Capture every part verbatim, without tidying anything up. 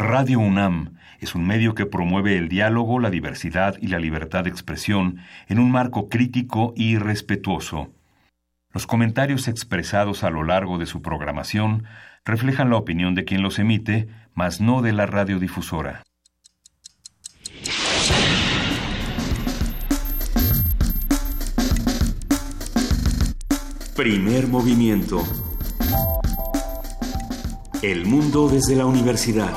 Radio UNAM es un medio que promueve el diálogo, la diversidad y la libertad de expresión en un marco crítico y respetuoso. Los comentarios expresados a lo largo de su programación reflejan la opinión de quien los emite, mas no de la radiodifusora. Primer movimiento. El mundo desde la universidad.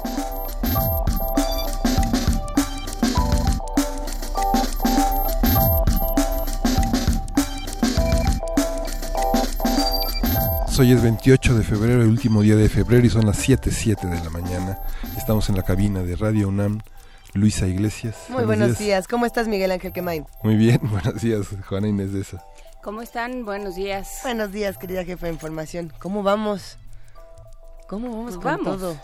Hoy es veintiocho de febrero, el último día de febrero, y son las siete siete de la mañana. Estamos en la cabina de Radio UNAM. Luisa Iglesias. Muy buenos, buenos días. días. ¿Cómo estás, Miguel Ángel Quemain? Muy bien, buenos días, Juana Inés de esa. ¿Cómo están? Buenos días. Buenos días, querida jefa de información. ¿Cómo vamos? ¿Cómo vamos pues con vamos. todo?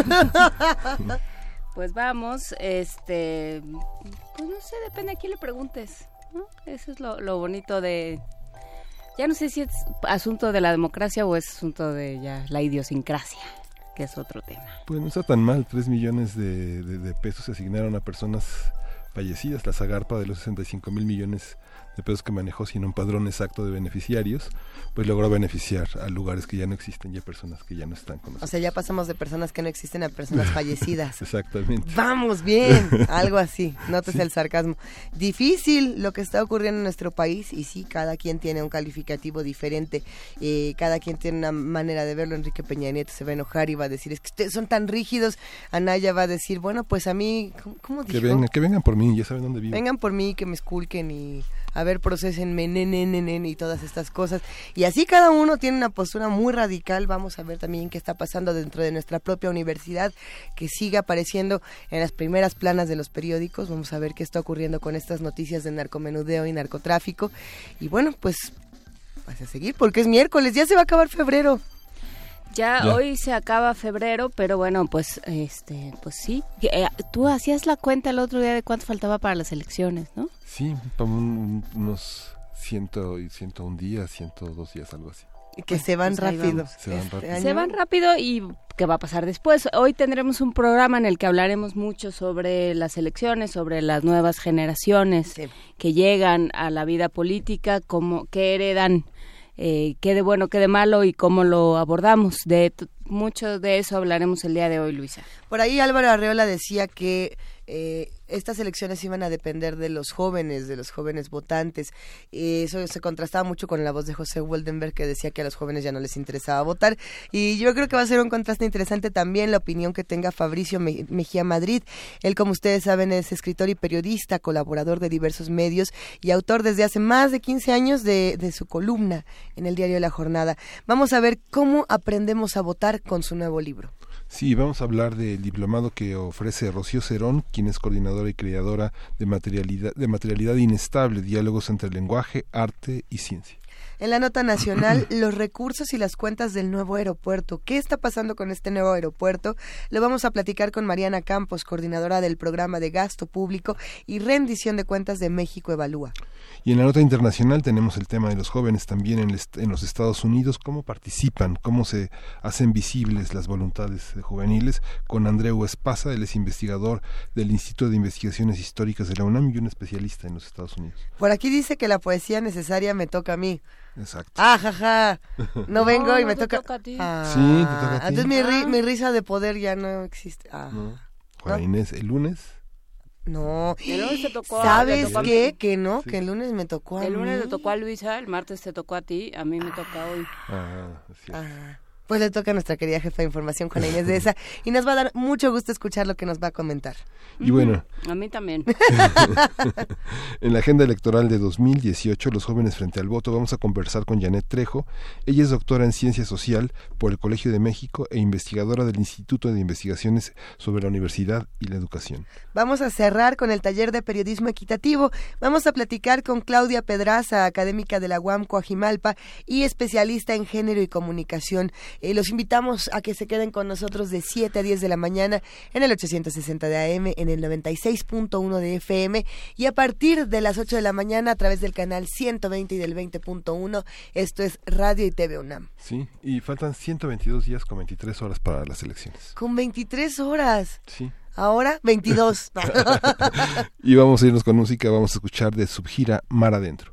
Pues vamos, este... Pues no sé, depende a quién le preguntes, ¿no? Eso es lo, lo bonito de... Ya no sé si es asunto de la democracia o es asunto de ya la idiosincrasia, que es otro tema. Pues no está tan mal, tres millones de, de, de pesos se asignaron a personas fallecidas. La Zagarpa, de los sesenta y cinco mil millones de pesos que manejó sin un padrón exacto de beneficiarios, pues logró beneficiar a lugares que ya no existen y a personas que ya no están con nosotros. O sea, ya pasamos de personas que no existen a personas fallecidas. Exactamente. Vamos bien, algo así, nótese sí. El sarcasmo. Difícil lo que está ocurriendo en nuestro país, y sí, cada quien tiene un calificativo diferente, eh, cada quien tiene una manera de verlo. Enrique Peña Nieto se va a enojar y va a decir, es que ustedes son tan rígidos. Anaya va a decir, bueno, pues a mí, ¿cómo, cómo dijo? Que vengan, que vengan por mí, ya saben dónde vivo. Vengan por mí, que me esculquen y... a ver, procesenme, nenenenen y todas estas cosas. Y así cada uno tiene una postura muy radical. Vamos a ver también qué está pasando dentro de nuestra propia universidad, que sigue apareciendo en las primeras planas de los periódicos. Vamos a ver qué está ocurriendo con estas noticias de narcomenudeo y narcotráfico. Y bueno, pues, vas a seguir porque es miércoles, ya se va a acabar febrero. Ya, ya hoy se acaba febrero, pero bueno, pues este, pues sí. Eh, tú hacías la cuenta el otro día de cuánto faltaba para las elecciones, ¿no? Sí, como un, unos ciento y ciento un días, ciento dos días, algo así. Que se van pues rápido. Se van este rápido. año. Se van rápido y ¿qué va a pasar después? Hoy tendremos un programa en el que hablaremos mucho sobre las elecciones, sobre las nuevas generaciones Sí. que llegan a la vida política, cómo, qué heredan, eh, qué de bueno, qué de malo y cómo lo abordamos. De t- mucho de eso hablaremos el día de hoy, Luisa. Por ahí Álvaro Arreola decía que eh, estas elecciones iban a depender de los jóvenes, de los jóvenes votantes. Eh, eso se contrastaba mucho con la voz de José Woldenberg, que decía que a los jóvenes ya no les interesaba votar. Y yo creo que va a ser un contraste interesante también la opinión que tenga Fabricio Me- Mejía Madrid. Él, como ustedes saben, es escritor y periodista, colaborador de diversos medios y autor desde hace más de quince años de, de su columna en el diario La Jornada. Vamos a ver cómo aprendemos a votar con su nuevo libro. Sí, vamos a hablar del diplomado que ofrece Rocío Cerón, quien es coordinadora y creadora de materialidad, de materialidad inestable, diálogos entre lenguaje, arte y ciencia. En la nota nacional, los recursos y las cuentas del nuevo aeropuerto. ¿Qué está pasando con este nuevo aeropuerto? Lo vamos a platicar con Mariana Campos, coordinadora del programa de gasto público y rendición de cuentas de México Evalúa. Y en la nota internacional tenemos el tema de los jóvenes también en, est- en los Estados Unidos, cómo participan, cómo se hacen visibles las voluntades juveniles, con Andreu Espasa. Él es investigador del Instituto de Investigaciones Históricas de la UNAM y un especialista en los Estados Unidos. Por aquí dice que la poesía necesaria me toca a mí. Exacto. Ah, jaja. No vengo No, y no me te toca... toca a ti. Ah, Sí, te toca a ti. Entonces mi, ri- Ah. mi risa de poder ya no existe. Ah. ¿No? Juana ¿No? Inés, el lunes. No. El lunes te tocó a- ¿Sabes le tocó a mí. qué? Que no, Sí. que el lunes me tocó a El lunes mí. le tocó a Luisa, el martes te tocó a ti, a mí me toca hoy. Ah, así es. Ah, pues le toca a nuestra querida jefa de información, Juana Inés de esa, y nos va a dar mucho gusto escuchar lo que nos va a comentar. Y bueno, A mí también. en la agenda electoral de dos mil dieciocho, los jóvenes frente al voto, vamos a conversar con Janet Trejo. Ella es doctora en Ciencia Social por el Colegio de México e investigadora del Instituto de Investigaciones sobre la Universidad y la Educación. Vamos a cerrar con el taller de periodismo equitativo. Vamos a platicar con Claudia Pedraza, académica de la U A M Coajimalpa y especialista en género y comunicación. Eh, los invitamos a que se queden con nosotros de siete a diez de la mañana en el ochocientos sesenta de A M, en el noventa y seis punto uno de F M, y a partir de las ocho de la mañana a través del canal ciento veinte y del veinte punto uno. Esto es Radio y T V UNAM. Sí, y faltan ciento veintidós días con veintitrés horas para las elecciones. Con veintitrés horas. Sí. Ahora veintidós. Y vamos a irnos con música, vamos a escuchar de Subgira Mar Adentro.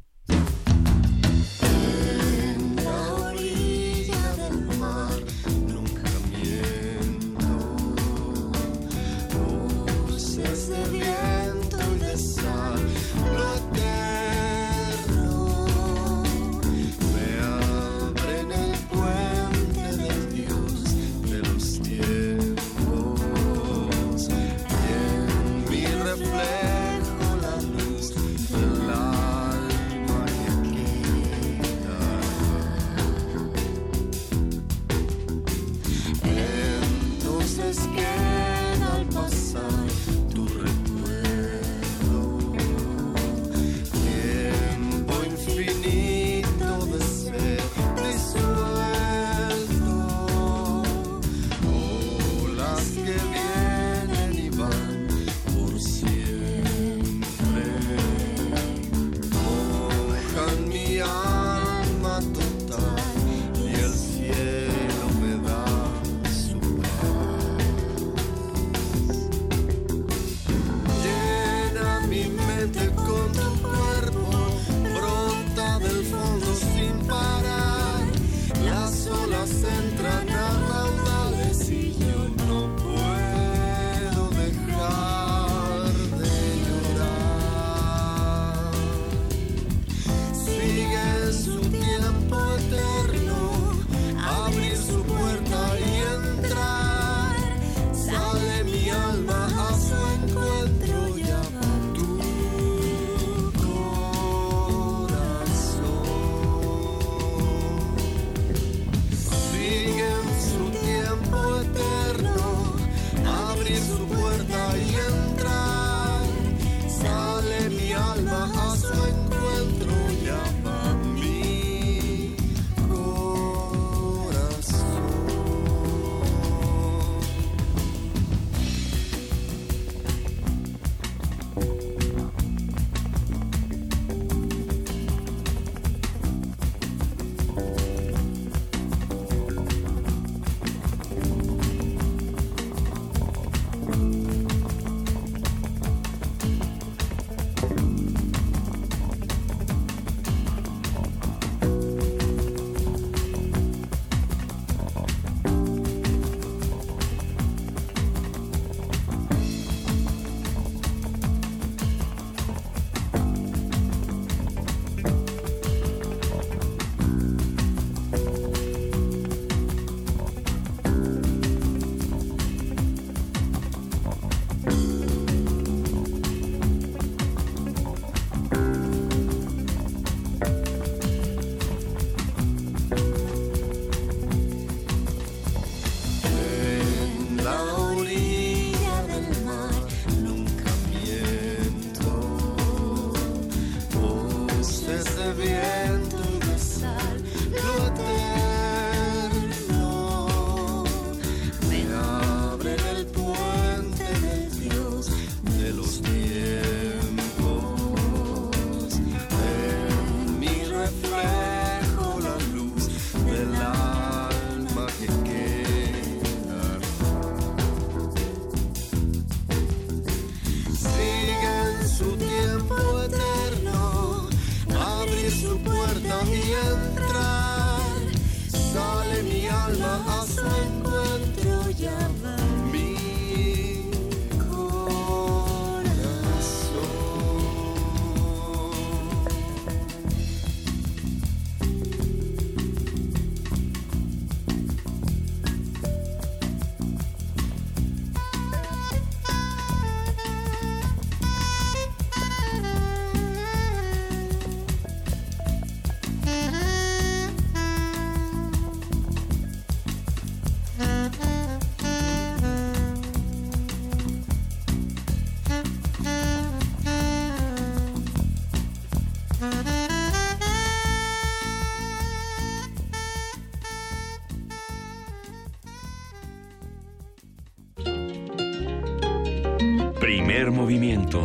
Primer movimiento.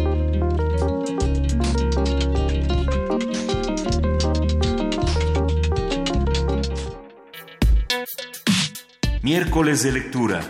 Miércoles de lectura.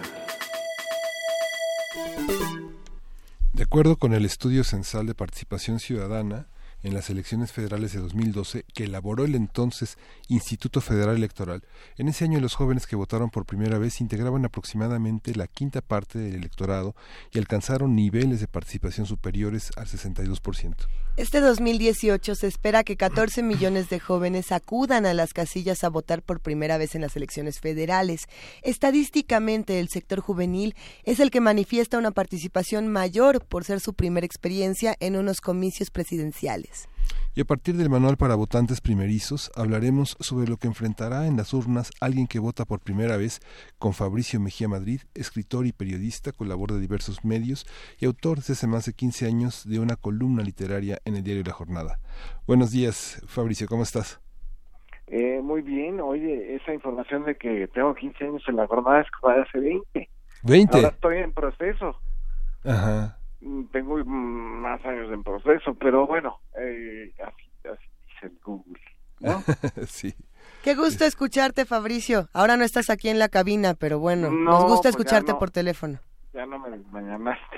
De acuerdo con el estudio censal de participación ciudadana en las elecciones federales de dos mil doce que elaboró el entonces Instituto Federal Electoral, en ese año los jóvenes que votaron por primera vez integraban aproximadamente la quinta parte del electorado y alcanzaron niveles de participación superiores al sesenta y dos por ciento. Este dos mil dieciocho se espera que catorce millones de jóvenes acudan a las casillas a votar por primera vez en las elecciones federales. Estadísticamente, el sector juvenil es el que manifiesta una participación mayor por ser su primera experiencia en unos comicios presidenciales. Y a partir del manual para votantes primerizos hablaremos sobre lo que enfrentará en las urnas alguien que vota por primera vez con Fabricio Mejía Madrid, escritor y periodista, colabora de diversos medios y autor desde hace más de quince años de una columna literaria en el diario La Jornada. Buenos días, Fabricio, ¿cómo estás? Eh, muy bien, oye, esa información de que tengo quince años en La Jornada es como de hace veinte. ¿veinte? Ahora estoy en proceso. Ajá. Tengo más años en proceso, pero bueno, eh, así, así dice el Google, ¿no? Sí. Qué gusto escucharte, Fabricio. Ahora no estás aquí en la cabina, pero bueno, no, nos gusta pues escucharte no, por teléfono. Ya no me, me llamaste.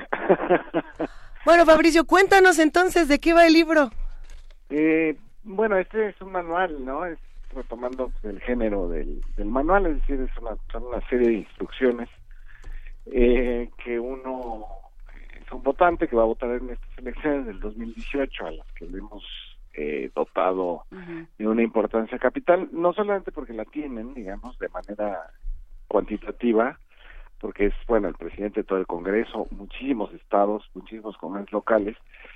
Bueno, Fabricio, cuéntanos entonces de qué va el libro. Eh, bueno, este es un manual, ¿no? Es retomando el género del, del manual, es decir, es una, son una serie de instrucciones eh, que uno... un votante que va a votar en estas elecciones del dos mil dieciocho, a las que le hemos eh, dotado uh-huh. de una importancia capital, no solamente porque la tienen, digamos, de manera cuantitativa, porque es, bueno, el presidente de todo el Congreso, muchísimos estados, muchísimos congresos locales,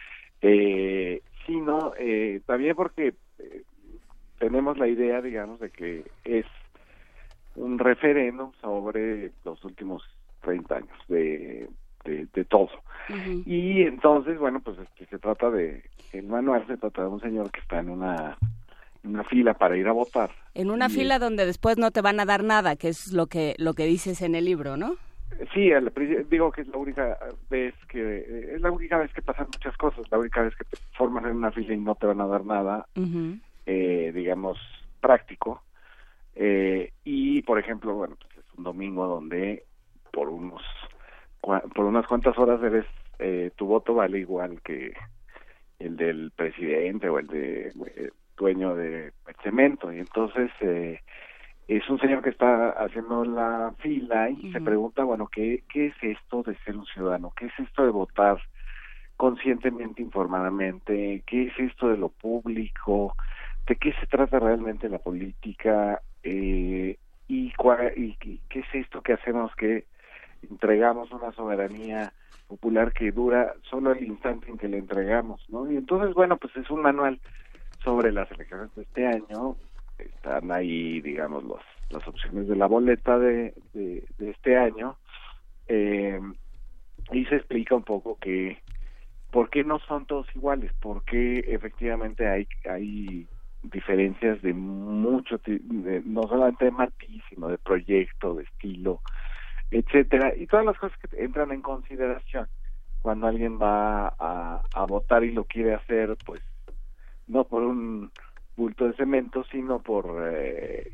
eh, sino eh, también porque eh, tenemos la idea, digamos, de que es un referéndum sobre los últimos treinta años de De, de todo. Uh-huh. Y entonces, bueno, pues este, se trata de, el manual se trata de un señor que está en una, en una fila para ir a votar. En una fila es, donde después no te van a dar nada, que es lo que lo que dices en el libro, ¿no? Sí, el, digo que es la única vez que, es la única vez que pasan muchas cosas, la única vez que te formas en una fila y no te van a dar nada, uh-huh. eh, digamos, práctico. Eh, y, por ejemplo, bueno, pues es un domingo donde por unos por unas cuantas horas eres eh, tu voto vale igual que el del presidente o el de eh, dueño de cemento, y entonces eh, es un señor que está haciendo la fila y uh-huh. se pregunta, bueno, ¿qué, qué es esto de ser un ciudadano? ¿Qué es esto de votar conscientemente, informadamente? ¿Qué es esto de lo público? ¿De qué se trata realmente la política? Eh, y, cua- y, y ¿qué es esto que hacemos que entregamos una soberanía popular que dura solo el instante en que le entregamos, ¿no? Y entonces, bueno, pues es un manual sobre las elecciones de este año. Están ahí, digamos, los, las opciones de la boleta de, de, de este año, eh, y se explica un poco que por qué no son todos iguales, por qué efectivamente hay hay diferencias de mucho, de, no solamente de matiz, sino de proyecto, de estilo, etcétera, y todas las cosas que entran en consideración cuando alguien va a, a votar y lo quiere hacer, pues no por un bulto de cemento, sino por eh,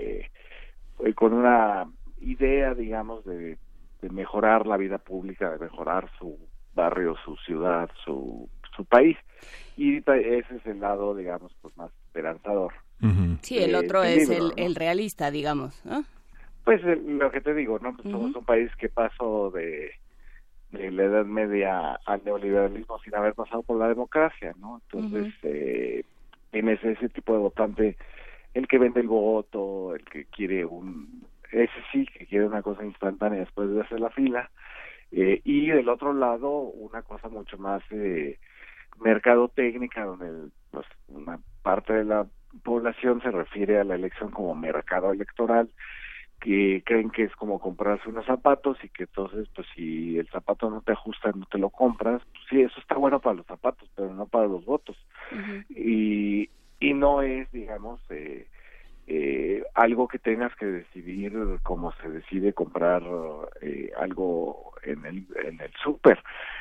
eh, con una idea, digamos, de, de mejorar la vida pública, de mejorar su barrio, su ciudad, su su país, y ese es el lado, digamos, pues más esperanzador. Uh-huh. Sí, el otro eh, es libro, el, ¿no? el realista, digamos, ¿no? Pues eh, lo que te digo, ¿no? Pues uh-huh. somos un país que pasó de, de la Edad Media al neoliberalismo sin haber pasado por la democracia, ¿no? Entonces, uh-huh. eh, tienes ese tipo de votante, el que vende el voto, el que quiere un... ese sí, que quiere una cosa instantánea después de hacer la fila, eh, y del otro lado, una cosa mucho más eh, mercadotécnica, donde el, pues, una parte de la población se refiere a la elección como mercado electoral, que creen que es como comprarse unos zapatos y que entonces, pues si el zapato no te ajusta, no te lo compras. Pues, sí, eso está bueno para los zapatos, pero no para los votos. Uh-huh. Y y no es, digamos, eh, eh, algo que tengas que decidir como se decide comprar eh, algo en el, en el súper.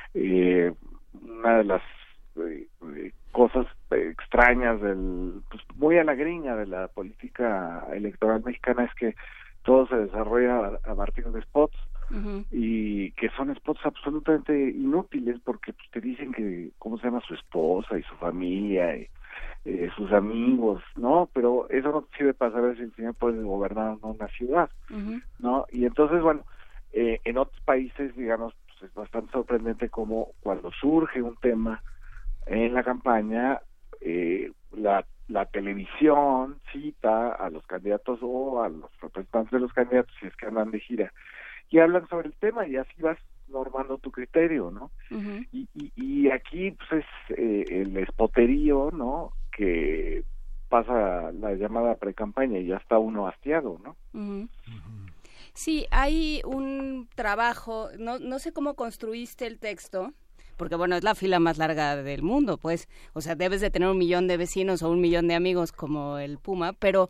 Eh, una de las eh, cosas extrañas, del pues, muy a la gringa de la política electoral mexicana es que todo se desarrolla a, a partir de spots. Uh-huh. Y que son spots absolutamente inútiles porque pues, te dicen que cómo se llama su esposa y su familia y eh, sus amigos, ¿no? Pero eso no sirve para saber si el señor puede gobernar o no una ciudad, uh-huh. ¿no? Y entonces, bueno, eh, en otros países, digamos, pues, es bastante sorprendente cómo cuando surge un tema en la campaña, eh, la la televisión cita a los candidatos o a los representantes de los candidatos si es que andan de gira y hablan sobre el tema y así vas normando tu criterio, ¿no? Uh-huh. Y, y, y aquí pues es eh, el espoterío, ¿no? Que pasa la llamada precampaña y ya está uno hastiado, ¿no? Uh-huh. Uh-huh. Sí, hay un trabajo, no, no sé cómo construiste el texto, porque bueno, es la fila más larga del mundo, pues, o sea, debes de tener un millón de vecinos o un millón de amigos como el Puma, pero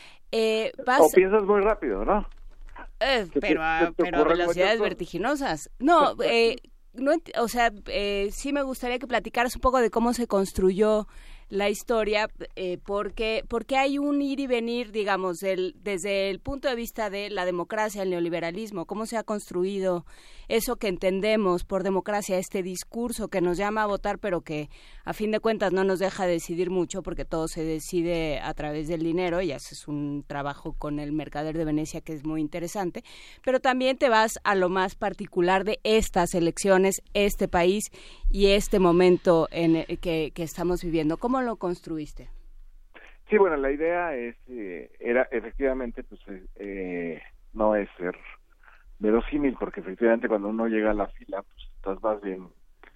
eh, vas... O piensas muy rápido, ¿no? Eh, pero a, pero a velocidades vertiginosas. No, eh, no, o sea, eh, sí me gustaría que platicaras un poco de cómo se construyó la historia, eh, porque porque hay un ir y venir, digamos, del, desde el punto de vista de la democracia, el neoliberalismo, cómo se ha construido eso que entendemos por democracia, este discurso que nos llama a votar, pero que a fin de cuentas no nos deja decidir mucho, porque todo se decide a través del dinero, y haces un trabajo con el Mercader de Venecia que es muy interesante, pero también te vas a lo más particular de estas elecciones, este país y este momento en el que, que estamos viviendo. ¿Cómo lo construiste? Sí, bueno, la idea es eh, era efectivamente pues eh, no es ser verosímil, porque efectivamente cuando uno llega a la fila pues estás más bien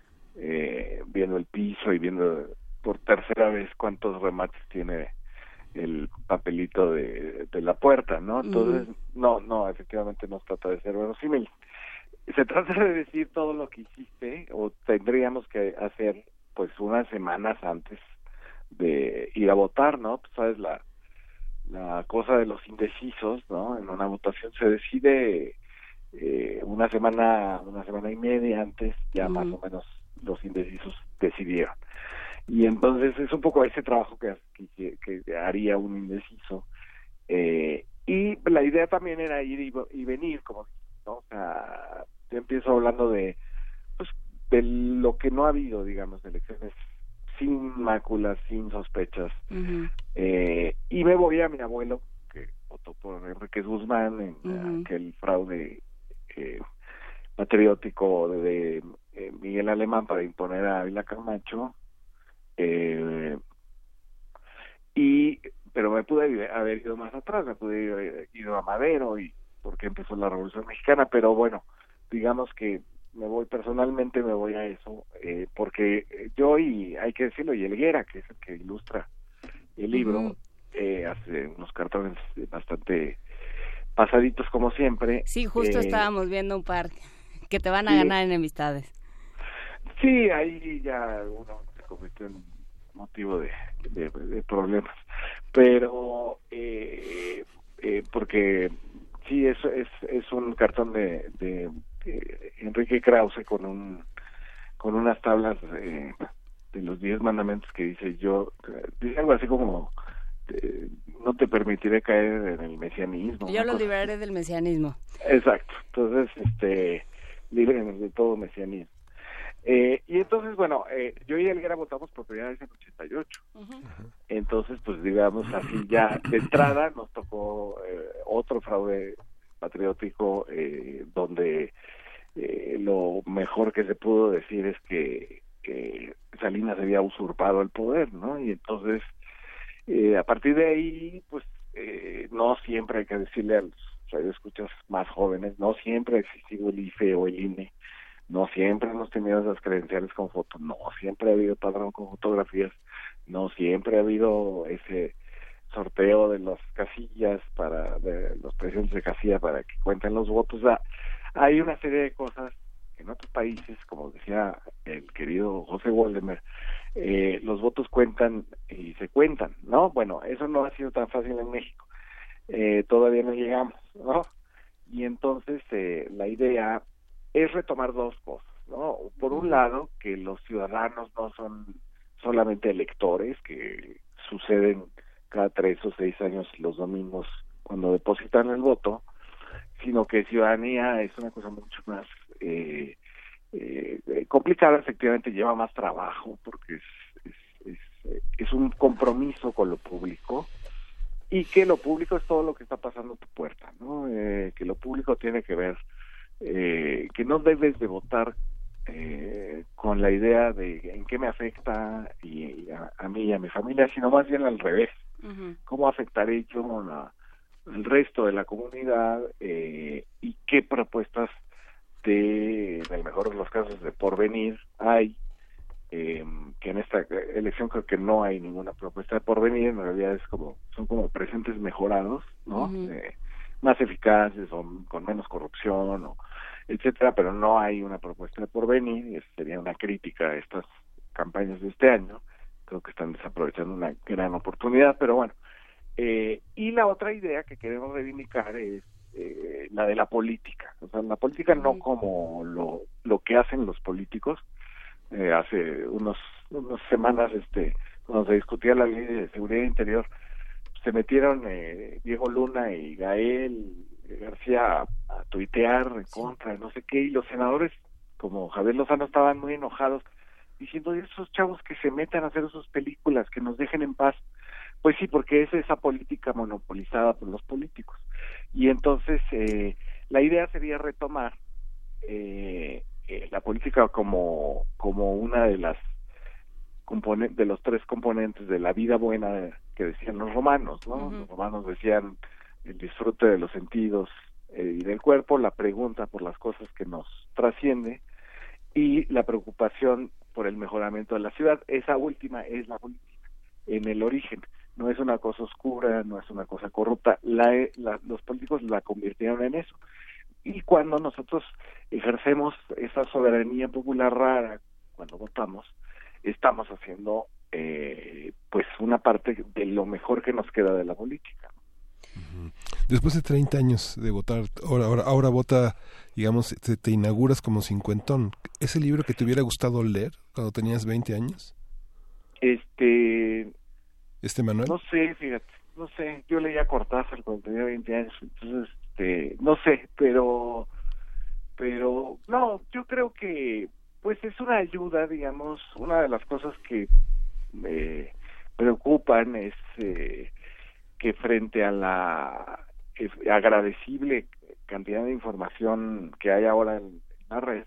eh, viendo el piso y viendo por tercera vez cuántos remates tiene el papelito de, de la puerta, ¿no? Entonces uh-huh. no, no, efectivamente no se trata de ser verosímil. Se trata de decir todo lo que hiciste o tendríamos que hacer pues unas semanas antes de ir a votar, ¿no? Pues sabes, la la cosa de los indecisos, ¿no? En una votación se decide eh, una semana, una semana y media antes, ya uh-huh. más o menos los indecisos decidieron. Y entonces es un poco ese trabajo que, que, que haría un indeciso. Eh, y la idea también era ir y, y venir, como, ¿no? O sea, yo empiezo hablando de, pues, de lo que no ha habido, digamos, de elecciones sin máculas, sin sospechas. Uh-huh. Eh, y me voy a mi abuelo, que votó por Enrique Guzmán en uh-huh. aquel fraude eh, patriótico de, de eh, Miguel Alemán para imponer a Ávila Camacho. Eh, y pero me pude haber ido más atrás, me pude haber ido a Madero, y porque empezó la Revolución Mexicana, pero bueno, digamos que me voy personalmente, me voy a eso, eh, porque yo, y hay que decirlo, y Helguera, que es el que ilustra el libro, uh-huh. eh, hace unos cartones bastante pasaditos como siempre. Sí, justo eh, estábamos viendo un par que te van a sí, ganar enemistades. Sí, ahí ya uno se convirtió en motivo de, de, de problemas, pero eh, eh, porque sí, es, es, es un cartón de, de Eh, Enrique Krause con un con unas tablas eh, de los diez mandamientos que dice yo dice algo así como eh, no te permitiré caer en el mesianismo, yo los liberaré del mesianismo. Exacto, entonces este líbrenos de todo mesianismo. Eh, y entonces bueno, eh, yo y Helguera votamos por primera vez en ochenta y ocho. Uh-huh. Entonces pues digamos así, ya de entrada nos tocó eh, otro fraude patriótico, eh, donde eh, lo mejor que se pudo decir es que, que Salinas había usurpado el poder, ¿no? Y entonces eh, a partir de ahí pues eh, no siempre hay que decirle a los radioescuchas más jóvenes, no siempre ha existido el I F E o el I N E, no siempre hemos tenido esas credenciales con fotos, no siempre ha habido padrón con fotografías, no siempre ha habido ese sorteo de las casillas para de los presidentes de casilla para que cuenten los votos. O sea, hay una serie de cosas en otros países, como decía el querido José Woldemer, eh, los votos cuentan y se cuentan, ¿no? Bueno, eso no ha sido tan fácil en México. eh, todavía no llegamos, ¿no? Y entonces eh, la idea es retomar dos cosas, ¿no? Por un lado, que los ciudadanos no son solamente electores, que suceden cada tres o seis años los domingos cuando depositan el voto, sino que ciudadanía es una cosa mucho más eh, eh, complicada, efectivamente lleva más trabajo, porque es, es, es, es un compromiso con lo público, y que lo público es todo lo que está pasando a tu puerta, ¿no? Eh, que lo público tiene que ver, eh, que no debes de votar eh, con la idea de en qué me afecta y, y a, a mí y a mi familia, sino más bien al revés. Uh-huh. ¿Cómo afectaré yo a, al resto de la comunidad eh, y qué propuestas de, en el mejor de los casos, de porvenir hay? Eh, que en esta elección creo que no hay ninguna propuesta de porvenir, en realidad es como son como presentes mejorados, ¿no? Uh-huh. Eh, más eficaces o con menos corrupción, o etcétera, pero no hay una propuesta de porvenir, y esa sería una crítica a estas campañas de este año. Creo que están desaprovechando una gran oportunidad, pero bueno. Eh, y la otra idea que queremos reivindicar es eh, la de la política, o sea, la política uh-huh. no como lo, lo que hacen los políticos. Eh, hace unos unas semanas, este, cuando se discutía la ley de seguridad interior, se metieron eh, Diego Luna y Gael García a, a tuitear en contra, no sé qué, y los senadores, como Javier Lozano, estaban muy enojados, diciendo, esos chavos que se metan a hacer sus películas, que nos dejen en paz. Pues sí, porque es esa política monopolizada por los políticos. Y entonces, eh, la idea sería retomar eh, eh, la política como como una de las componen de los tres componentes de la vida buena que decían los romanos, ¿no? Uh-huh. Los romanos decían el disfrute de los sentidos eh, y del cuerpo, la pregunta por las cosas que nos trasciende y la preocupación por el mejoramiento de la ciudad. Esa última es la política en el origen. No es una cosa oscura, no es una cosa corrupta. La, la, los políticos la convirtieron en eso. Y cuando nosotros ejercemos esa soberanía popular rara, cuando votamos, estamos haciendo eh, pues una parte de lo mejor que nos queda de la política. Después de treinta años de votar, ahora, ahora, ahora vota, digamos, te, te inauguras como cincuentón. ¿Ese libro que te hubiera gustado leer cuando tenías veinte años? Este... ¿Este Manuel? No sé, fíjate, no sé. Yo leía Cortázar cuando tenía veinte años, entonces, este, no sé, pero... Pero, no, yo creo que, pues es una ayuda, digamos, una de las cosas que me preocupan es... Eh, que frente a la agradecible cantidad de información que hay ahora en la red,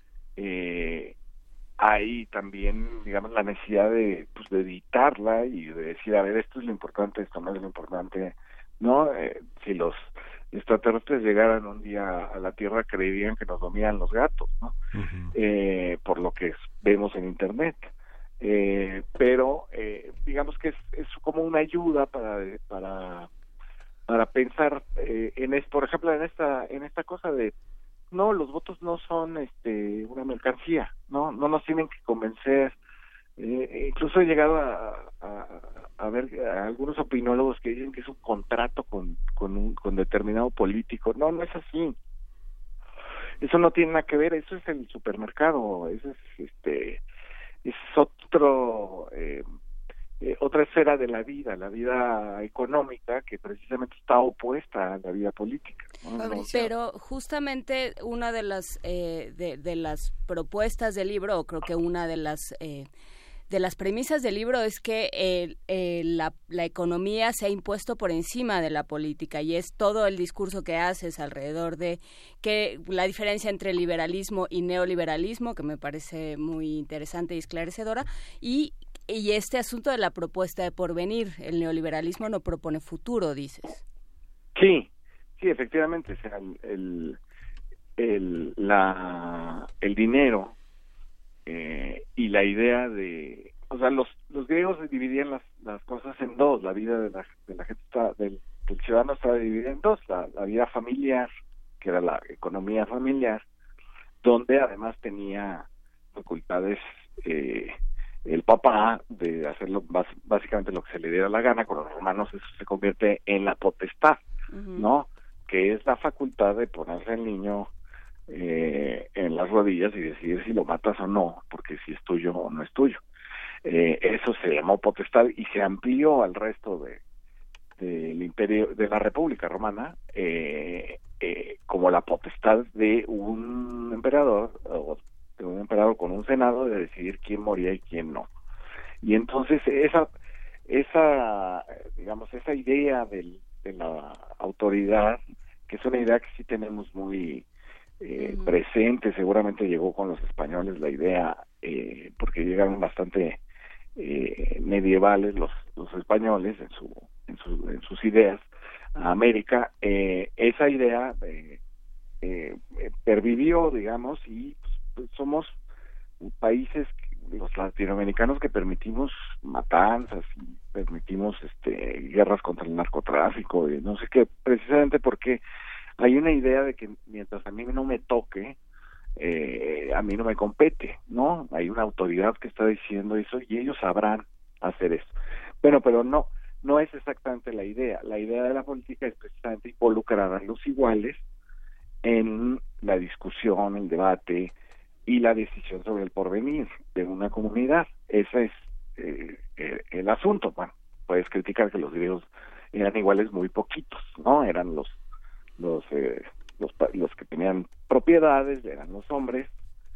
eh, hay también, digamos, la necesidad de, pues, de editarla y de decir, a ver, esto es lo importante, esto no es lo importante, ¿no? Eh, si los extraterrestres llegaran un día a la Tierra, creerían que nos dominan los gatos, ¿no? Uh-huh. Eh, por lo que vemos en Internet. Eh, pero eh, digamos que es, es como una ayuda para para para pensar eh, en es, por ejemplo en esta en esta cosa de no, los votos no son este una mercancía, no no nos tienen que convencer. Eh, incluso he llegado a, a, a ver a algunos opinólogos que dicen que es un contrato con con un con determinado político. No, no es así. Eso no tiene nada que ver. Eso es el supermercado. Eso es este es otro eh, eh, otra esfera de la vida, la vida económica, que precisamente está opuesta a la vida política, ¿no? Pero justamente una de las eh, de, de las propuestas del libro, o creo que una de las eh, de las premisas del libro es que eh, eh, la, la economía se ha impuesto por encima de la política, y es todo el discurso que haces alrededor de que la diferencia entre liberalismo y neoliberalismo, que me parece muy interesante y esclarecedora, y, y este asunto de la propuesta de porvenir. El neoliberalismo no propone futuro, dices. Sí, sí, efectivamente, o sea, el, el, el, la, el dinero Eh, y la idea de, o sea, los los griegos dividían las las cosas en dos. La vida de la, de la gente está, del, del ciudadano estaba dividida en dos: la, la vida familiar, que era la economía familiar, donde además tenía facultades eh, el papá de hacerlo bas, básicamente lo que se le diera la gana. Con los romanos eso se convierte en la potestad. uh-huh. ¿no? Que es la facultad de ponerse al niño eh, en las rodillas y decidir si lo matas o no, porque si es tuyo o no es tuyo. Eh, eso se llamó potestad y se amplió al resto de del imperio, de la República Romana, eh, eh, como la potestad de un emperador, o de un emperador con un senado, de decidir quién moría y quién no. Y entonces esa, esa, digamos, esa idea del, de la autoridad, que es una idea que sí tenemos muy eh, uh-huh. presente, seguramente llegó con los españoles la idea, eh, porque llegaron bastante eh, medievales los, los españoles en su En, su, en sus ideas a América, eh, esa idea eh, eh, pervivió, digamos, y pues, somos países, los latinoamericanos, que permitimos matanzas y permitimos este guerras contra el narcotráfico y no sé qué, precisamente porque hay una idea de que mientras a mí no me toque, eh, a mí no me compete, ¿no? Hay una autoridad que está diciendo eso y ellos sabrán hacer eso. Bueno, pero no No es exactamente la idea. La idea de la política es precisamente involucrar a los iguales en la discusión, el debate y la decisión sobre el porvenir de una comunidad. Ese es eh, eh, el asunto. Bueno, puedes criticar que los griegos eran iguales muy poquitos, ¿no? Eran los los eh, los, los que tenían propiedades, eran los hombres,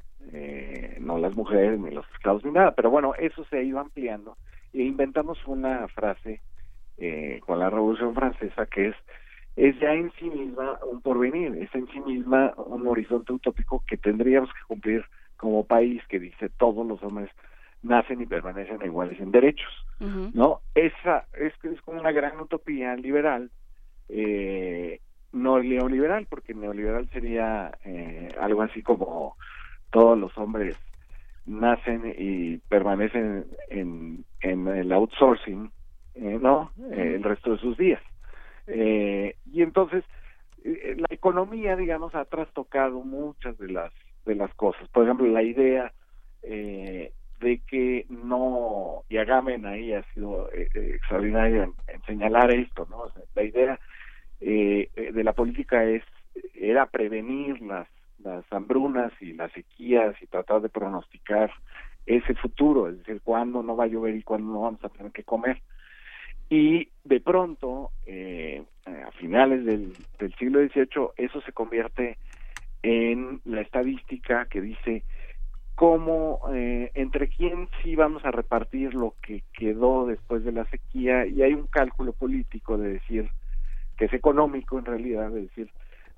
eh, no las mujeres, ni los esclavos, ni nada. Pero bueno, eso se ha ido ampliando e inventamos una frase Eh, con la Revolución Francesa, que es es ya en sí misma un porvenir, es en sí misma un horizonte utópico que tendríamos que cumplir como país, que dice todos los hombres nacen y permanecen iguales en derechos, uh-huh. ¿no? Esa es, es como una gran utopía liberal, eh, no neoliberal, porque neoliberal sería eh, algo así como todos los hombres nacen y permanecen en, en el outsourcing, Eh, no, eh, el resto de sus días. Eh, y entonces, eh, la economía, digamos, ha trastocado muchas de las de las cosas. Por ejemplo, la idea eh, de que no, y Agamben ahí ha sido eh, extraordinario en, en señalar esto, ¿no? O sea, la idea eh, de la política es era prevenir las las hambrunas y las sequías y tratar de pronosticar ese futuro, es decir, cuándo no va a llover y cuándo no vamos a tener que comer. Y de pronto, eh, a finales del, del siglo dieciocho, eso se convierte en la estadística que dice cómo, eh, entre quién sí vamos a repartir lo que quedó después de la sequía, y hay un cálculo político de decir, que es económico en realidad, de decir,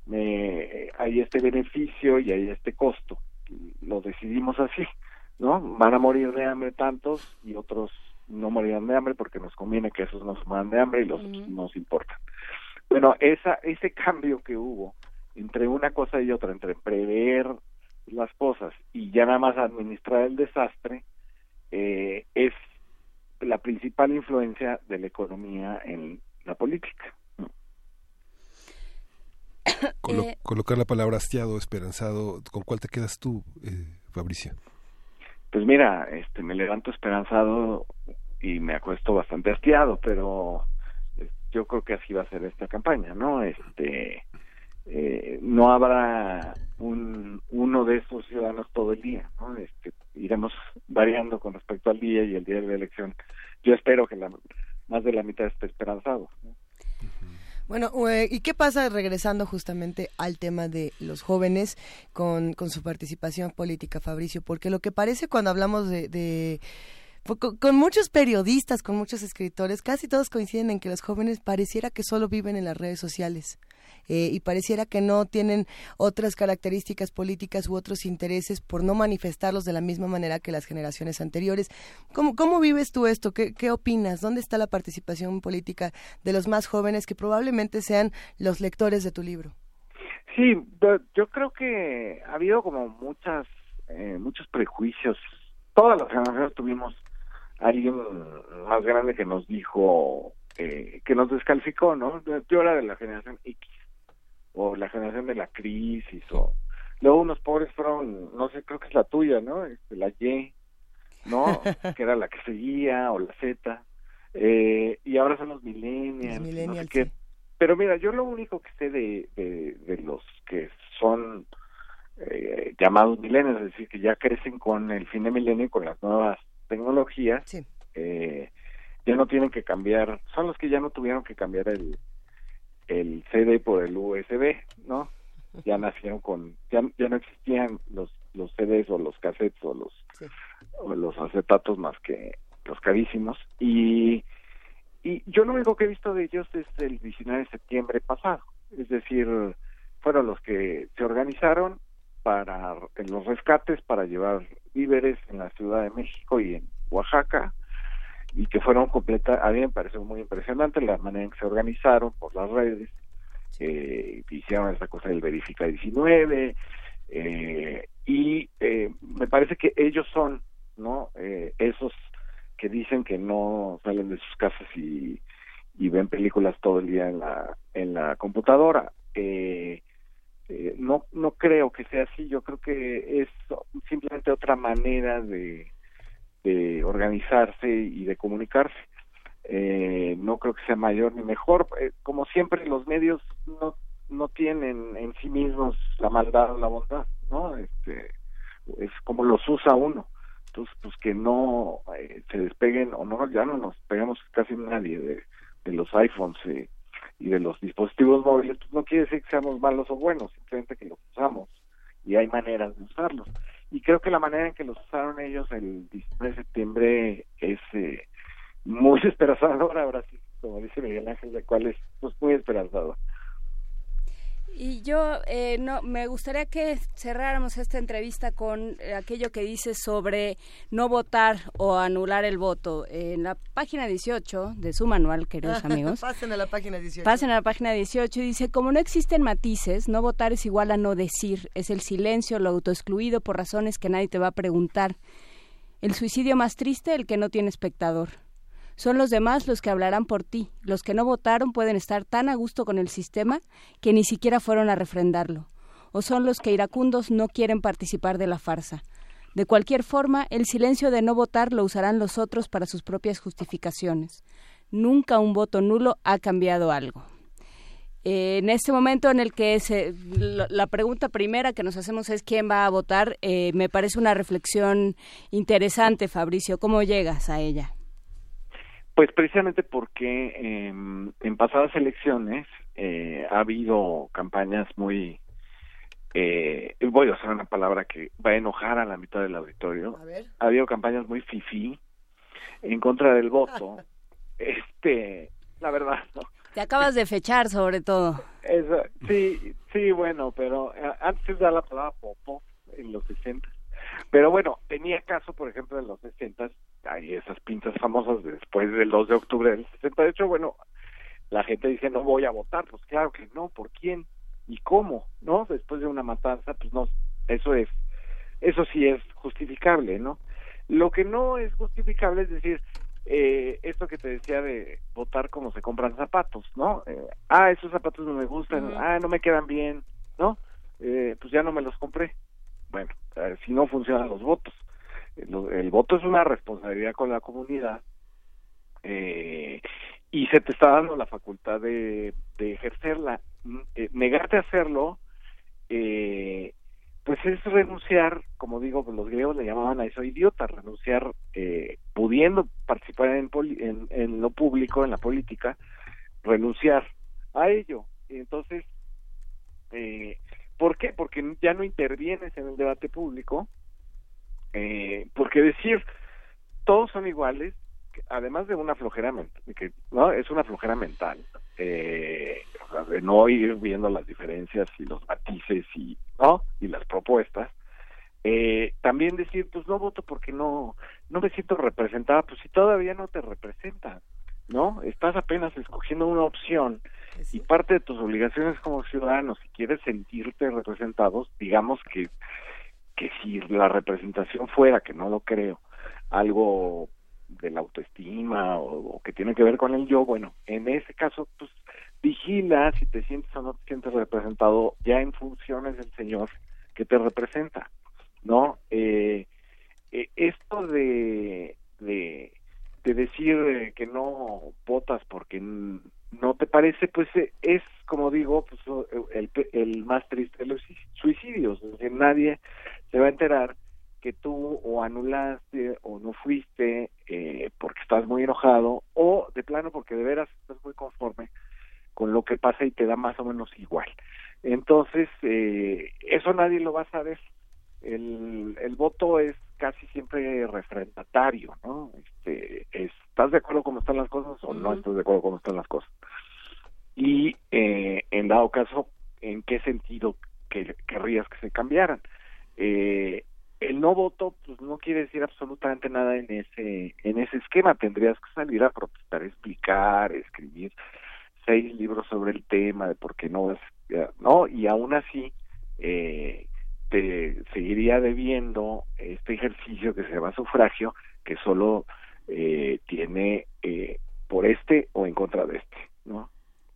me, hay este beneficio y hay este costo, lo decidimos así, ¿no? Van a morir de hambre tantos y otros no morirán de hambre porque nos conviene que esos no se mueran de hambre y los otros no nos importan. Bueno, esa ese cambio que hubo entre una cosa y otra, entre prever las cosas y ya nada más administrar el desastre, eh, es la principal influencia de la economía en la política. Colo- eh, colocar la palabra hastiado, esperanzado, ¿con cuál te quedas tú, eh, Fabricio? Pues mira, este, me levanto esperanzado y me acuesto bastante hastiado, pero yo creo que así va a ser esta campaña, ¿no? Este, eh, no habrá un uno de estos ciudadanos todo el día, ¿no? Este, iremos variando con respecto al día y el día de la elección. Yo espero que la, más de la mitad esté esperanzado, ¿no? Bueno, ¿y qué pasa regresando justamente al tema de los jóvenes con, con su participación política, Fabricio? Porque lo que parece cuando hablamos de... de con, con muchos periodistas, con muchos escritores, casi todos coinciden en que los jóvenes pareciera que solo viven en las redes sociales. Eh, y pareciera que no tienen otras características políticas u otros intereses por no manifestarlos de la misma manera que las generaciones anteriores. ¿Cómo, cómo vives tú esto? ¿Qué, qué opinas? ¿Dónde está la participación política de los más jóvenes que probablemente sean los lectores de tu libro? Sí, yo creo que ha habido como muchas eh, muchos prejuicios. Todas las generaciones tuvimos a alguien más grande que nos dijo, eh, que nos descalificó, ¿no? Yo era de la generación X, o la generación de la crisis, o luego unos pobres fueron, no sé, creo que es la tuya, ¿no? Este, la Y, ¿no? Que era la que seguía, o la Z, eh, y ahora son los millennials, los millennials, no sé qué. sí. pero mira, yo lo único que sé de, de, de los que son eh, llamados milenios, es decir, que ya crecen con el fin de milenio y con las nuevas tecnologías, sí. eh, ya no tienen que cambiar, son los que ya no tuvieron que cambiar el, el C D por el U S B, ¿no? Ya nacieron con, ya, ya no existían los los C Ds o los cassettes o los sí. o los acetatos más que los carísimos, y y yo lo único que he visto de ellos es el diecinueve de septiembre pasado, es decir, fueron los que se organizaron para en los rescates para llevar víveres en la Ciudad de México y en Oaxaca, y que fueron completa, a mí me pareció muy impresionante la manera en que se organizaron por las redes, eh, hicieron esa cosa del Verifica diecinueve, eh, y eh, me parece que ellos son, ¿no? Eh, esos que dicen que no salen de sus casas y, y ven películas todo el día en la en la computadora. Eh, eh, no no creo que sea así, yo creo que es simplemente otra manera de, de organizarse y de comunicarse. Eh, no creo que sea mayor ni mejor. Eh, como siempre, los medios no no tienen en sí mismos la maldad o la bondad, ¿no? Este, es como los usa uno. Entonces, pues que no eh, se despeguen, o no, ya no nos pegamos casi nadie de, de los iPhones eh, y de los dispositivos móviles, pues no quiere decir que seamos malos o buenos, simplemente que los usamos y hay maneras de usarlos. Y creo que la manera en que los usaron ellos el diecinueve de septiembre es eh, muy esperanzadora, ahora sí, como dice Miguel Ángel, de cuál es pues muy esperanzador. Y yo eh, no me gustaría que cerráramos esta entrevista con eh, aquello que dice sobre no votar o anular el voto. Eh, en la página dieciocho de su manual, queridos amigos. Pasen a la página dieciocho. Pasen a la página dieciocho y dice, como no existen matices, no votar es igual a no decir. Es el silencio, lo autoexcluido por razones que nadie te va a preguntar. El suicidio más triste, el que no tiene espectador. Son los demás los que hablarán por ti. Los que no votaron pueden estar tan a gusto con el sistema que ni siquiera fueron a refrendarlo. O son los que iracundos no quieren participar de la farsa. De cualquier forma, el silencio de no votar lo usarán los otros para sus propias justificaciones. Nunca un voto nulo ha cambiado algo. Eh, en este momento en el que se, la, la pregunta primera que nos hacemos es ¿quién va a votar? Eh, me parece una reflexión interesante, Fabricio. ¿Cómo llegas a ella? Pues precisamente porque eh, en pasadas elecciones eh, ha habido campañas muy, eh, voy a usar una palabra que va a enojar a la mitad del auditorio, a ver. Ha habido campañas muy fifí en contra del voto, este, la verdad, ¿no? Te acabas de fechar sobre todo. Eso, sí, sí, bueno, pero antes se usaba la palabra popó en los sesenta. Pero bueno, tenía caso, por ejemplo, en los sesenta, hay esas pintas famosas de después del dos de octubre del sesenta y ocho, bueno, la gente dice, no voy a votar, pues claro que no, ¿por quién? ¿Y cómo? ¿No? Después de una matanza, pues no, eso es, eso sí es justificable, ¿no? Lo que no es justificable es decir, eh, esto que te decía de votar como se compran zapatos, ¿no? Eh, ah, esos zapatos no me gustan, uh-huh. ah, no me quedan bien, ¿no? Eh, pues ya no me los compré. Bueno, eh, si no funcionan los votos. El, el voto es una responsabilidad con la comunidad eh, y se te está dando la facultad de, de ejercerla. Eh, negarte a hacerlo, eh, pues es renunciar, como digo, los griegos le llamaban a eso idiota, renunciar eh, pudiendo participar en, poli- en, en lo público, en la política, renunciar a ello. Entonces, eh, ¿por qué? Porque ya no intervienes en el debate público, eh, porque decir todos son iguales, además de una flojera mental, que no es una flojera mental, eh, o sea, de no ir viendo las diferencias y los matices y no y las propuestas. Eh, también decir, pues no voto porque no no me siento representada, pues si todavía no te representa, ¿no? Estás apenas escogiendo una opción. Y parte de tus obligaciones como ciudadano, si quieres sentirte representados, digamos que que si la representación fuera, que no lo creo, algo de la autoestima o, o que tiene que ver con el yo, bueno, en ese caso, pues vigila si te sientes o no te sientes representado ya en funciones del Señor que te representa, ¿no? Eh, eh, esto de, de, de decir que no votas porque ¿no te parece? Pues es, como digo, pues el, el más triste de los suicidios. Es decir, nadie se va a enterar que tú o anulaste o no fuiste eh, porque estás muy enojado, o de plano porque de veras estás muy conforme con lo que pasa y te da más o menos igual. Entonces, eh, eso nadie lo va a saber. El, el voto es casi siempre refrendatario, ¿no? Este, ¿estás de acuerdo con cómo están las cosas o no estás de acuerdo con cómo están las cosas? Y eh, en dado caso, ¿en qué sentido que, querrías que se cambiaran? Eh, el no voto pues no quiere decir absolutamente nada en ese en ese esquema. Tendrías que salir a protestar, explicar, escribir seis libros sobre el tema de por qué no vas, no, y aún así eh, te seguiría debiendo este ejercicio que se llama sufragio, que solo eh, tiene eh, por este o en contra de este, ¿no?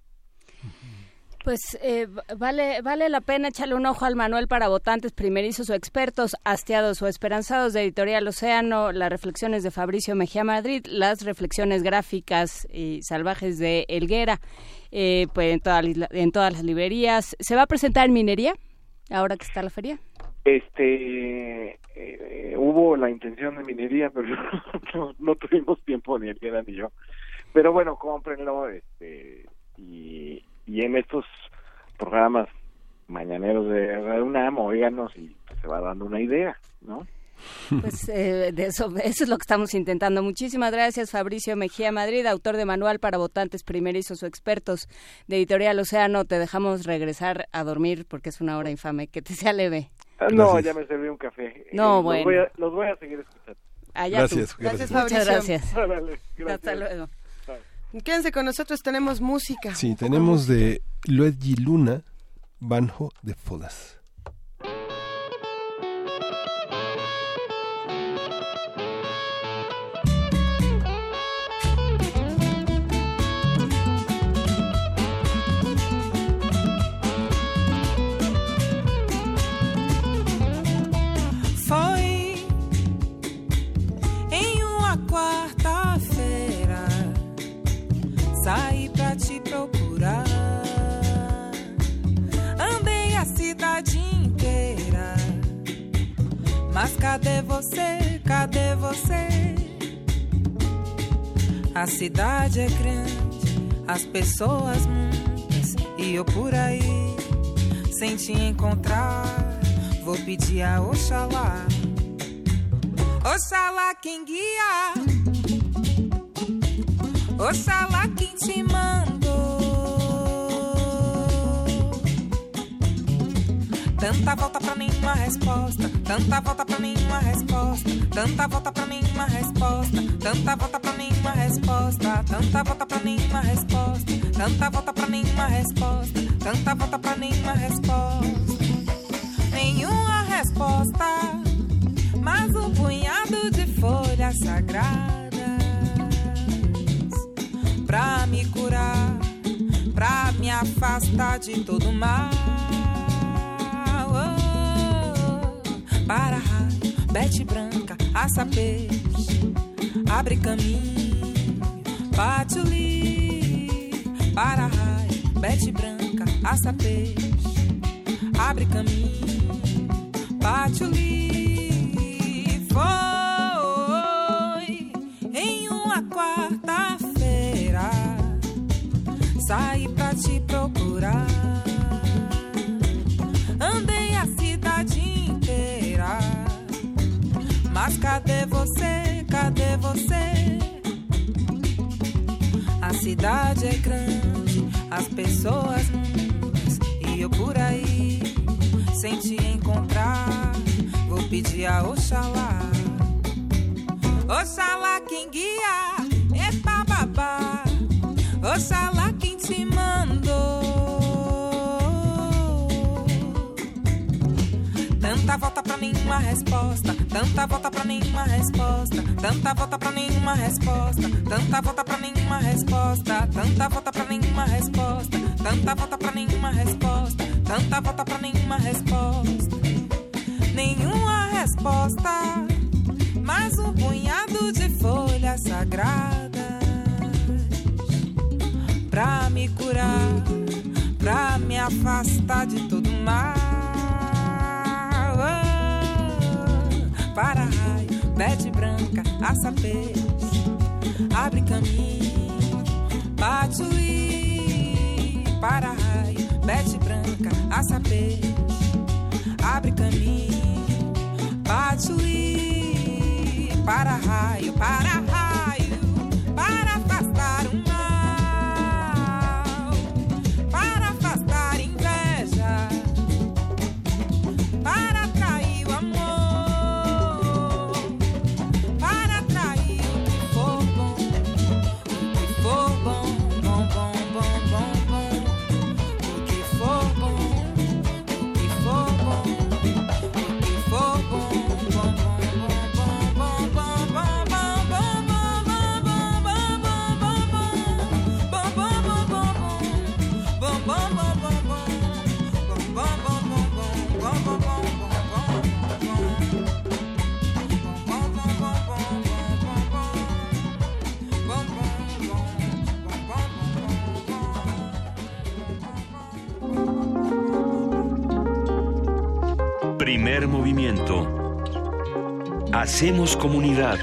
Pues eh, vale vale la pena echarle un ojo al manual para votantes primerizos o expertos, hastiados o esperanzados de Editorial Océano, las reflexiones de Fabricio Mejía Madrid, las reflexiones gráficas y salvajes de Helguera, eh, pues en, toda, en todas las librerías. ¿Se va a presentar en Minería ahora que está la feria? Este eh, hubo la intención de Minería, pero no, no tuvimos tiempo ni Helguera ni yo. Pero bueno, cómprenlo, este y y en estos programas mañaneros de Radio UNAM, óiganos y se va dando una idea, ¿no? Pues eh, de eso, eso es lo que estamos intentando. Muchísimas gracias, Fabricio Mejía Madrid, autor de Manual para Votantes Primerizos o Expertos de Editorial Océano. Te dejamos regresar a dormir porque es una hora infame. Que te sea leve. Ah, no, ya me serví un café. No, eh, bueno. Los voy a, los voy a seguir escuchando. Allá gracias, tú. gracias. Gracias, Fabricio. Muchas gracias. Órale, gracias. Hasta luego. Quédense con nosotros, tenemos música. Sí, tenemos de Luigi Luna, Banjo de Fodas. Foi em uma quarta-feira, saí pra te procurar. Andei a cidade inteira, mas cadê você, cadê você? A cidade é grande, as pessoas muitas, e eu por aí, sem te encontrar, vou pedir a Oxalá. Oxalá quem guia, Oxalá quem te mandou. Tanta volta pra nenhuma resposta, tanta volta pra nenhuma resposta, tanta volta pra nenhuma resposta, tanta volta pra nenhuma resposta, tanta volta pra nenhuma resposta, tanta volta pra nenhuma resposta, tanta volta pra nenhuma resposta. Nenhuma resposta, mas um punhado de folhas sagradas pra me curar, pra me afastar de todo mal. Oh, para raio, bete branca, assa peixe, abre caminho, patchouli. Para raio, bete branca, assa peixe, abre caminho, patchouli. Foi em uma quarta-feira, saí pra te procurar. Andei a cidade inteira, mas cadê você, cadê você? A cidade é grande, as pessoas muitas, e eu por aí, sem te encontrar, vou pedir a Oxalá. Oxalá quem guia, epa babá, Oxalá quem te mandou. Tanta volta pra nenhuma resposta, tanta volta pra nenhuma resposta, tanta volta pra nenhuma resposta, tanta volta pra nenhuma resposta, tanta volta pra nenhuma resposta, tanta volta pra nenhuma resposta, tanta volta pra nenhuma resposta. Nenhuma resposta, mais um punhado de folhas sagradas pra me curar, pra me afastar de todo mal. Oh, para raio, bete branca, aça peixe, abre caminho, Patuí. Para raio, bete branca, aça peixe, abre caminho, Patuí. Para raio, para raio, para afastar o mal, para afastar inveja, para atrair o amor, para atrair o que for bom, o que for bom, bom, bom, bom, bom, bom, o que for bom, o que for bom, o que for bom, bom, bom, bom, bom, bom, Primer movimiento. Hacemos comunidad.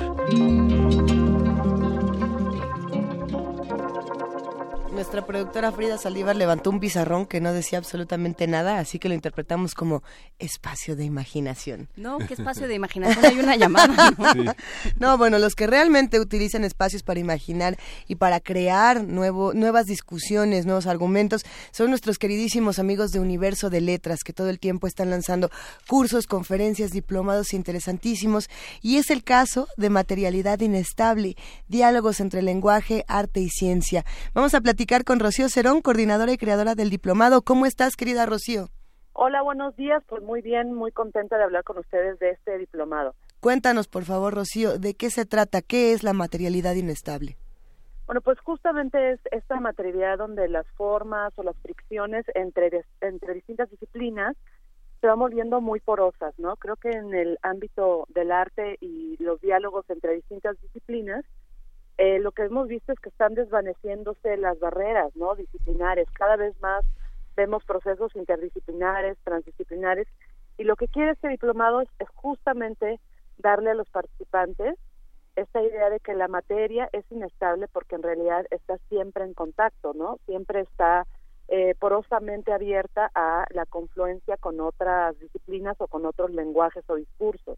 Nuestra productora Frida Saldívar levantó un pizarrón que no decía absolutamente nada, así que lo interpretamos como espacio de imaginación. No, ¿qué espacio de imaginación? Hay una llamada, ¿no? Sí. No, bueno, los que realmente utilizan espacios para imaginar y para crear nuevo, nuevas discusiones, nuevos argumentos, son nuestros queridísimos amigos de Universo de Letras, que todo el tiempo están lanzando cursos, conferencias, diplomados interesantísimos, y es el caso de Materialidad Inestable, diálogos entre lenguaje, arte y ciencia. Vamos a platicar con Rocío Cerón, coordinadora y creadora del diplomado. ¿Cómo estás, querida Rocío? Hola, buenos días. Pues muy bien, muy contenta de hablar con ustedes de este diplomado. Cuéntanos, por favor, Rocío, ¿de qué se trata? ¿Qué es la materialidad inestable? Bueno, pues justamente es esta materialidad donde las formas o las fricciones entre, entre distintas disciplinas se van volviendo muy porosas, ¿no? Creo que en el ámbito del arte y los diálogos entre distintas disciplinas, Eh, lo que hemos visto es que están desvaneciéndose las barreras, ¿no? Disciplinares. Cada vez más vemos procesos interdisciplinares, transdisciplinares, y lo que quiere este diplomado es, es justamente darle a los participantes esta idea de que la materia es inestable porque en realidad está siempre en contacto, ¿no? Siempre está eh, porosamente abierta a la confluencia con otras disciplinas o con otros lenguajes o discursos.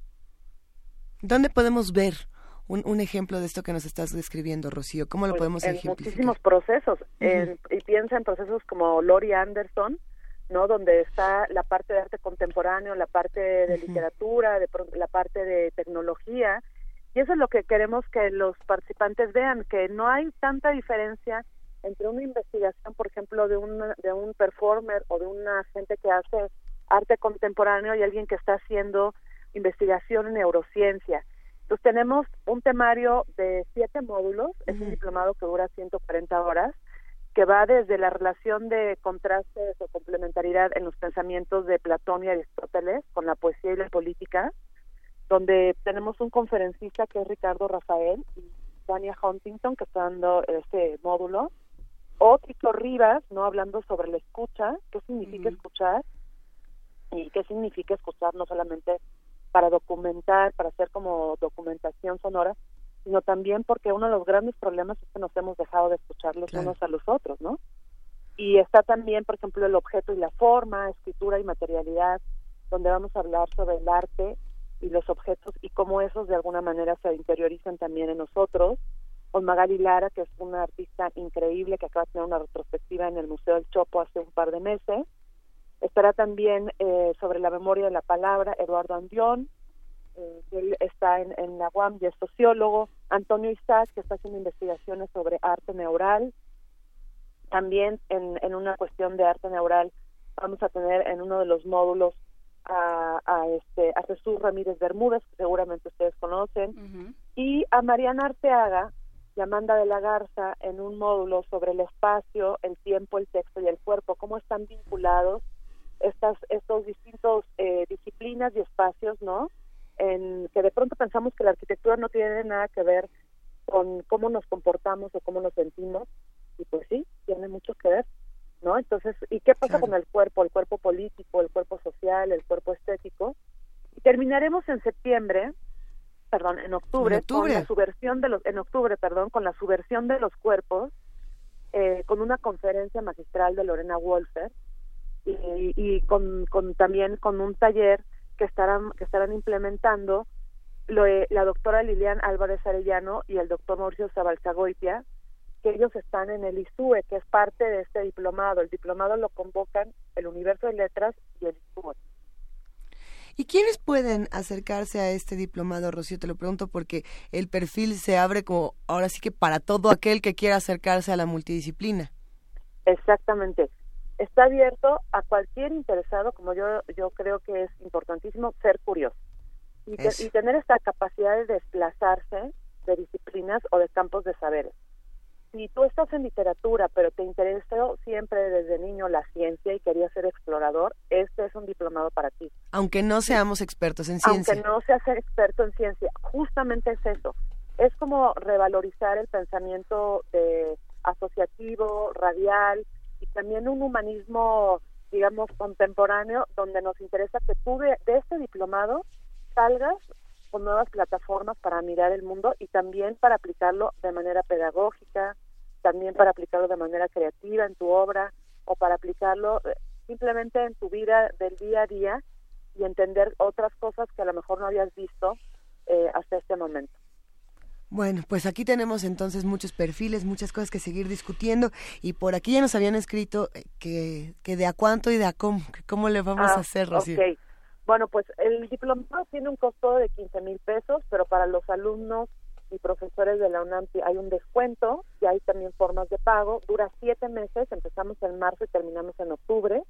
¿Dónde podemos ver Un, un ejemplo de esto que nos estás describiendo, Rocío? ¿Cómo lo pues podemos en ejemplificar? Muchísimos procesos, uh-huh. en, y piensa en procesos como Laurie Anderson, ¿no? Donde está la parte de arte contemporáneo, la parte de uh-huh. literatura, de la parte de tecnología, y eso es lo que queremos que los participantes vean, que no hay tanta diferencia entre una investigación, por ejemplo, de un de un performer o de una gente que hace arte contemporáneo y alguien que está haciendo investigación en neurociencia. Entonces tenemos un temario de siete módulos, uh-huh. es un diplomado que dura ciento cuarenta horas, que va desde la relación de contrastes o complementariedad en los pensamientos de Platón y Aristóteles con la poesía y la política, donde tenemos un conferencista que es Ricardo Rafael y Tania Huntington, que está dando este módulo, o Tito Rivas, no hablando sobre la escucha, qué significa uh-huh. escuchar y qué significa escuchar no solamente para documentar, para hacer como documentación sonora, sino también porque uno de los grandes problemas es que nos hemos dejado de escuchar los claro. unos a los otros, ¿no? Y está también, por ejemplo, el objeto y la forma, escritura y materialidad, donde vamos a hablar sobre el arte y los objetos y cómo esos de alguna manera se interiorizan también en nosotros. Con Magali Lara, que es una artista increíble que acaba de tener una retrospectiva en el Museo del Chopo hace un par de meses. Estará también eh, sobre la memoria de la palabra Eduardo Andión, eh, él está en, en la U A M y es sociólogo. Antonio Isaac, que está haciendo investigaciones sobre arte neural. También en, en una cuestión de arte neural vamos a tener en uno de los módulos a, a, este, a Jesús Ramírez Bermúdez, que seguramente ustedes conocen, uh-huh. y a Mariana Arteaga y Amanda de la Garza en un módulo sobre el espacio, el tiempo, el texto y el cuerpo, cómo están vinculados estas estos distintos eh, disciplinas y espacios, ¿no? En que de pronto pensamos que la arquitectura no tiene nada que ver con cómo nos comportamos o cómo nos sentimos, Y pues sí, tiene mucho que ver, ¿no? Entonces, ¿y qué pasa claro. con el cuerpo? El cuerpo político, el cuerpo social, el cuerpo estético. Y terminaremos en septiembre, perdón, en octubre, en octubre. con la subversión de los, en octubre, perdón, con la subversión de los cuerpos, eh, con una conferencia magistral de Lorena Wolfer, y, y con, con también con un taller que estarán que estarán implementando lo, eh, la doctora Lilian Álvarez Arellano y el doctor Mauricio Zabalzagoitia, que ellos están en el I S U E, que es parte de este diplomado. El diplomado lo convocan el Universo de Letras y el I S U E. ¿Y quiénes pueden acercarse a este diplomado, Rocío? Te lo pregunto porque el perfil se abre como ahora sí que para todo aquel que quiera acercarse a la multidisciplina. Exactamente. Está abierto a cualquier interesado, como yo yo creo que es importantísimo ser curioso y, te, y tener esta capacidad de desplazarse de disciplinas o de campos de saberes. Si tú estás en literatura, pero te interesó siempre desde niño la ciencia y querías ser explorador, este es un diplomado para ti. Aunque no seamos expertos en ciencia. Aunque no seas experto en ciencia, justamente es eso. Es como revalorizar el pensamiento de asociativo, radial, y también un humanismo, digamos, contemporáneo, donde nos interesa que tú de, de este diplomado salgas con nuevas plataformas para mirar el mundo y también para aplicarlo de manera pedagógica, también para aplicarlo de manera creativa en tu obra o para aplicarlo simplemente en tu vida del día a día y entender otras cosas que a lo mejor no habías visto eh, hasta este momento. Bueno, pues aquí tenemos entonces muchos perfiles, muchas cosas que seguir discutiendo y por aquí ya nos habían escrito que, que de a cuánto y de a cómo, cómo le vamos ah, a hacer, Rocío. Okay. Bueno, pues el diplomado tiene un costo de quince mil pesos, pero para los alumnos y profesores de la UNAM hay un descuento y hay también formas de pago. Dura siete meses, empezamos en marzo y terminamos en octubre.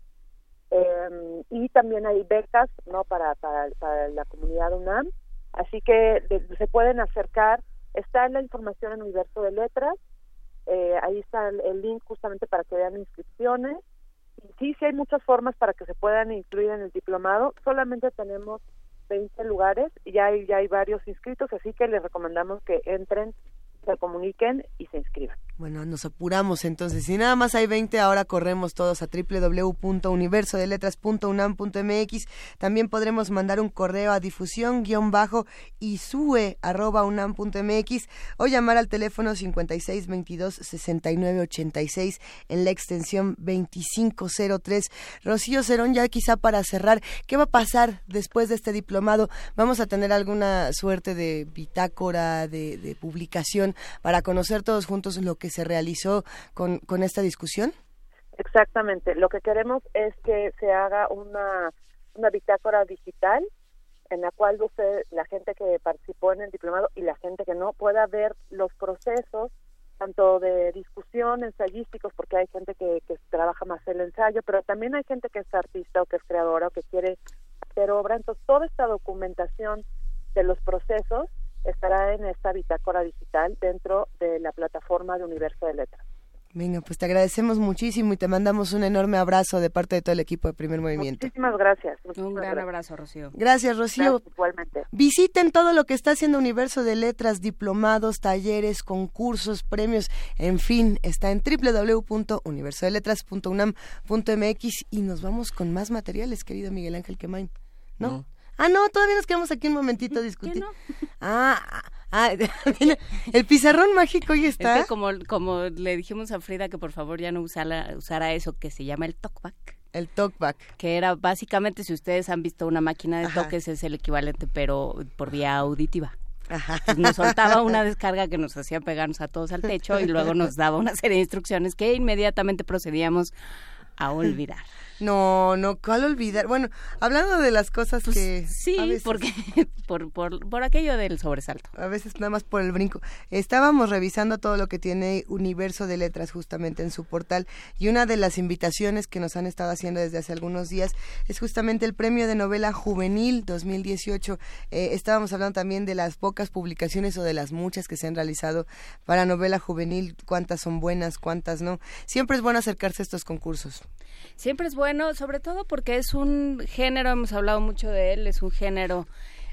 Eh, y también hay becas, ¿no? Para, para, para la comunidad UNAM. Así que de, se pueden acercar. Está en la información en Universo de Letras. Eh, ahí está el, el link justamente para que vean inscripciones. Sí, sí hay muchas formas para que se puedan incluir en el diplomado. Solamente tenemos veinte lugares y ya hay, ya hay varios inscritos, así que les recomendamos que entren, se comuniquen y se inscriban. Bueno, nos apuramos entonces. Si nada más hay veinte, ahora corremos todos a doble u doble u doble u punto universo de letras punto unam punto m x. También podremos mandar un correo a difusión guión bajo isue arroba unam punto m x o llamar al teléfono cincuenta y seis veintidós sesenta y nueve ochenta y seis en la extensión veinticinco cero tres. Rocío Cerón, ya quizá para cerrar, ¿qué va a pasar después de este diplomado? ¿Vamos a tener alguna suerte de bitácora, de, de publicación para conocer todos juntos lo que se realizó con, con esta discusión? Exactamente. Lo que queremos es que se haga una, una bitácora digital en la cual usted, la gente que participó en el diplomado y la gente que no, pueda ver los procesos tanto de discusión, ensayísticos, porque hay gente que, que trabaja más el ensayo, pero también hay gente que es artista o que es creadora o que quiere hacer obra. Entonces, toda esta documentación de los procesos estará en esta bitácora digital dentro de la plataforma de Universo de Letras. Venga, pues te agradecemos muchísimo y te mandamos un enorme abrazo de parte de todo el equipo de Primer Movimiento. Muchísimas gracias. Muchísimas un gran gracias. abrazo, Rocío. Gracias, Rocío. Gracias, igualmente. Visiten todo lo que está haciendo Universo de Letras, diplomados, talleres, concursos, premios, en fin, está en doble u doble u doble u punto universo de letras punto unam punto m x y nos vamos con más materiales, querido Miguel Ángel Quemain, ¿no? no. Ah, no, todavía nos quedamos aquí un momentito a discutir. No? Ah, ah, el pizarrón mágico ya está. Es que como, como le dijimos a Frida que por favor ya no usara, usara eso que se llama el talkback. El talkback. Que era básicamente, si ustedes han visto una máquina de Ajá. toques, es el equivalente, pero por vía auditiva. Ajá. Pues nos soltaba una descarga que nos hacía pegarnos a todos al techo y luego nos daba una serie de instrucciones que inmediatamente procedíamos a olvidar. No, no, ¿cuál olvidar? Bueno, hablando de las cosas pues que... Sí, a veces, porque por, por, por aquello del sobresalto. A veces nada más por el brinco. Estábamos revisando todo lo que tiene Universo de Letras justamente en su portal y una de las invitaciones que nos han estado haciendo desde hace algunos días es justamente el Premio de Novela Juvenil dos mil dieciocho. Eh, estábamos hablando también de las pocas publicaciones o de las muchas que se han realizado para novela juvenil, cuántas son buenas, cuántas no. Siempre es bueno acercarse a estos concursos. Siempre es bueno, sobre todo porque es un género, hemos hablado mucho de él, es un género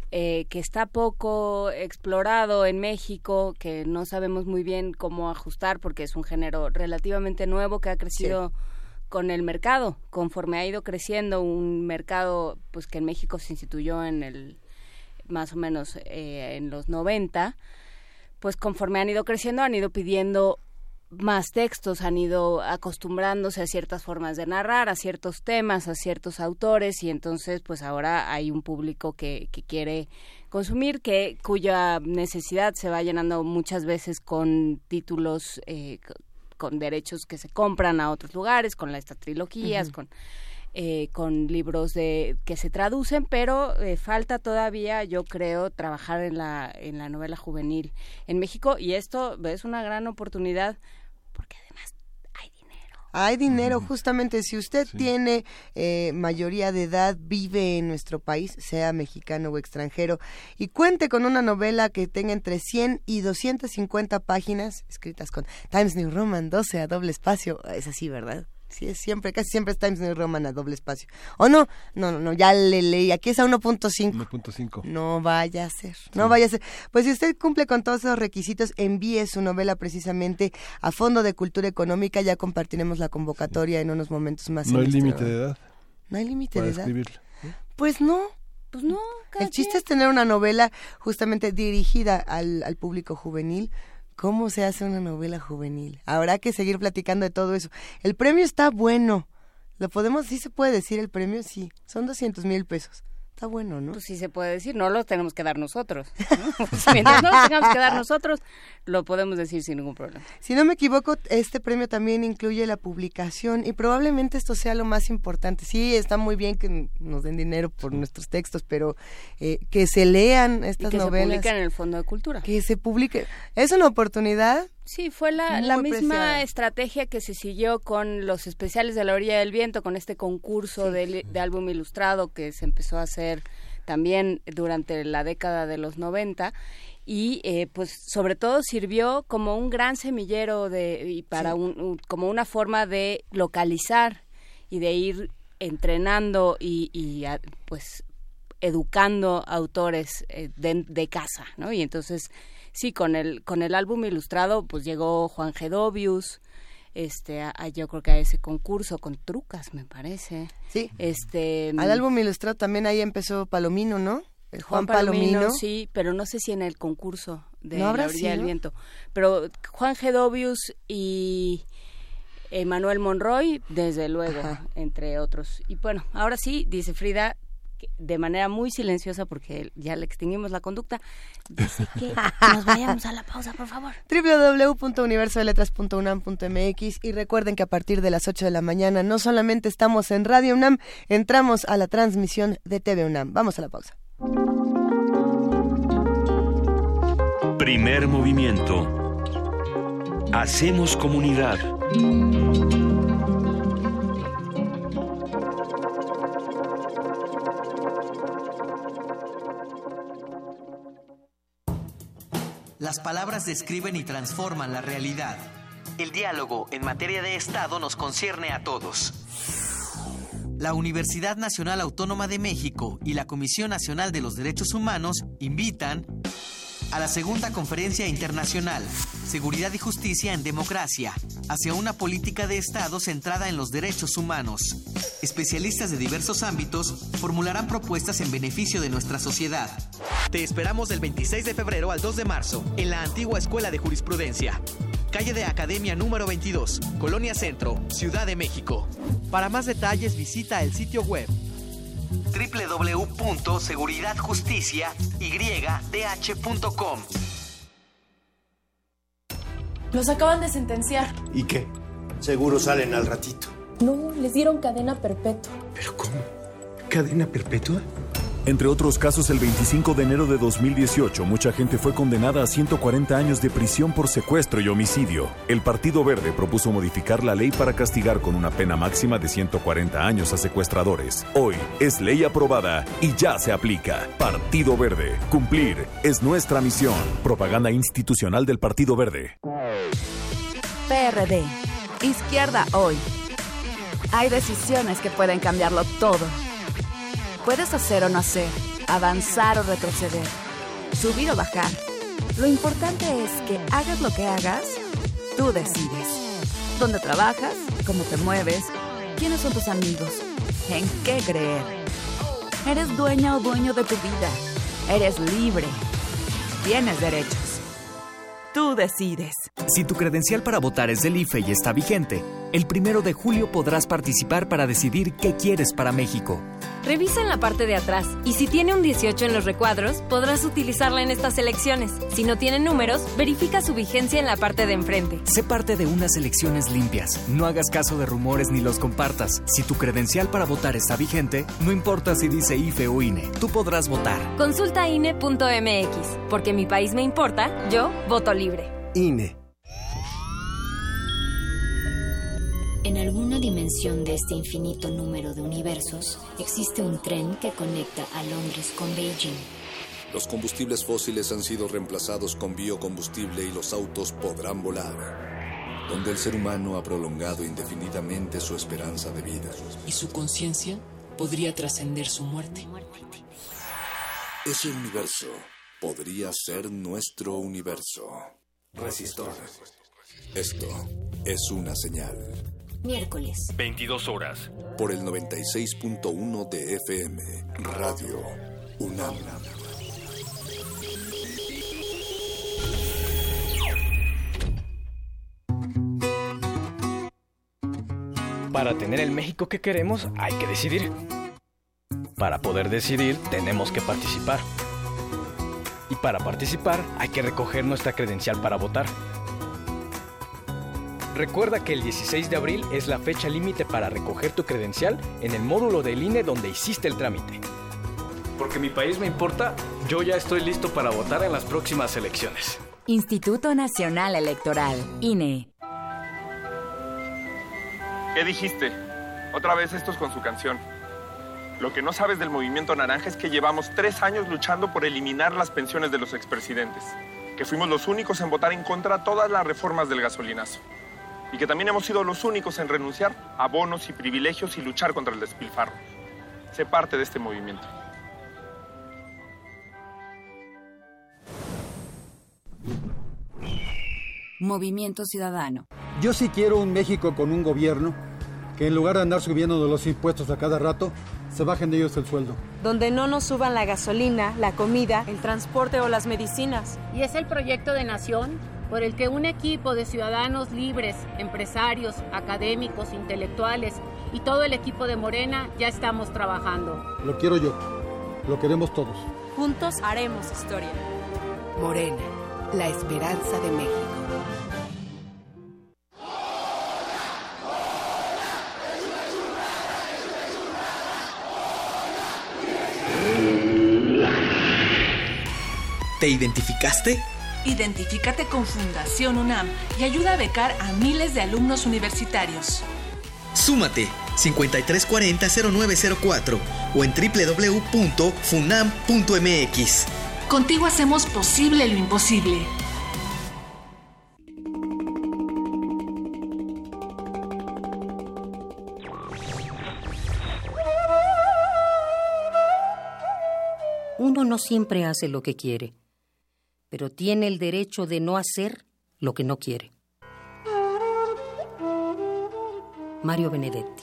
eh, que está poco explorado en México, que no sabemos muy bien cómo ajustar porque es un género relativamente nuevo que ha crecido sí. con el mercado, conforme ha ido creciendo un mercado pues que en México se instituyó en el más o menos eh, en los noventa, pues conforme han ido creciendo han ido pidiendo más textos, han ido acostumbrándose a ciertas formas de narrar, a ciertos temas, a ciertos autores, y entonces pues ahora hay un público que, que quiere consumir, que cuya necesidad se va llenando muchas veces con títulos, eh, con derechos que se compran a otros lugares, con estas trilogías, uh-huh. con eh, con libros de que se traducen, pero eh, falta todavía, yo creo, trabajar en la en la novela juvenil en México, y esto es una gran oportunidad porque además hay dinero. Hay dinero, justamente, si usted sí. tiene eh, mayoría de edad, vive en nuestro país, sea mexicano o extranjero, y cuente con una novela que tenga entre cien y doscientas cincuenta páginas, escritas con Times New Roman doce a doble espacio, es así, ¿verdad? Sí, es siempre, casi siempre es Times New Roman a doble espacio. ¿O no? No, no, no, ya le leí. Aquí es a uno punto cinco. uno punto cinco. No vaya a ser, no sí. vaya a ser. Pues si usted cumple con todos esos requisitos, envíe su novela precisamente a Fondo de Cultura Económica. Ya compartiremos la convocatoria sí. en unos momentos más. ¿No hay límite de edad? No hay límite de edad. Escribirla, ¿eh? Pues no. Pues no. El chiste es tener una novela justamente dirigida al, al público juvenil. ¿Cómo se hace una novela juvenil? Habrá que seguir platicando de todo eso. El premio está bueno. ¿Lo podemos? ¿Sí se puede decir el premio? Sí. Son doscientos mil pesos. Está bueno, ¿no? Pues sí se puede decir. No lo tenemos que dar nosotros, ¿no? Pues mientras no lo tengamos que dar nosotros, lo podemos decir sin ningún problema. Si no me equivoco, este premio también incluye la publicación y probablemente esto sea lo más importante. Sí, está muy bien que nos den dinero por nuestros textos, pero eh, que se lean estas y que novelas. Que se publiquen en el Fondo de Cultura. Que se publiquen. Es una oportunidad. Sí, fue la, la misma preciada. estrategia que se siguió con los especiales de La Orilla del Viento, con este concurso sí. de, de álbum ilustrado que se empezó a hacer también durante la década de los noventa, y eh, pues sobre todo sirvió como un gran semillero de y para sí. un, un como una forma de localizar y de ir entrenando y, y a, pues educando autores eh, de, de casa, ¿no? Y entonces sí, con el con el álbum ilustrado pues llegó Juan Gedovius, este a, a, yo creo que a ese concurso con Trucas, me parece. Sí. Este al álbum ilustrado también ahí empezó Palomino, ¿no? El Juan, Juan Palomino, Palomino, sí, pero no sé si en el concurso de ¿No La Orilla del Viento. Pero Juan Gedovius y Manuel Monroy, desde luego, Ajá. entre otros. Y bueno, ahora sí, dice Frida, de manera muy silenciosa, porque ya le extinguimos la conducta, dice que nos vayamos a la pausa, por favor. doble u doble u doble u punto universo de letras punto unam punto m x, y recuerden que a partir de las ocho de la mañana no solamente estamos en Radio UNAM, entramos a la transmisión de T V UNAM. Vamos a la pausa. Primer movimiento. Hacemos comunidad. Las palabras describen y transforman la realidad. El diálogo en materia de Estado nos concierne a todos. La Universidad Nacional Autónoma de México y la Comisión Nacional de los Derechos Humanos invitan a la segunda Conferencia Internacional Seguridad y Justicia en Democracia, hacia una política de Estado centrada en los derechos humanos. Especialistas de diversos ámbitos formularán propuestas en beneficio de nuestra sociedad. Te esperamos del veintiséis de febrero al dos de marzo en la antigua Escuela de Jurisprudencia, calle de Academia número veintidós, Colonia Centro, Ciudad de México. Para más detalles visita el sitio web doble u doble u doble u punto seguridad justicia y d h punto com. Los acaban de sentenciar. ¿Y qué? Seguro salen al ratito. No, les dieron cadena perpetua. ¿Pero cómo? ¿Cadena perpetua? Entre otros casos, el veinticinco de enero de dos mil dieciocho, mucha gente fue condenada a ciento cuarenta años de prisión por secuestro y homicidio. El Partido Verde propuso modificar la ley para castigar con una pena máxima de ciento cuarenta años a secuestradores. Hoy es ley aprobada y ya se aplica. Partido Verde. Cumplir es nuestra misión. Propaganda institucional del Partido Verde. P R D. Izquierda Hoy. Hay decisiones que pueden cambiarlo todo. Puedes hacer o no hacer, avanzar o retroceder, subir o bajar. Lo importante es que hagas lo que hagas, tú decides. ¿Dónde trabajas? ¿Cómo te mueves? ¿Quiénes son tus amigos? ¿En qué creer? Eres dueña o dueño de tu vida. Eres libre. Tienes derechos. Tú decides. Si tu credencial para votar es del I F E y está vigente, el primero de julio podrás participar para decidir qué quieres para México. Revisa en la parte de atrás y si tiene un dieciocho en los recuadros, podrás utilizarla en estas elecciones. Si no tiene números, verifica su vigencia en la parte de enfrente. Sé parte de unas elecciones limpias. No hagas caso de rumores ni los compartas. Si tu credencial para votar está vigente, no importa si dice I F E o I N E, tú podrás votar. Consulta I N E punto M X, porque mi país me importa, yo voto libre. I N E. En alguna dimensión de este infinito número de universos, existe un tren que conecta a Londres con Beijing. Los combustibles fósiles han sido reemplazados con biocombustible y los autos podrán volar. Donde el ser humano ha prolongado indefinidamente su esperanza de vida. Y su conciencia podría trascender su muerte. Ese universo podría ser nuestro universo. Resistor. Esto es una señal. Miércoles. veintidós horas. Por el noventa y seis punto uno de F M. Radio UNAM. Para tener el México que queremos, hay que decidir. Para poder decidir, tenemos que participar. Y para participar, hay que recoger nuestra credencial para votar. Recuerda que el dieciséis de abril es la fecha límite para recoger tu credencial en el módulo del I N E donde hiciste el trámite. Porque mi país me importa, yo ya estoy listo para votar en las próximas elecciones. Instituto Nacional Electoral, I N E. ¿Qué dijiste? Otra vez estos con su canción. Lo que no sabes del Movimiento Naranja es que llevamos tres años luchando por eliminar las pensiones de los expresidentes. Que fuimos los únicos en votar en contra de todas las reformas del gasolinazo. Y que también hemos sido los únicos en renunciar a bonos y privilegios y luchar contra el despilfarro. Sé parte de este movimiento. Movimiento Ciudadano. Yo sí quiero un México con un gobierno que en lugar de andar subiendo de los impuestos a cada rato, se bajen de ellos el sueldo. Donde no nos suban la gasolina, la comida, el transporte o las medicinas. Y es el proyecto de nación por el que un equipo de ciudadanos libres, empresarios, académicos, intelectuales y todo el equipo de Morena ya estamos trabajando. Lo quiero yo, lo queremos todos. Juntos haremos historia. Morena, la esperanza de México. ¿Te identificaste? Identifícate con Fundación UNAM y ayuda a becar a miles de alumnos universitarios. Súmate cincuenta y tres cuarenta cero nueve cero cuatro o en doble u doble u doble u punto funam punto m x. Contigo hacemos posible lo imposible. Uno no siempre hace lo que quiere, pero tiene el derecho de no hacer lo que no quiere. Mario Benedetti.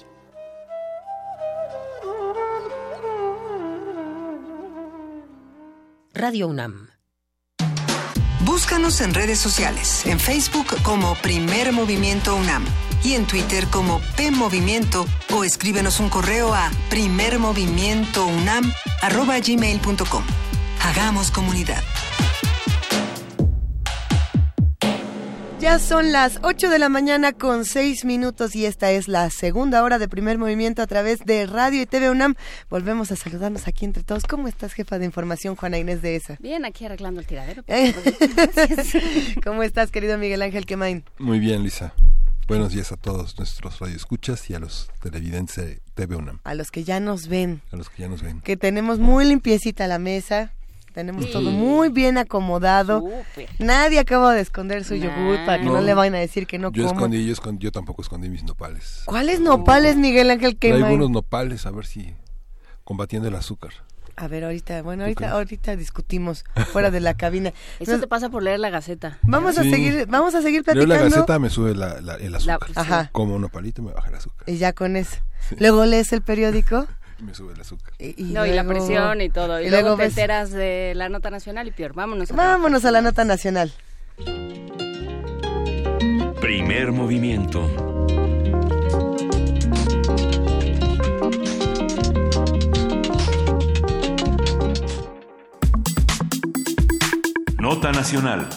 Radio UNAM. Búscanos en redes sociales, en Facebook como Primer Movimiento UNAM y en Twitter como P Movimiento, o escríbenos un correo a primermovimientounam arroba gmail punto com. Hagamos comunidad. Ya son las ocho de la mañana con seis minutos y esta es la segunda hora de Primer Movimiento a través de Radio y T V UNAM. Volvemos a saludarnos aquí entre todos. ¿Cómo estás, jefa de información, Juana Inés de esa? Bien, aquí arreglando el tiradero. ¿Cómo estás, querido Miguel Ángel Quemain? Muy bien, Luisa. Buenos días a todos nuestros radioescuchas y a los televidentes de T V UNAM. A los que ya nos ven. A los que ya nos ven. Que tenemos muy limpiecita la mesa. Tenemos sí. todo muy bien acomodado. Súper. Nadie acaba de esconder su nah. yogur para que no, no le vayan a decir que no yo como. Escondí, yo, escondí, yo tampoco escondí mis nopales. ¿Cuáles nopales, Miguel Ángel Quemain? Hay algunos nopales, a ver si combatiendo el azúcar. A ver, ahorita, bueno, ahorita, ahorita discutimos fuera de la cabina. Eso Nos, te pasa por leer la Gaceta. Vamos sí. a seguir, vamos a seguir platicando. Leo la Gaceta, me sube la, la, el azúcar. La, Ajá. Como un nopalito me baja el azúcar. Y ya con eso. Sí. Luego lees el periódico. Me sube el azúcar. Y, y no, luego, y la presión y todo. Y, y luego, luego te ves... enteras de la nota nacional y peor. Vámonos a, Vámonos a la nota nacional. Primer movimiento. Nota nacional.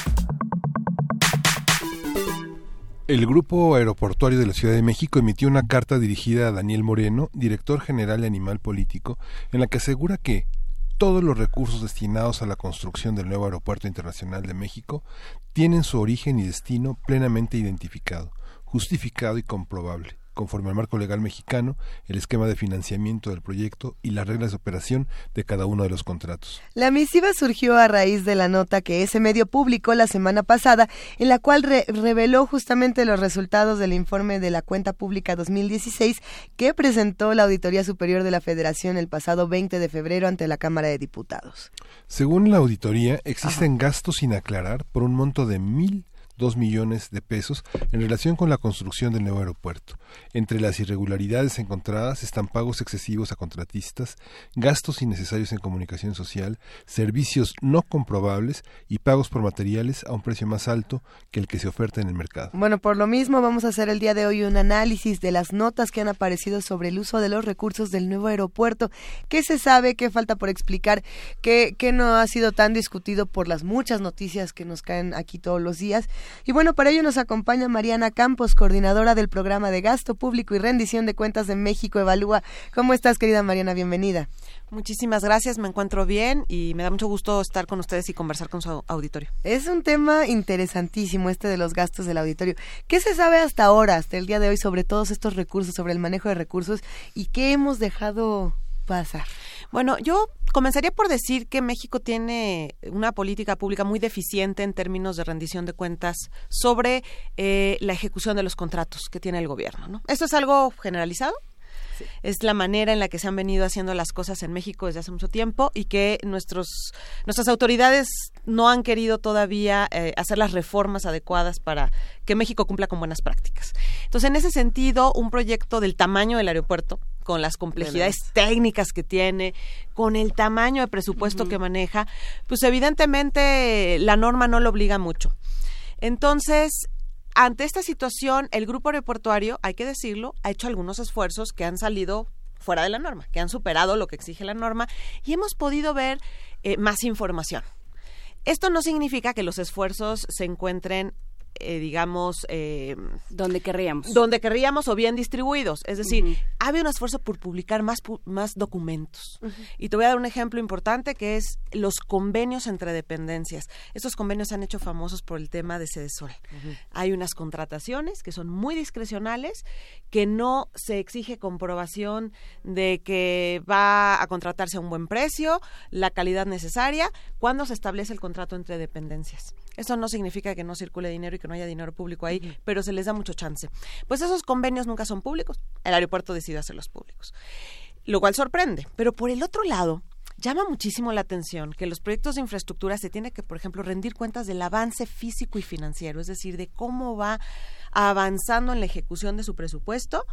El Grupo Aeroportuario de la Ciudad de México emitió una carta dirigida a Daniel Moreno, director general de Animal Político, en la que asegura que todos los recursos destinados a la construcción del nuevo Aeropuerto Internacional de México tienen su origen y destino plenamente identificado, justificado y comprobable, conforme al marco legal mexicano, el esquema de financiamiento del proyecto y las reglas de operación de cada uno de los contratos. La misiva surgió a raíz de la nota que ese medio publicó la semana pasada, en la cual re- reveló justamente los resultados del informe de la Cuenta Pública dos mil dieciséis que presentó la Auditoría Superior de la Federación el pasado veinte de febrero ante la Cámara de Diputados. Según la auditoría, existen Ajá. gastos sin aclarar por un monto de mil dos millones de pesos en relación con la construcción del nuevo aeropuerto. Entre las irregularidades encontradas están pagos excesivos a contratistas, gastos innecesarios en comunicación social, servicios no comprobables y pagos por materiales a un precio más alto que el que se oferta en el mercado. Bueno, por lo mismo vamos a hacer el día de hoy un análisis de las notas que han aparecido sobre el uso de los recursos del nuevo aeropuerto. ¿Qué se sabe? ¿Qué falta por explicar? ¿Qué, qué no ha sido tan discutido por las muchas noticias que nos caen aquí todos los días? Y bueno, para ello nos acompaña Mariana Campos, coordinadora del Programa de Gasto Público y Rendición de Cuentas de México Evalúa. ¿Cómo estás, querida Mariana? Bienvenida. Muchísimas gracias, me encuentro bien y me da mucho gusto estar con ustedes y conversar con su auditorio. Es un tema interesantísimo este de los gastos del auditorio. ¿Qué se sabe hasta ahora, hasta el día de hoy, sobre todos estos recursos, sobre el manejo de recursos y qué hemos dejado pasar? Bueno, yo comenzaría por decir que México tiene una política pública muy deficiente en términos de rendición de cuentas sobre eh, la ejecución de los contratos que tiene el gobierno, ¿no? Esto es algo generalizado. Sí. Es la manera en la que se han venido haciendo las cosas en México desde hace mucho tiempo y que nuestros nuestras autoridades no han querido todavía eh, hacer las reformas adecuadas para que México cumpla con buenas prácticas. Entonces, en ese sentido, un proyecto del tamaño del aeropuerto, con las complejidades técnicas que tiene, con el tamaño de presupuesto uh-huh. que maneja, pues evidentemente la norma no lo obliga mucho. Entonces, ante esta situación, el grupo aeroportuario, hay que decirlo, ha hecho algunos esfuerzos que han salido fuera de la norma, que han superado lo que exige la norma y hemos podido ver eh, más información. Esto no significa que los esfuerzos se encuentren Eh, digamos eh, donde querríamos donde querríamos o bien distribuidos, es decir, uh-huh. ha habido un esfuerzo por publicar más pu- más documentos uh-huh. y te voy a dar un ejemplo importante que es los convenios entre dependencias. Estos convenios se han hecho famosos por el tema de Sedesol. Uh-huh. Hay unas contrataciones que son muy discrecionales, que no se exige comprobación de que va a contratarse a un buen precio, la calidad necesaria, cuando se establece el contrato entre dependencias. Eso no significa que no circule dinero y que no haya dinero público ahí, uh-huh. pero se les da mucho chance. Pues esos convenios nunca son públicos. El aeropuerto decidió hacerlos públicos, lo cual sorprende. Pero por el otro lado, llama muchísimo la atención que los proyectos de infraestructura se tiene que, por ejemplo, rendir cuentas del avance físico y financiero, es decir, de cómo va avanzando en la ejecución de su presupuesto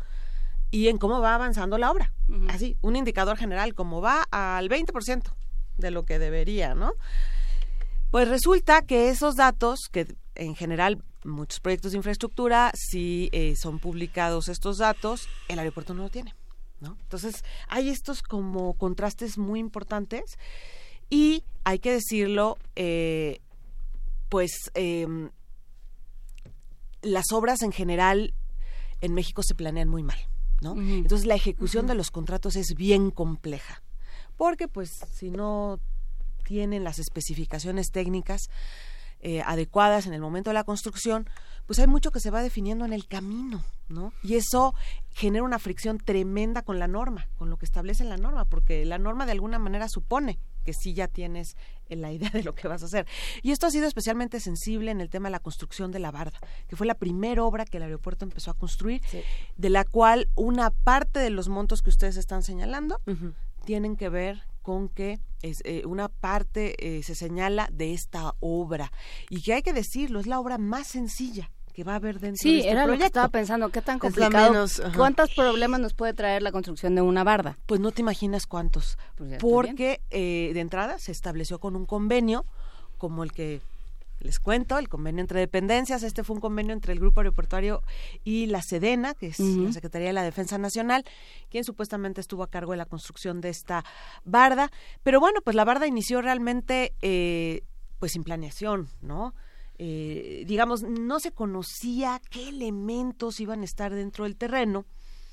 y en cómo va avanzando la obra. Uh-huh. Así, un indicador general, cómo va al veinte por ciento de lo que debería, ¿no? Pues resulta que esos datos, que en general muchos proyectos de infraestructura, si eh, son publicados estos datos, el aeropuerto no lo tiene, ¿no? Entonces, hay estos como contrastes muy importantes y hay que decirlo, eh, pues eh, las obras en general en México se planean muy mal, ¿no? Uh-huh. Entonces, la ejecución uh-huh. de los contratos es bien compleja, porque pues si no tienen las especificaciones técnicas eh, adecuadas en el momento de la construcción, pues hay mucho que se va definiendo en el camino, ¿no? Y eso genera una fricción tremenda con la norma, con lo que establece la norma, porque la norma de alguna manera supone que sí ya tienes la idea de lo que vas a hacer. Y esto ha sido especialmente sensible en el tema de la construcción de la barda, que fue la primera obra que el aeropuerto empezó a construir, sí. de la cual una parte de los montos que ustedes están señalando uh-huh. tienen que ver con que es eh, una parte eh, se señala de esta obra, y que hay que decirlo, es la obra más sencilla que va a haber dentro sí, de este era proyecto. Lo que estaba pensando, qué tan complicado, menos, ¿cuántos problemas nos puede traer la construcción de una barda? Pues no te imaginas cuántos, pues porque eh, de entrada se estableció con un convenio como el que les cuento, el convenio entre dependencias. Este fue un convenio entre el Grupo Aeroportuario y la Sedena, que es uh-huh. la Secretaría de la Defensa Nacional, quien supuestamente estuvo a cargo de la construcción de esta barda. Pero bueno, pues la barda inició realmente eh, pues sin planeación, ¿no? Eh, digamos, no se conocía qué elementos iban a estar dentro del terreno.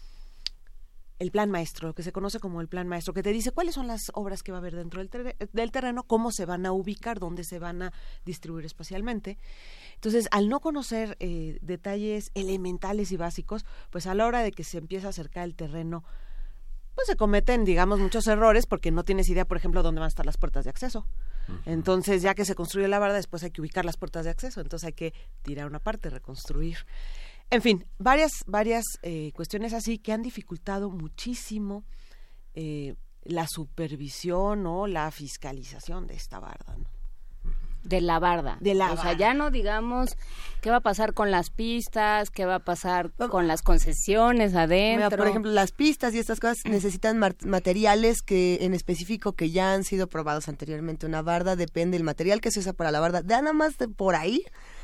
El plan maestro, lo que se conoce como el plan maestro, que te dice cuáles son las obras que va a haber dentro del, ter- del terreno, cómo se van a ubicar, dónde se van a distribuir espacialmente. Entonces, al no conocer eh, detalles elementales y básicos, pues a la hora de que se empieza a acercar el terreno, pues se cometen, digamos, muchos errores, porque no tienes idea, por ejemplo, dónde van a estar las puertas de acceso. Entonces, ya que se construye la barda, después hay que ubicar las puertas de acceso, entonces hay que tirar una parte, reconstruir. En fin, varias varias eh, cuestiones así que han dificultado muchísimo eh, la supervisión o la fiscalización de esta barda, ¿no? De la barda. De la o barda. sea, ya no digamos qué va a pasar con las pistas, qué va a pasar con las concesiones adentro. Mira, por ejemplo, las pistas y estas cosas necesitan mar- materiales que en específico que ya han sido probados anteriormente. Una barda depende del material que se usa para la barda. Da nada más de por ahí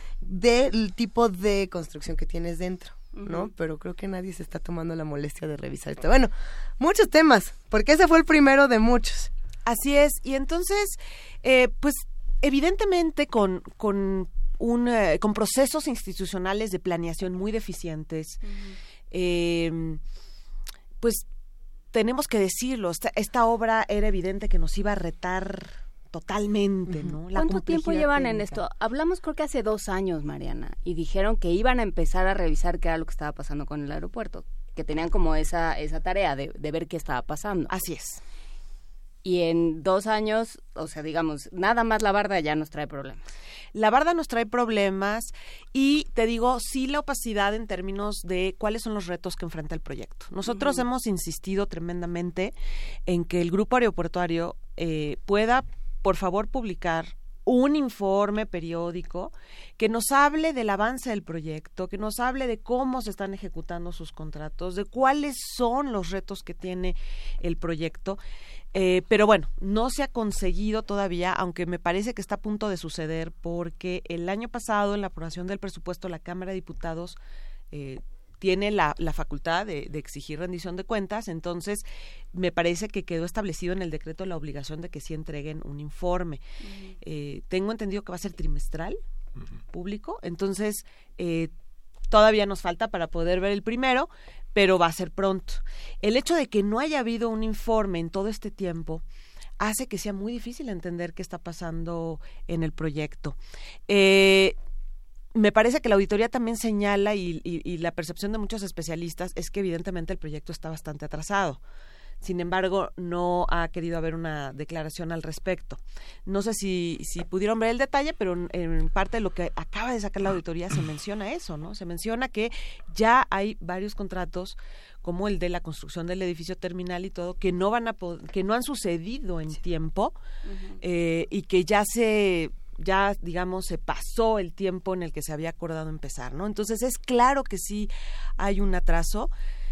del tipo de construcción que tienes dentro, ¿no? Uh-huh. Pero creo que nadie se está tomando la molestia de revisar esto. Bueno, muchos temas, porque ese fue el primero de muchos. Así es, y entonces, eh, pues evidentemente con, con, un, eh, con procesos institucionales de planeación muy deficientes, uh-huh. eh, pues tenemos que decirlo, esta, esta obra era evidente que nos iba a retar totalmente, ¿no? La ¿Cuánto tiempo llevan técnica. en esto? Hablamos creo que hace dos años, Mariana, y dijeron que iban a empezar a revisar qué era lo que estaba pasando con el aeropuerto, que tenían como esa esa tarea de, de ver qué estaba pasando. Así es. Y en dos años, o sea, digamos, nada más la barda ya nos trae problemas. La barda nos trae problemas y, te digo, sí la opacidad en términos de cuáles son los retos que enfrenta el proyecto. Nosotros uh-huh. hemos insistido tremendamente en que el Grupo Aeroportuario eh, pueda, por favor, publicar un informe periódico que nos hable del avance del proyecto, que nos hable de cómo se están ejecutando sus contratos, de cuáles son los retos que tiene el proyecto. Eh, pero bueno, no se ha conseguido todavía, aunque me parece que está a punto de suceder, porque el año pasado, en la aprobación del presupuesto, la Cámara de Diputados eh, tiene la, la facultad de, de exigir rendición de cuentas. Entonces me parece que quedó establecido en el decreto la obligación de que sí entreguen un informe. Uh-huh. Eh, tengo entendido que va a ser trimestral, uh-huh. público, entonces eh, todavía nos falta para poder ver el primero, pero va a ser pronto. El hecho de que no haya habido un informe en todo este tiempo hace que sea muy difícil entender qué está pasando en el proyecto. Eh, Me parece que la auditoría también señala y, y, y la percepción de muchos especialistas es que evidentemente el proyecto está bastante atrasado. Sin embargo, no ha querido haber una declaración al respecto. No sé si, si pudieron ver el detalle, pero en, en parte de lo que acaba de sacar la auditoría se menciona eso, ¿no? Se menciona que ya hay varios contratos, como el de la construcción del edificio terminal y todo, que no van a que no han sucedido en tiempo uh-huh. eh, y que ya se ya, digamos, se pasó el tiempo en el que se había acordado empezar, ¿no? Entonces, es claro que sí hay un atraso.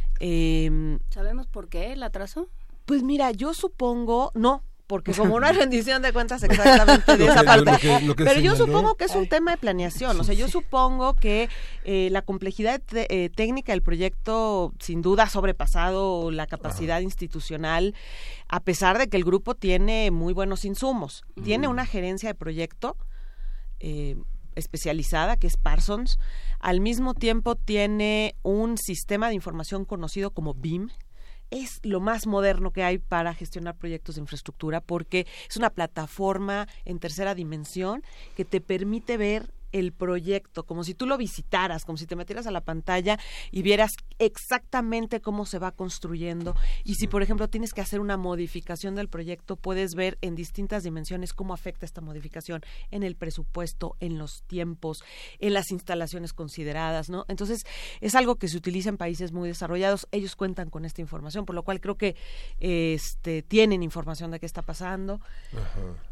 Eh, ¿Sabemos por qué el atraso? Pues mira, yo supongo, no, porque como no hay rendición de cuentas exactamente de esa parte, lo que, lo que pero yo supongo que es un tema de planeación, o sea, yo supongo que eh, la complejidad te, eh, técnica del proyecto sin duda ha sobrepasado la capacidad Ajá. institucional, a pesar de que el grupo tiene muy buenos insumos, uh-huh. tiene una gerencia de proyecto eh, especializada, que es Parsons, al mismo tiempo tiene un sistema de información conocido como B I M. Es lo más moderno que hay para gestionar proyectos de infraestructura, porque es una plataforma en tercera dimensión que te permite ver el proyecto, como si tú lo visitaras, como si te metieras a la pantalla y vieras exactamente cómo se va construyendo. Y si, por ejemplo, tienes que hacer una modificación del proyecto, puedes ver en distintas dimensiones cómo afecta esta modificación en el presupuesto, en los tiempos, en las instalaciones consideradas, ¿no? Entonces, es algo que se utiliza en países muy desarrollados. Ellos cuentan con esta información, por lo cual creo que este, tienen información de qué está pasando. Ajá.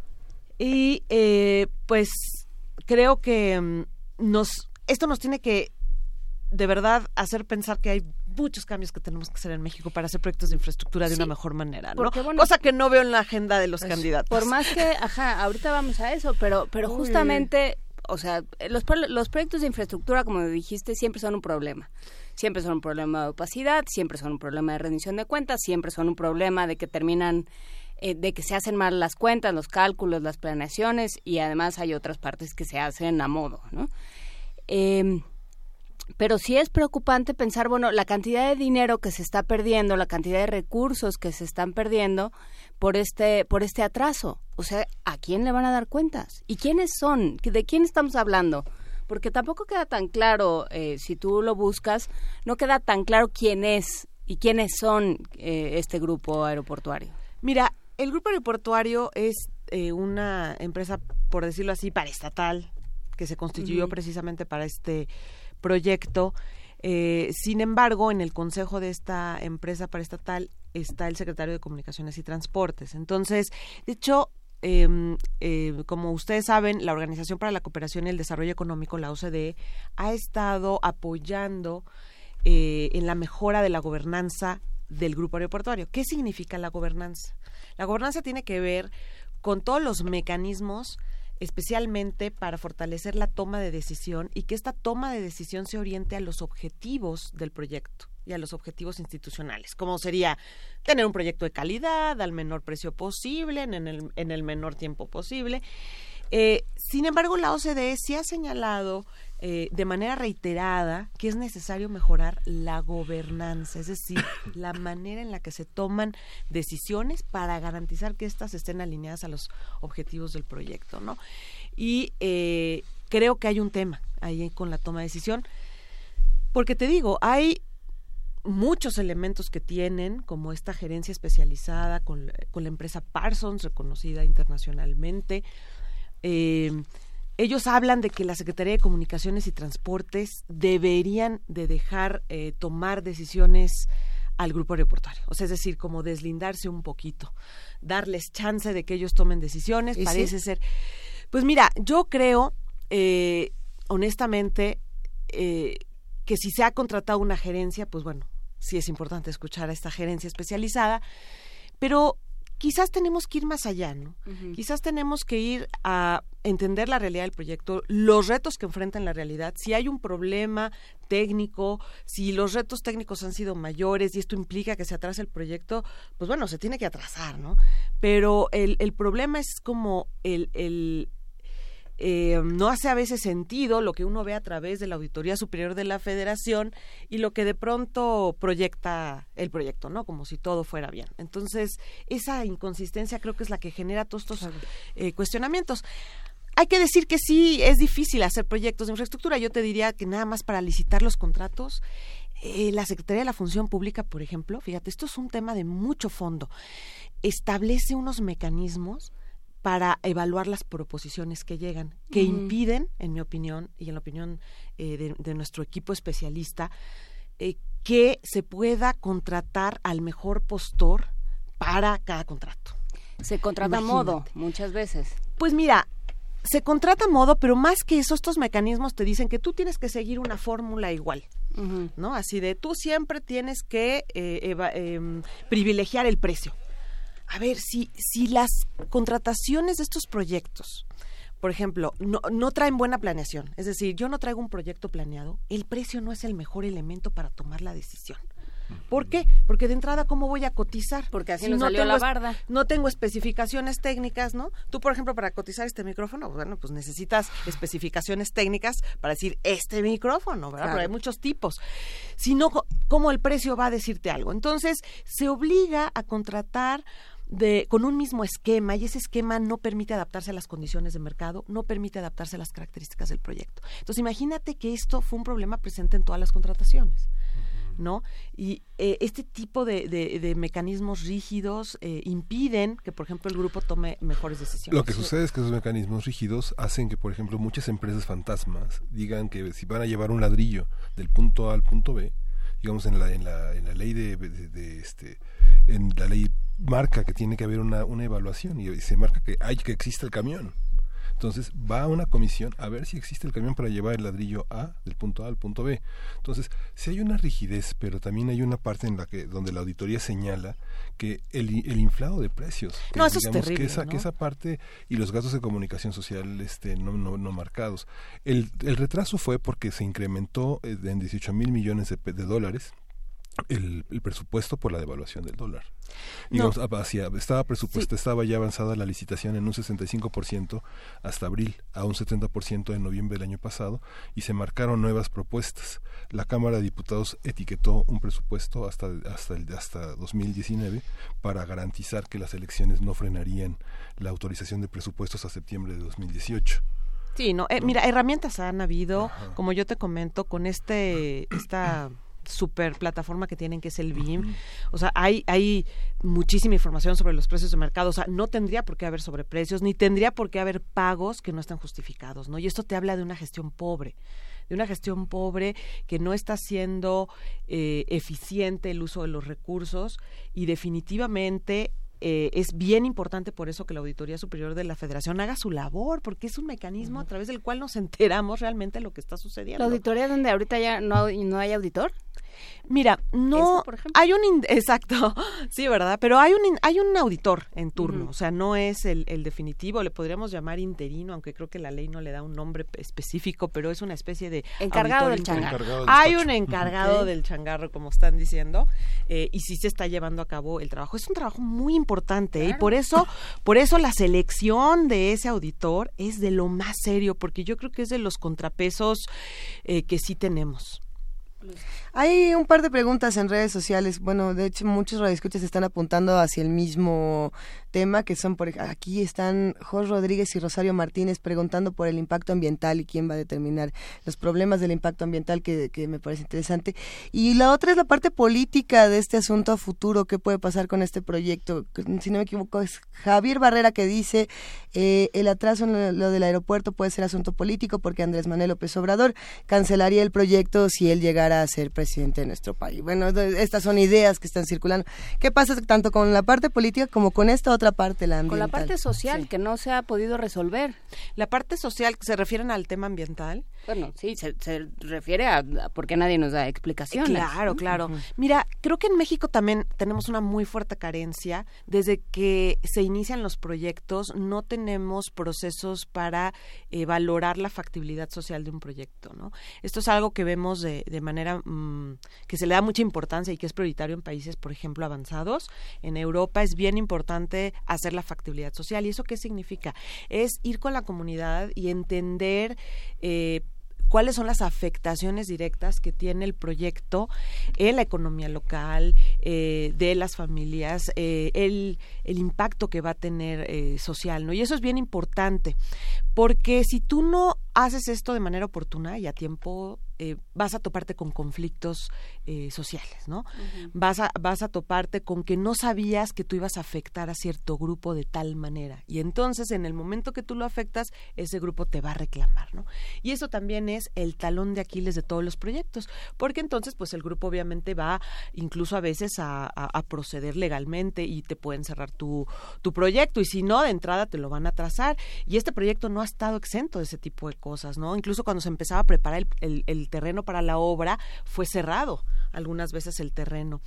Y eh, pues creo que um, nos esto nos tiene que de verdad hacer pensar que hay muchos cambios que tenemos que hacer en México para hacer proyectos de infraestructura de sí, una mejor manera, ¿no? Porque, bueno, cosa que no veo en la agenda de los pues, candidatos. Por más que, ajá, ahorita vamos a eso, pero pero justamente, o sea, los los proyectos de infraestructura, como dijiste, siempre son un problema. Siempre son un problema de opacidad, siempre son un problema de rendición de cuentas, siempre son un problema de que terminan Eh, de que se hacen mal las cuentas, los cálculos, las planeaciones, y además hay otras partes que se hacen a modo, ¿no? Eh, pero sí es preocupante pensar, bueno, la cantidad de dinero que se está perdiendo, la cantidad de recursos que se están perdiendo por este por este atraso. O sea, ¿a quién le van a dar cuentas? ¿Y quiénes son? ¿De quién estamos hablando? Porque tampoco queda tan claro, eh, si tú lo buscas, no queda tan claro quién es y quiénes son eh, este grupo aeroportuario. Mira, el grupo aeroportuario es eh, una empresa, por decirlo así, paraestatal, que se constituyó uh-huh. precisamente para este proyecto. Eh, sin embargo, en el consejo de esta empresa paraestatal está el secretario de Comunicaciones y Transportes. Entonces, de hecho, eh, eh, como ustedes saben, la Organización para la Cooperación y el Desarrollo Económico, la O C D E, ha estado apoyando eh, en la mejora de la gobernanza del grupo aeroportuario. ¿Qué significa la gobernanza? La gobernanza tiene que ver con todos los mecanismos, especialmente para fortalecer la toma de decisión y que esta toma de decisión se oriente a los objetivos del proyecto y a los objetivos institucionales, como sería tener un proyecto de calidad al menor precio posible, en el, en el menor tiempo posible. Eh, sin embargo, la O C D E sí ha señalado eh, de manera reiterada que es necesario mejorar la gobernanza, es decir, la manera en la que se toman decisiones para garantizar que éstas estén alineadas a los objetivos del proyecto, ¿no? Y eh, creo que hay un tema ahí con la toma de decisión, porque te digo, hay muchos elementos que tienen, como esta gerencia especializada con, con la empresa Parsons, reconocida internacionalmente. Eh, ellos hablan de que la Secretaría de Comunicaciones y Transportes deberían de dejar eh, tomar decisiones al grupo aeroportuario, o sea, es decir, como deslindarse un poquito, darles chance de que ellos tomen decisiones, parece sí? ser. Pues mira, yo creo, eh, honestamente, eh, que si se ha contratado una gerencia, pues bueno, sí es importante escuchar a esta gerencia especializada, pero quizás tenemos que ir más allá, ¿no? Uh-huh. Quizás tenemos que ir a entender la realidad del proyecto, los retos que enfrentan la realidad, si hay un problema técnico, si los retos técnicos han sido mayores y esto implica que se atrase el proyecto, pues bueno, se tiene que atrasar, ¿no? Pero el, el problema es como el... el Eh, no hace a veces sentido lo que uno ve a través de la Auditoría Superior de la Federación y lo que de pronto proyecta el proyecto, ¿no? Como si todo fuera bien. Entonces, esa inconsistencia creo que es la que genera todos estos eh, cuestionamientos. Hay que decir que sí, es difícil hacer proyectos de infraestructura. Yo te diría que nada más para licitar los contratos, eh, la Secretaría de la Función Pública, por ejemplo, fíjate, esto es un tema de mucho fondo, establece unos mecanismos para evaluar las proposiciones que llegan, que uh-huh. impiden, en mi opinión, y en la opinión eh, de, de nuestro equipo especialista, eh, que se pueda contratar al mejor postor para cada contrato. Se contrata a modo, muchas veces. Pues mira, se contrata a modo, pero más que eso, estos mecanismos te dicen que tú tienes que seguir una fórmula igual, uh-huh. ¿no? Así de, tú siempre tienes que eh, eva, eh, privilegiar el precio. A ver, si, si las contrataciones de estos proyectos, por ejemplo, no, no traen buena planeación, es decir, yo no traigo un proyecto planeado, el precio no es el mejor elemento para tomar la decisión. ¿Por qué? Porque de entrada, ¿cómo voy a cotizar? Porque así si nos no salió tengo, la barda. No tengo especificaciones técnicas, ¿no? Tú, por ejemplo, para cotizar este micrófono, bueno, pues necesitas especificaciones técnicas para decir este micrófono, ¿verdad? Claro. Pero hay muchos tipos. Si no, ¿cómo el precio va a decirte algo? Entonces, se obliga a contratar de, con un mismo esquema, y ese esquema no permite adaptarse a las condiciones de mercado, no permite adaptarse a las características del proyecto. Entonces, imagínate que esto fue un problema presente en todas las contrataciones, ¿no? Y eh, este tipo de, de, de mecanismos rígidos eh, impiden que, por ejemplo, el grupo tome mejores decisiones. Lo que sucede es que esos mecanismos rígidos hacen que, por ejemplo, muchas empresas fantasmas digan que si van a llevar un ladrillo del punto A al punto B, digamos en la en la en la ley de, de, de este en la ley marca que tiene que haber una una evaluación y se marca que hay que exista el camión. Entonces va a una comisión a ver si existe el camión para llevar el ladrillo A del punto A al punto B. Entonces, sí hay una rigidez, pero también hay una parte en la que donde la auditoría señala que el, el inflado de precios, que, no, eso digamos, es terrible, que esa ¿no? que esa parte y los gastos de comunicación social este no no, no marcados. El, el retraso fue porque se incrementó en dieciocho mil millones de, de dólares El, el presupuesto por la devaluación del dólar. Digamos, no. hacia, estaba presupuesto, sí. estaba ya avanzada la licitación en un sesenta y cinco por ciento hasta abril, a un setenta por ciento en noviembre del año pasado, y se marcaron nuevas propuestas. La Cámara de Diputados etiquetó un presupuesto hasta hasta el, hasta dos mil diecinueve para garantizar que las elecciones no frenarían la autorización de presupuestos a septiembre de dos mil dieciocho. Sí, no, eh, ¿no? Mira, herramientas han habido, Ajá. como yo te comento, con este esta super plataforma que tienen, que es el B I M. Uh-huh. O sea, hay hay muchísima información sobre los precios de mercado. O sea, no tendría por qué haber sobreprecios, ni tendría por qué haber pagos que no están justificados, ¿no? Y esto te habla de una gestión pobre, de una gestión pobre que no está siendo eh, eficiente el uso de los recursos, y definitivamente Eh, es bien importante por eso que la Auditoría Superior de la Federación haga su labor, porque es un mecanismo uh-huh. a través del cual nos enteramos realmente de lo que está sucediendo. ¿La auditoría donde ahorita ya no, no hay auditor? Mira, no ¿Eso, por ejemplo? hay un in, exacto, sí, ¿verdad? Pero hay un hay un auditor en turno, uh-huh. o sea, no es el, el definitivo, le podríamos llamar interino, aunque creo que la ley no le da un nombre específico, pero es una especie de encargado del changarro. Encargado del hay despacho. un encargado okay. del changarro, como están diciendo, eh, y sí se está llevando a cabo el trabajo. Es un trabajo muy importante, claro. y por eso, por eso la selección de ese auditor es de lo más serio, porque yo creo que es de los contrapesos eh, que sí tenemos. Hay un par de preguntas en redes sociales. Bueno, de hecho, muchos radioescuchas están apuntando hacia el mismo tema, que son, por aquí están Jos Rodríguez y Rosario Martínez preguntando por el impacto ambiental y quién va a determinar los problemas del impacto ambiental, que, que me parece interesante. Y la otra es la parte política de este asunto a futuro, qué puede pasar con este proyecto. Si no me equivoco, es Javier Barrera que dice, eh, el atraso en lo, lo del aeropuerto puede ser asunto político porque Andrés Manuel López Obrador cancelaría el proyecto si él llegara a ser presidente de nuestro país. Bueno, estas son ideas que están circulando. ¿Qué pasa tanto con la parte política como con esta otra parte, la ambiental? Con la parte social, sí. que no se ha podido resolver. La parte social, ¿se refieren al tema ambiental? Bueno, sí, se, se refiere a, a por qué nadie nos da explicaciones. Claro, ¿no? claro. Uh-huh. Mira, creo que en México también tenemos una muy fuerte carencia. Desde que se inician los proyectos, no tenemos procesos para eh, valorar la factibilidad social de un proyecto, ¿no? Esto es algo que vemos de, de manera mmm, que se le da mucha importancia y que es prioritario en países, por ejemplo, avanzados. En Europa es bien importante hacer la factibilidad social. ¿Y eso qué significa? Es ir con la comunidad y entender eh, cuáles son las afectaciones directas que tiene el proyecto en la economía local, eh, de las familias, eh, el, el impacto que va a tener eh, social, ¿no? Y eso es bien importante, porque si tú no haces esto de manera oportuna y a tiempo, eh, vas a toparte con conflictos eh, sociales, ¿no? Uh-huh. Vas a, vas a toparte con que no sabías que tú ibas a afectar a cierto grupo de tal manera, y entonces en el momento que tú lo afectas, ese grupo te va a reclamar, ¿no? Y eso también es el talón de Aquiles de todos los proyectos, porque entonces pues el grupo obviamente va incluso a veces a, a, a proceder legalmente y te pueden cerrar tu, tu proyecto, y si no, de entrada te lo van a trazar, y este proyecto no ha estado exento de ese tipo de cosas, ¿no? Incluso cuando se empezaba a preparar el, el, el terreno para la obra, fue cerrado algunas veces el terreno.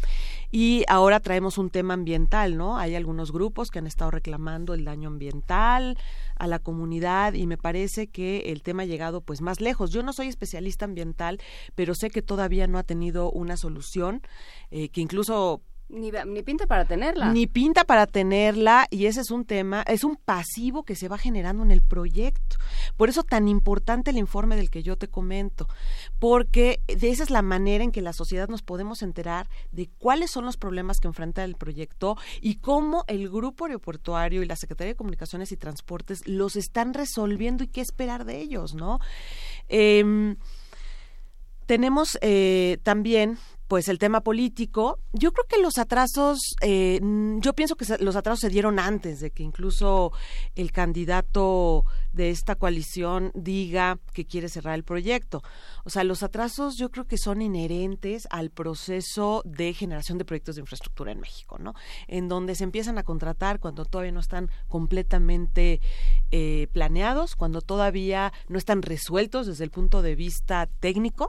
Y ahora traemos un tema ambiental, ¿no? Hay algunos grupos que han estado reclamando el daño ambiental a la comunidad, y me parece que el tema ha llegado pues más lejos. Yo no soy especialista ambiental, pero sé que todavía no ha tenido una solución, eh, que incluso Ni, ni pinta para tenerla. Ni pinta para tenerla, y ese es un tema, es un pasivo que se va generando en el proyecto. Por eso tan importante el informe del que yo te comento, porque de esa es la manera en que la sociedad nos podemos enterar de cuáles son los problemas que enfrenta el proyecto y cómo el Grupo Aeroportuario y la Secretaría de Comunicaciones y Transportes los están resolviendo y qué esperar de ellos, ¿no? Eh, tenemos eh, también pues el tema político. Yo creo que los atrasos, eh, yo pienso que los atrasos se dieron antes de que incluso el candidato de esta coalición diga que quiere cerrar el proyecto. O sea, los atrasos yo creo que son inherentes al proceso de generación de proyectos de infraestructura en México, ¿no? En donde se empiezan a contratar cuando todavía no están completamente eh, planeados, cuando todavía no están resueltos desde el punto de vista técnico.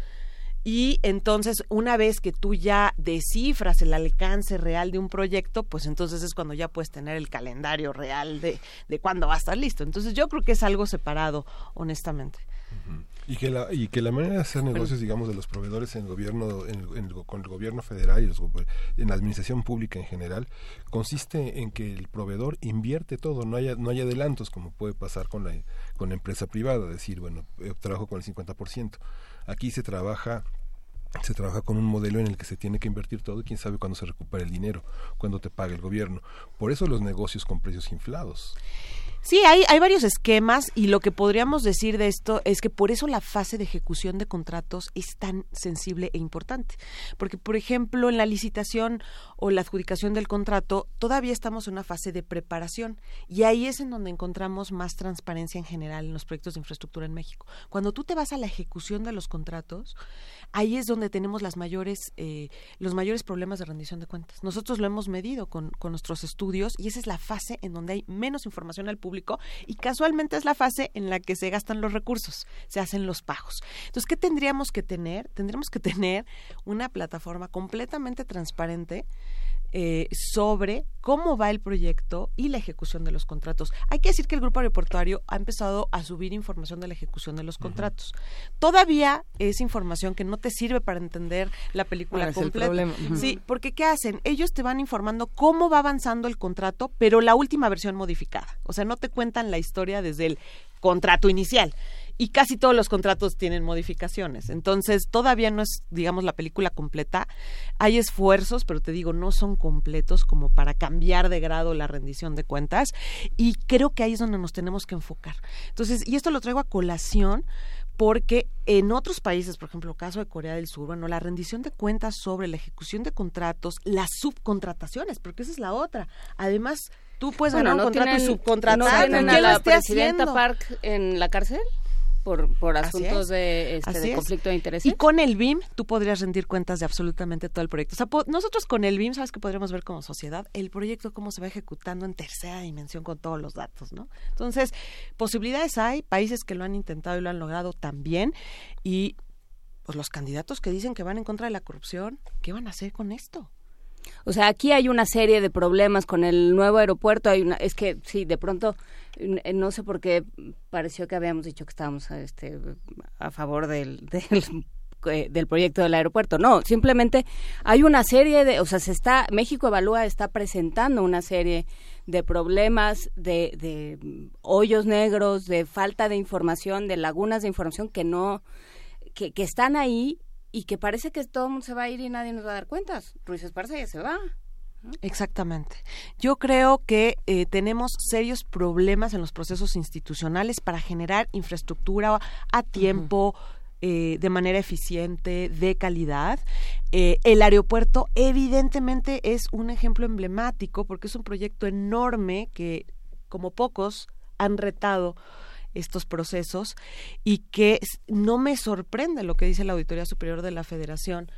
Y entonces, una vez que tú ya descifras el alcance real de un proyecto, pues entonces es cuando ya puedes tener el calendario real de, de cuándo va a estar listo. Entonces, yo creo que es algo separado, honestamente. Uh-huh. Y que la y que la manera de hacer negocios, digamos, de los proveedores en el gobierno, en, en, con el gobierno federal y los, en la administración pública en general, consiste en que el proveedor invierte todo, no hay no hay adelantos como puede pasar con la con la empresa privada, decir, bueno, yo trabajo con el cincuenta por ciento. Aquí se trabaja se trabaja con un modelo en el que se tiene que invertir todo y quién sabe cuándo se recupera el dinero, cuándo te paga el gobierno. Por eso los negocios con precios inflados. Sí, hay, hay varios esquemas y lo que podríamos decir de esto es que por eso la fase de ejecución de contratos es tan sensible e importante. Porque, por ejemplo, en la licitación o la adjudicación del contrato todavía estamos en una fase de preparación y ahí es en donde encontramos más transparencia en general en los proyectos de infraestructura en México. Cuando tú te vas a la ejecución de los contratos, ahí es donde tenemos las mayores, eh, los mayores problemas de rendición de cuentas. Nosotros lo hemos medido con, con nuestros estudios y esa es la fase en donde hay menos información al público y casualmente es la fase en la que se gastan los recursos, se hacen los pagos. Entonces, ¿qué tendríamos que tener? Tendríamos que tener una plataforma completamente transparente eh, sobre cómo va el proyecto y la ejecución de los contratos. Hay que decir que el Grupo Aeroportuario ha empezado a subir información de la ejecución de los contratos. Uh-huh. Todavía es información que no te sirve para entender la película ah, completa. Es el problema. Uh-huh. Sí, porque ¿qué hacen? Ellos te van informando cómo va avanzando el contrato, pero la última versión modificada. O sea, no te cuentan la historia desde el contrato inicial. Y casi todos los contratos tienen modificaciones. Entonces, todavía no es, digamos, la película completa. Hay esfuerzos, pero te digo, no son completos como para cambiar de grado la rendición de cuentas. Y creo que ahí es donde nos tenemos que enfocar. Entonces, y esto lo traigo a colación porque en otros países, por ejemplo, el caso de Corea del Sur, bueno, la rendición de cuentas sobre la ejecución de contratos, las subcontrataciones, porque esa es la otra. Además, tú puedes bueno, ganar un no contrato tienen, y subcontratar. ¿No tienen ¿Quién a la lo esté presidenta haciendo? Park en la cárcel? Por, por asuntos de, este, de conflicto de intereses. Y con el B I M tú podrías rendir cuentas de absolutamente todo el proyecto. O sea, po- nosotros con el B I M, ¿sabes qué podríamos ver como sociedad? El proyecto cómo se va ejecutando en tercera dimensión con todos los datos, ¿no? Entonces, posibilidades hay, países que lo han intentado y lo han logrado también, y pues los candidatos que dicen que van en contra de la corrupción, ¿qué van a hacer con esto? O sea, aquí hay una serie de problemas con el nuevo aeropuerto. Hay una, es que sí, de pronto no sé por qué pareció que habíamos dicho que estábamos a, este, a favor del, del del proyecto del aeropuerto. No, simplemente hay una serie de, o sea, se está, México Evalúa está presentando una serie de problemas, de, de hoyos negros, de falta de información, de lagunas de información que no, que, que están ahí. Y que parece que todo el mundo se va a ir y nadie nos va a dar cuentas. Ruiz Esparza ya se va. ¿No? Exactamente. Yo creo que eh, tenemos serios problemas en los procesos institucionales para generar infraestructura a tiempo, uh-huh. eh, de manera eficiente, de calidad. Eh, el aeropuerto evidentemente es un ejemplo emblemático porque es un proyecto enorme que, como pocos, han retado estos procesos y que no me sorprende lo que dice la Auditoría Superior de la Federación,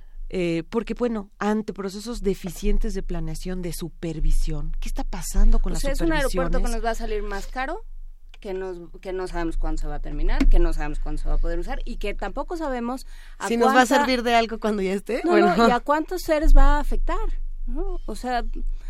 eh, porque, bueno, ante procesos deficientes de planeación, de supervisión, ¿qué está pasando con o las sea, supervisiones? Es un aeropuerto que nos va a salir más caro, que, nos, que no sabemos cuándo se va a terminar, que no sabemos cuándo se va a poder usar y que tampoco sabemos a si cuánta, nos va a servir de algo cuando ya esté. No, bueno. no, y a cuántos seres va a afectar, ¿no? O sea,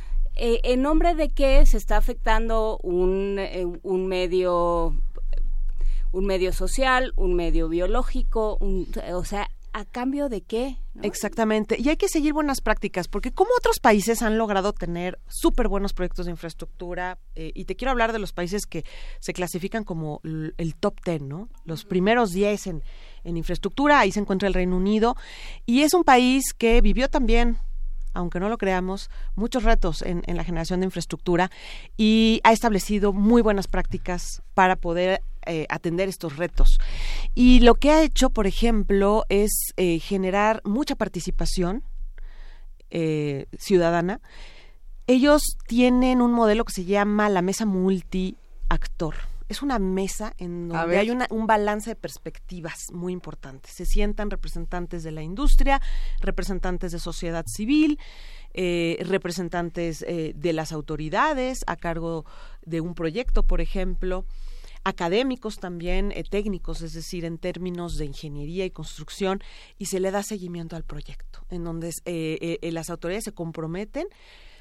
eh, ¿en nombre de qué se está afectando un, eh, un medio... un medio social, un medio biológico, un, o sea, ¿A cambio de qué? ¿No? Exactamente. Y hay que seguir buenas prácticas, porque como otros países han logrado tener súper buenos proyectos de infraestructura, eh, y te quiero hablar de los países que se clasifican como el, el top ten, ¿no? Los primeros diez en, en infraestructura, ahí se encuentra el Reino Unido, y es un país que vivió también, aunque no lo creamos, muchos retos en, en la generación de infraestructura y ha establecido muy buenas prácticas para poder eh, atender estos retos. Y lo que ha hecho, por ejemplo, es eh, generar mucha participación eh, ciudadana. Ellos tienen un modelo que se llama la mesa multiactor. Es una mesa en donde hay una, un balance de perspectivas muy importante. Se sientan representantes de la industria, representantes de sociedad civil, eh, representantes eh, de las autoridades a cargo de un proyecto, por ejemplo, académicos también, eh, técnicos, es decir, en términos de ingeniería y construcción, y se le da seguimiento al proyecto, en donde eh, eh, las autoridades se comprometen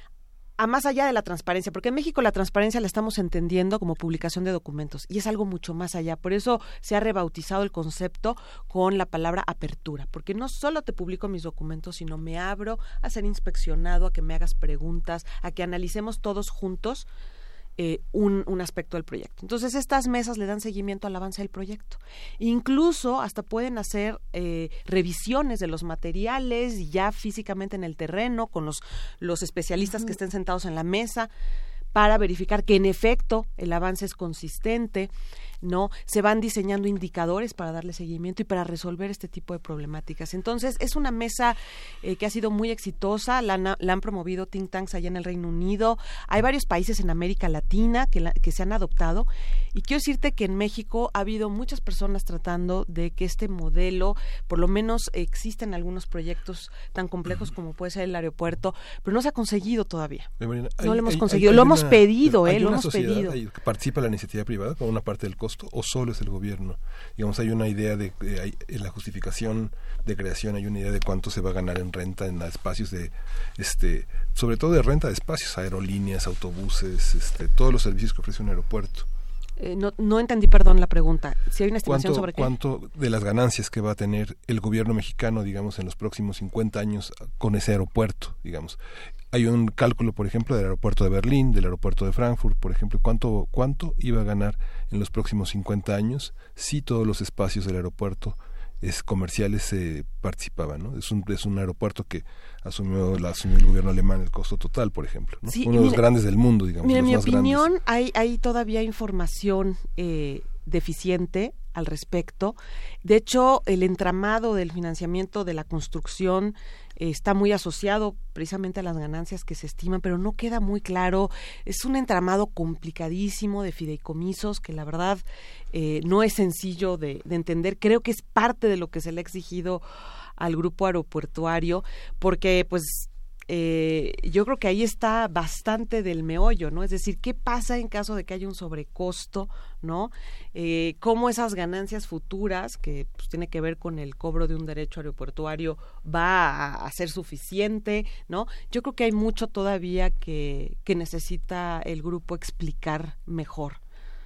a más allá de la transparencia, porque en México la transparencia la estamos entendiendo como publicación de documentos y es algo mucho más allá. Por eso se ha rebautizado el concepto con la palabra apertura, porque no solo te publico mis documentos, sino me abro a ser inspeccionado, a que me hagas preguntas, a que analicemos todos juntos eh, un, un aspecto del proyecto. Entonces estas mesas le dan seguimiento al avance del proyecto. Incluso hasta pueden hacer eh, revisiones de los materiales ya físicamente en el terreno con los, los especialistas uh-huh. que estén sentados en la mesa para verificar que en efecto el avance es consistente, ¿no? Se van diseñando indicadores para darle seguimiento y para resolver este tipo de problemáticas. Entonces, es una mesa eh, que ha sido muy exitosa, la, la han promovido think tanks allá en el Reino Unido, hay varios países en América Latina que, la, que se han adoptado, y quiero decirte que en México ha habido muchas personas tratando de que este modelo, por lo menos existen algunos proyectos tan complejos como puede ser el aeropuerto, pero no se ha conseguido todavía. Marina, no hay, lo hemos hay, conseguido, hay, lo hay hemos una, pedido, ¿hay eh, lo una hemos sociedad, pedido. Hay, ¿participa la iniciativa privada con una parte del costo o solo es el gobierno? Digamos, hay una idea de, de hay, en la justificación de creación hay una idea de cuánto se va a ganar en renta en espacios de, este, sobre todo de renta de espacios, aerolíneas, autobuses, este, todos los servicios que ofrece un aeropuerto. Eh, no, no entendí, perdón, la pregunta. Si hay una estimación ¿Cuánto, sobre qué? ¿Cuánto de las ganancias que va a tener el gobierno mexicano, digamos, en los próximos cincuenta años con ese aeropuerto, digamos? Hay un cálculo, por ejemplo, del aeropuerto de Berlín, del aeropuerto de Frankfurt, por ejemplo, cuánto cuánto iba a ganar en los próximos cincuenta años si todos los espacios del aeropuerto es comerciales se eh, participaban, ¿no? Es un es un aeropuerto que asumió la asumió el gobierno alemán el costo total, por ejemplo, ¿no? Sí, Uno de mira, los grandes del mundo, digamos. Mira, en los mi más opinión, grandes. hay hay todavía información eh, deficiente al respecto. De hecho, el entramado del financiamiento de la construcción eh, está muy asociado precisamente a las ganancias que se estiman, pero no queda muy claro. Es un entramado complicadísimo de fideicomisos que la verdad eh, no es sencillo de, de entender. Creo que es parte de lo que se le ha exigido al grupo aeroportuario, porque pues Eh, yo creo que ahí está bastante del meollo, ¿no? Es decir, ¿qué pasa en caso de que haya un sobrecosto, ¿no? Eh, ¿Cómo esas ganancias futuras, que pues, tiene que ver con el cobro de un derecho aeroportuario, va a, a ser suficiente, ¿no? Yo creo que hay mucho todavía que, que necesita el grupo explicar mejor.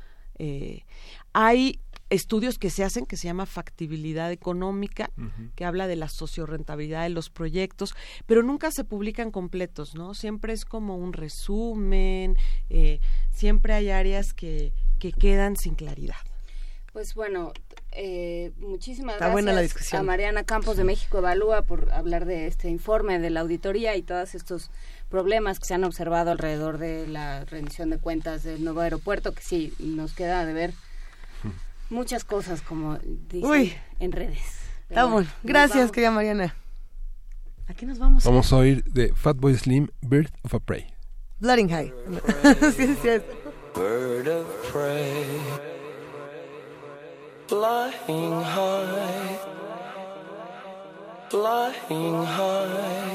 Eh, hay estudios que se hacen que se llama factibilidad económica, uh-huh. que habla de la sociorrentabilidad de los proyectos, pero nunca se publican completos, ¿no? Siempre es como un resumen, eh, siempre hay áreas que, que quedan sin claridad. Pues bueno, eh, muchísimas Está gracias buena la discusión. a Mariana Campos de México Evalúa por hablar de este informe de la auditoría y todos estos problemas que se han observado alrededor de la rendición de cuentas del nuevo aeropuerto, que sí, nos queda de ver muchas cosas, como dicen Uy. en redes. Está bueno. Gracias, querida Mariana. ¿A qué nos vamos? Vamos a oír de Fatboy Slim, Bird of a Prey. Blooding High. sí, sí, es. Bird of prey, flying high, flying high,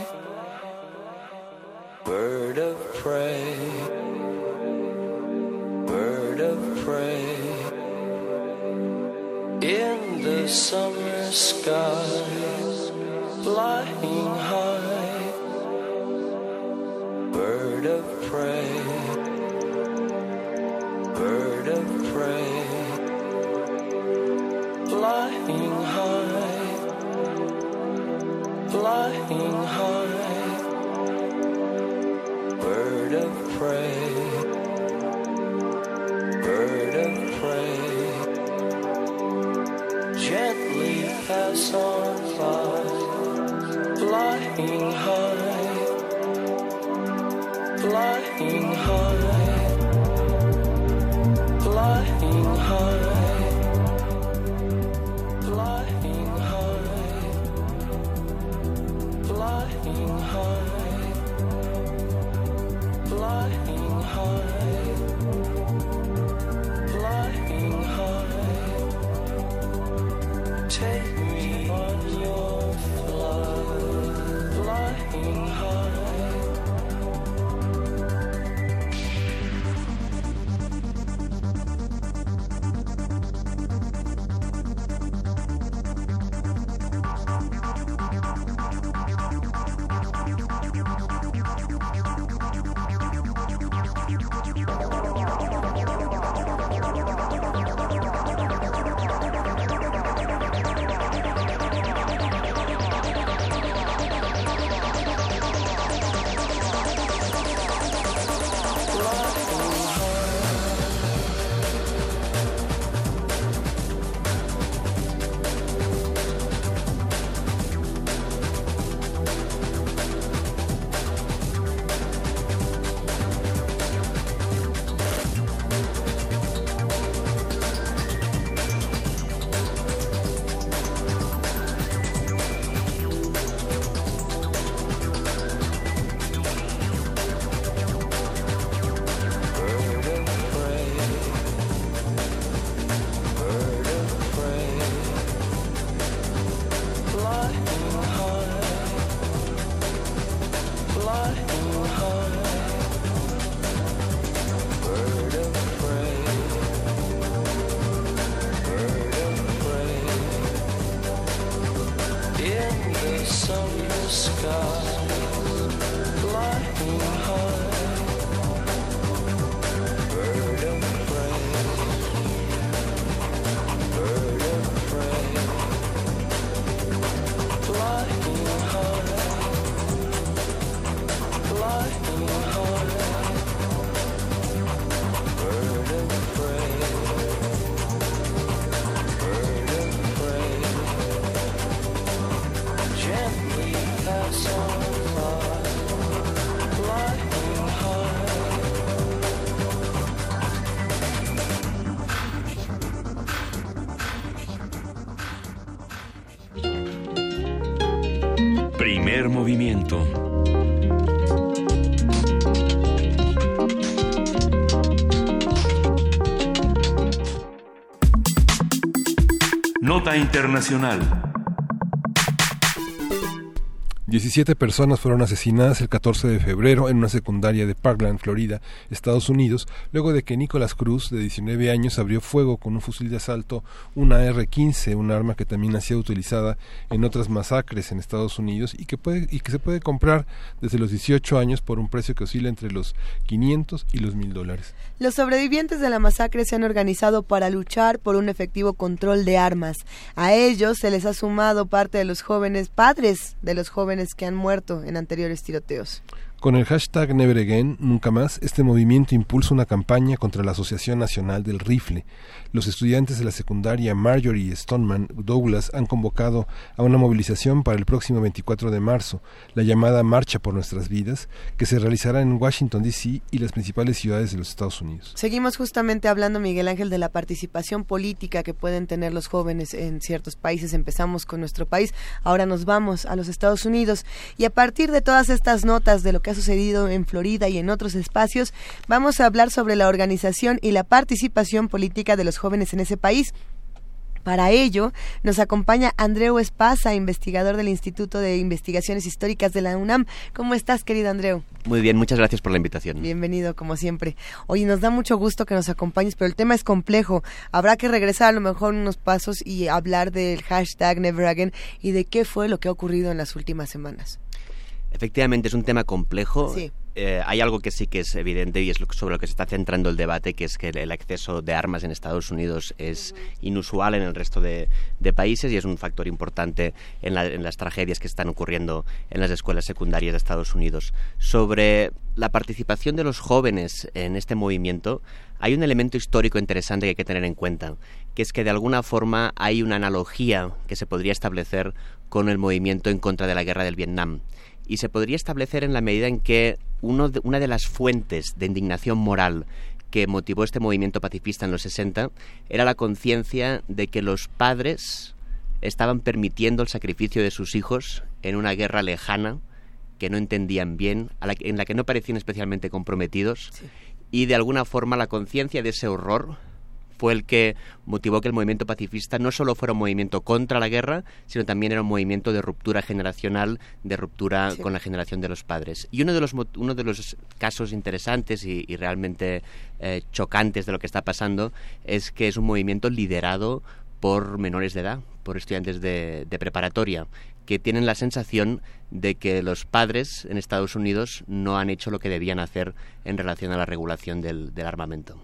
bird of prey, bird of prey. In the summer sky, flying high, bird of prey, bird of prey, flying high, flying high, bird of prey, bird of prey, gently pass on by, flying high, flying high, flying high. Flying high, flying high, flying high, take me on your flight, flying high. Primer movimiento. Nota internacional. diecisiete personas fueron asesinadas el catorce de febrero en una secundaria de Parkland, Florida, Estados Unidos, luego de que Nicholas Cruz, de diecinueve años, abrió fuego con un fusil de asalto, una erre quince, un arma que también ha sido utilizada en otras masacres en Estados Unidos y que puede y que se puede comprar desde los dieciocho años por un precio que oscila entre los quinientos y los mil dólares. Los sobrevivientes de la masacre se han organizado para luchar por un efectivo control de armas. A ellos se les ha sumado parte de los jóvenes, padres de los jóvenes que han muerto en anteriores tiroteos. Con el hashtag Never Again, nunca más, este movimiento impulsa una campaña contra la Asociación Nacional del Rifle. Los estudiantes de la secundaria Marjorie Stoneman Douglas han convocado a una movilización para el próximo veinticuatro de marzo, la llamada Marcha por Nuestras Vidas, que se realizará en Washington, D C y las principales ciudades de los Estados Unidos. Seguimos justamente hablando, Miguel Ángel, de la participación política que pueden tener los jóvenes en ciertos países. Empezamos con nuestro país, ahora nos vamos a los Estados Unidos y a partir de todas estas notas de lo que ha sucedido en Florida y en otros espacios, vamos a hablar sobre la organización y la participación política de los jóvenes en ese país. Para ello, nos acompaña Andreu Espasa, investigador del Instituto de Investigaciones Históricas de la UNAM. ¿Cómo estás, querido Andreu? Muy bien, muchas gracias por la invitación. Bienvenido, como siempre. Oye, nos da mucho gusto que nos acompañes, pero el tema es complejo. Habrá que regresar a lo mejor unos pasos y hablar del hashtag Never Again y de qué fue lo que ha ocurrido en las últimas semanas. Efectivamente, es un tema complejo. Sí. eh, hay algo que sí que es evidente y es lo, sobre lo que se está centrando el debate, que es que el, el acceso de armas en Estados Unidos es inusual en el resto de, de países y es un factor importante en, la, en las tragedias que están ocurriendo en las escuelas secundarias de Estados Unidos. Sobre la participación de los jóvenes en este movimiento, hay un elemento histórico interesante que hay que tener en cuenta, que es que de alguna forma hay una analogía que se podría establecer con el movimiento en contra de la guerra del Vietnam. Y se podría establecer en la medida en que uno de, una de las fuentes de indignación moral que motivó este movimiento pacifista en los sesenta era la conciencia de que los padres estaban permitiendo el sacrificio de sus hijos en una guerra lejana que no entendían bien, a la, en la que no parecían especialmente comprometidos, sí. Y de alguna forma la conciencia de ese horror fue el que motivó que el movimiento pacifista no solo fuera un movimiento contra la guerra, sino también era un movimiento de ruptura generacional, de ruptura sí. con la generación de los padres. Y uno de los, uno de los casos interesantes y, y realmente eh, chocantes de lo que está pasando es que es un movimiento liderado por menores de edad, por estudiantes de, de preparatoria, que tienen la sensación de que los padres en Estados Unidos no han hecho lo que debían hacer en relación a la regulación del, del armamento.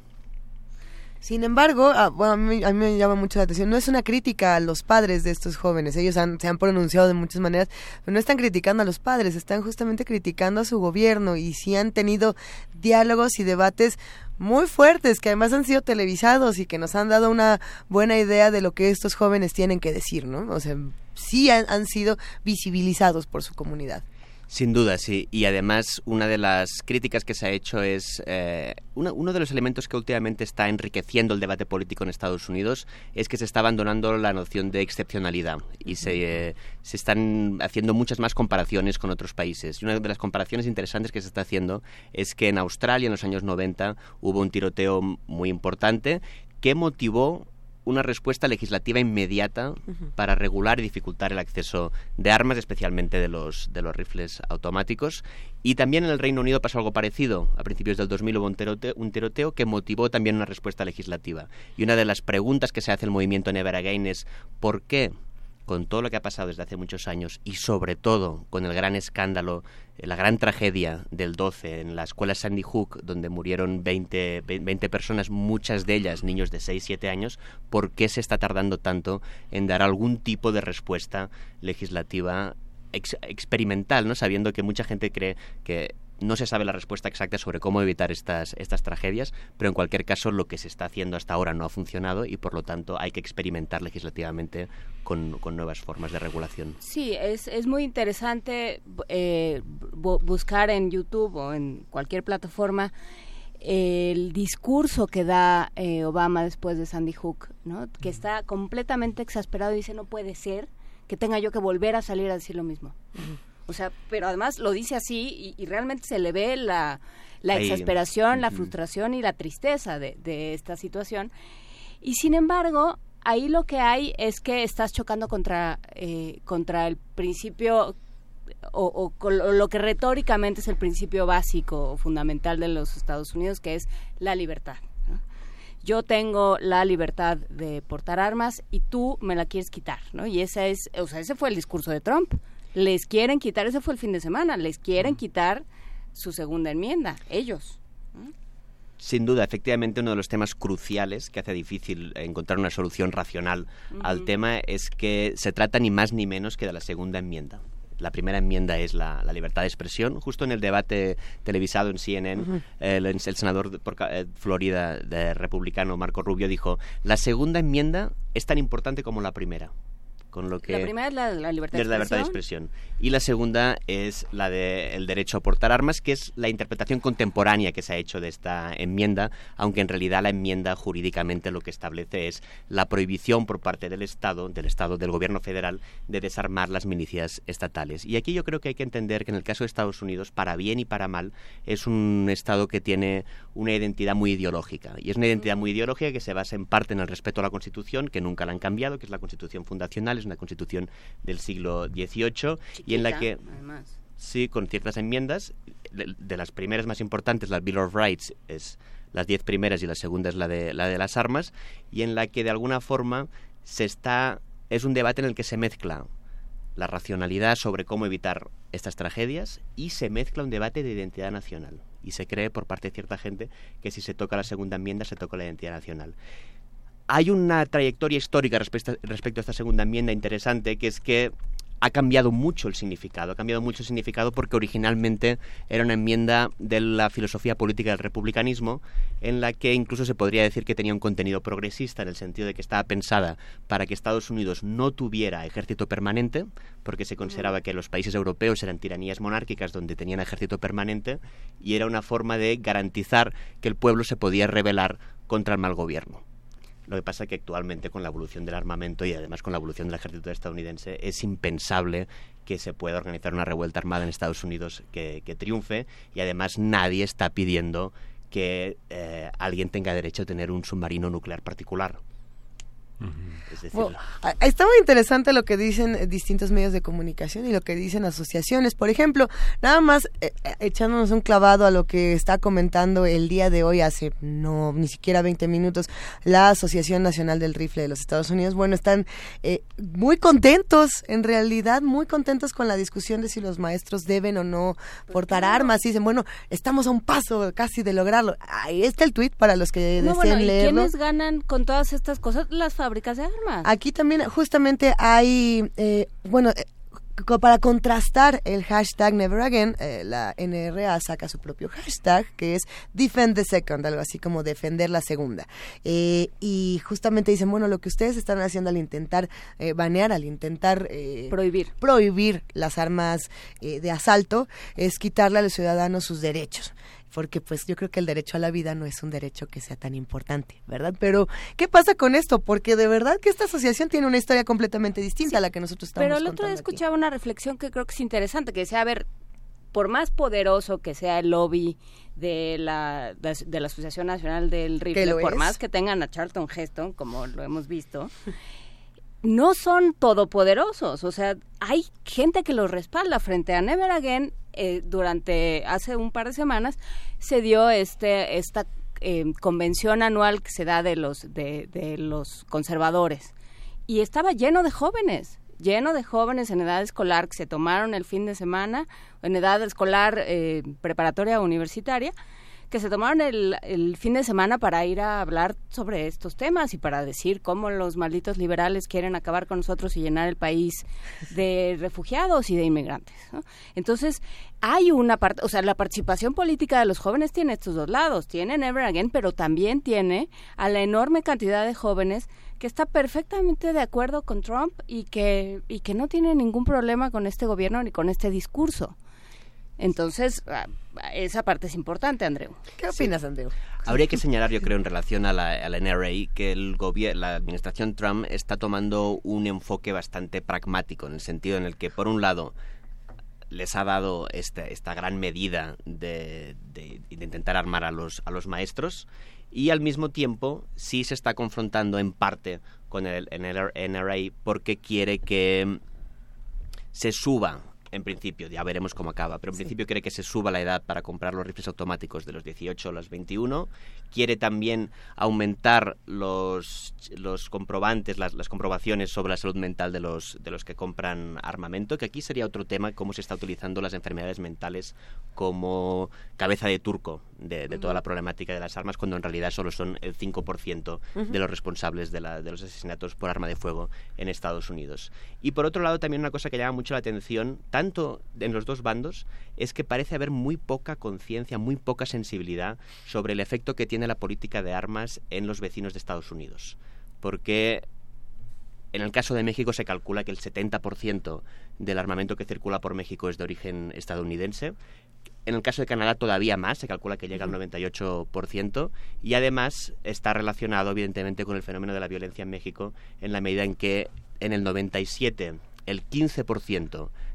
Sin embargo, ah, bueno, a mí, a mí me llama mucho la atención, no es una crítica a los padres de estos jóvenes, ellos han, se han pronunciado de muchas maneras, pero no están criticando a los padres, están justamente criticando a su gobierno, y sí han tenido diálogos y debates muy fuertes, que además han sido televisados y que nos han dado una buena idea de lo que estos jóvenes tienen que decir, ¿no? O sea, sí han, han sido visibilizados por su comunidad. Sin duda, sí. Y además, una de las críticas que se ha hecho es... Eh, una, uno de los elementos que últimamente está enriqueciendo el debate político en Estados Unidos es que se está abandonando la noción de excepcionalidad y se, eh, se están haciendo muchas más comparaciones con otros países. Y una de las comparaciones interesantes que se está haciendo es que en Australia, en los años noventa, hubo un tiroteo muy importante que motivó una respuesta legislativa inmediata uh-huh. para regular y dificultar el acceso de armas, especialmente de los, de los rifles automáticos. Y también en el Reino Unido pasó algo parecido. A principios del dos mil hubo un tiroteo, un tiroteo que motivó también una respuesta legislativa. Y una de las preguntas que se hace el movimiento Never Again es ¿por qué, con todo lo que ha pasado desde hace muchos años y sobre todo con el gran escándalo, la gran tragedia del doce en la escuela Sandy Hook, donde murieron veinte, veinte personas, muchas de ellas niños de seis, siete años, ¿por qué se está tardando tanto en dar algún tipo de respuesta legislativa ex- experimental, ¿no? Sabiendo que mucha gente cree que no se sabe la respuesta exacta sobre cómo evitar estas, estas tragedias, pero en cualquier caso lo que se está haciendo hasta ahora no ha funcionado y por lo tanto hay que experimentar legislativamente con, con nuevas formas de regulación. Sí, es, es muy interesante eh, bu- buscar en YouTube o en cualquier plataforma el discurso que da eh, Obama después de Sandy Hook, ¿no? Que está completamente exasperado y dice no puede ser que tenga yo que volver a salir a decir lo mismo. Uh-huh. O sea, pero además lo dice así y, y realmente se le ve la, la Ahí, exasperación, uh-huh. la frustración y la tristeza de, de esta situación. Y sin embargo, ahí lo que hay es que estás chocando contra, eh, contra el principio o, o con lo que retóricamente es el principio básico o fundamental de los Estados Unidos, que es la libertad. Yo tengo la libertad de portar armas y tú me la quieres quitar, ¿no? Y ese es, o sea, ese fue el discurso de Trump. Les quieren quitar, ese fue el fin de semana, les quieren quitar su segunda enmienda, ellos. Sin duda, efectivamente, uno de los temas cruciales que hace difícil encontrar una solución racional uh-huh. al tema es que se trata ni más ni menos que de la segunda enmienda. La primera enmienda es la, la libertad de expresión. Justo en el debate televisado en C N N, uh-huh. el, el senador de por eh, Florida de republicano Marco Rubio dijo, la segunda enmienda es tan importante como la primera. Con lo que la primera es la, la, libertad, de la libertad de expresión y la segunda es la del de derecho a portar armas, que es la interpretación contemporánea que se ha hecho de esta enmienda, aunque en realidad la enmienda jurídicamente lo que establece es la prohibición por parte del Estado, del Estado, del gobierno federal, de desarmar las milicias estatales. Y aquí yo creo que hay que entender que en el caso de Estados Unidos, para bien y para mal, es un Estado que tiene una identidad muy ideológica. Y es una identidad muy ideológica que se basa en parte en el respeto a la Constitución, que nunca la han cambiado, que es la Constitución fundacional, es una Constitución del siglo dieciocho. Chiquita, y en la que además. Sí, con ciertas enmiendas, de, de las primeras más importantes, la Bill of Rights, es las diez primeras y la segunda es la de la de las armas, y en la que de alguna forma se está es un debate en el que se mezcla la racionalidad sobre cómo evitar estas tragedias y se mezcla un debate de identidad nacional. Y se cree por parte de cierta gente que si se toca la segunda enmienda se toca la identidad nacional. Hay una trayectoria histórica respecto, respecto a esta segunda enmienda interesante, que es que ha cambiado mucho el significado. Ha cambiado mucho el significado porque originalmente era una enmienda de la filosofía política del republicanismo, en la que incluso se podría decir que tenía un contenido progresista, en el sentido de que estaba pensada para que Estados Unidos no tuviera ejército permanente, porque se consideraba que los países europeos eran tiranías monárquicas donde tenían ejército permanente, y era una forma de garantizar que el pueblo se podía rebelar contra el mal gobierno. Lo que pasa es que actualmente, con la evolución del armamento y además con la evolución del ejército estadounidense, es impensable que se pueda organizar una revuelta armada en Estados Unidos que, que triunfe, y además nadie está pidiendo que eh, alguien tenga derecho a tener un submarino nuclear particular. Es decir, bueno, está muy interesante lo que dicen distintos medios de comunicación y lo que dicen asociaciones. Por ejemplo, nada más eh, echándonos un clavado a lo que está comentando el día de hoy, hace no ni siquiera veinte minutos, la Asociación Nacional del Rifle de los Estados Unidos. Bueno, están eh, muy contentos, en realidad muy contentos con la discusión de si los maestros deben o no portar armas. Y dicen, bueno, estamos a un paso casi de lograrlo. Ahí está el tuit para los que no, deseen bueno, ¿y leerlo. quiénes ganan con todas estas cosas? Las fábricas de armas. Aquí también justamente hay, eh, bueno, eh, para contrastar el hashtag Never Again, eh, la N R A saca su propio hashtag, que es Defend the Second, algo así como defender la segunda. Eh, y justamente dicen, bueno, lo que ustedes están haciendo al intentar eh, banear, al intentar eh, prohibir prohibir las armas eh, de asalto, es quitarle a los ciudadanos sus derechos. Porque pues yo creo que el derecho a la vida no es un derecho que sea tan importante, ¿verdad? Pero, ¿qué pasa con esto? Porque de verdad que esta asociación tiene una historia completamente distinta sí, a la que nosotros estamos Pero el contando otro día aquí. escuchaba una reflexión que creo que es interesante, que decía, a ver, por más poderoso que sea el lobby de la, de, de la Asociación Nacional del Rifle, por es? más que tengan a Charlton Heston, como lo hemos visto, no son todopoderosos. O sea, hay gente que los respalda. Frente a Never Again, eh, durante hace un par de semanas se dio este esta eh, convención anual que se da de los de, de los conservadores, y estaba lleno de jóvenes lleno de jóvenes en edad escolar que se tomaron el fin de semana, en edad escolar eh, preparatoria o universitaria, que se tomaron el, el fin de semana para ir a hablar sobre estos temas y para decir cómo los malditos liberales quieren acabar con nosotros y llenar el país de refugiados y de inmigrantes, ¿no? Entonces, hay una parte, o sea, la participación política de los jóvenes tiene estos dos lados, tiene Never Again, pero también tiene a la enorme cantidad de jóvenes que está perfectamente de acuerdo con Trump y que, y que no tiene ningún problema con este gobierno ni con este discurso. Entonces, esa parte es importante, Andreu. ¿Qué opinas, sí. Andreu? Habría que señalar, yo creo, en relación a la, a la N R A, que el gobier- la administración Trump está tomando un enfoque bastante pragmático, en el sentido en el que, por un lado, les ha dado esta, esta gran medida de, de, de intentar armar a los, a los maestros, y al mismo tiempo sí se está confrontando en parte con el N R A porque quiere que se suba, en principio, ya veremos cómo acaba, pero en sí. principio quiere que se suba la edad para comprar los rifles automáticos de los dieciocho a los veintiuno, quiere también aumentar los, los comprobantes, las, las comprobaciones sobre la salud mental de los, de los que compran armamento, que aquí sería otro tema, cómo se está utilizando las enfermedades mentales como cabeza de turco de, de uh-huh. toda la problemática de las armas, cuando en realidad solo son el cinco por ciento uh-huh. de los responsables de, la, de los asesinatos por arma de fuego en Estados Unidos. Y por otro lado, también una cosa que llama mucho la atención, tanto en los dos bandos, es que parece haber muy poca conciencia, muy poca sensibilidad sobre el efecto que tiene la política de armas en los vecinos de Estados Unidos. Porque en el caso de México se calcula que el setenta por ciento del armamento que circula por México es de origen estadounidense. En el caso de Canadá todavía más, se calcula que llega al noventa y ocho por ciento, y además está relacionado evidentemente con el fenómeno de la violencia en México, en la medida en que en el noventa y siete el quince por ciento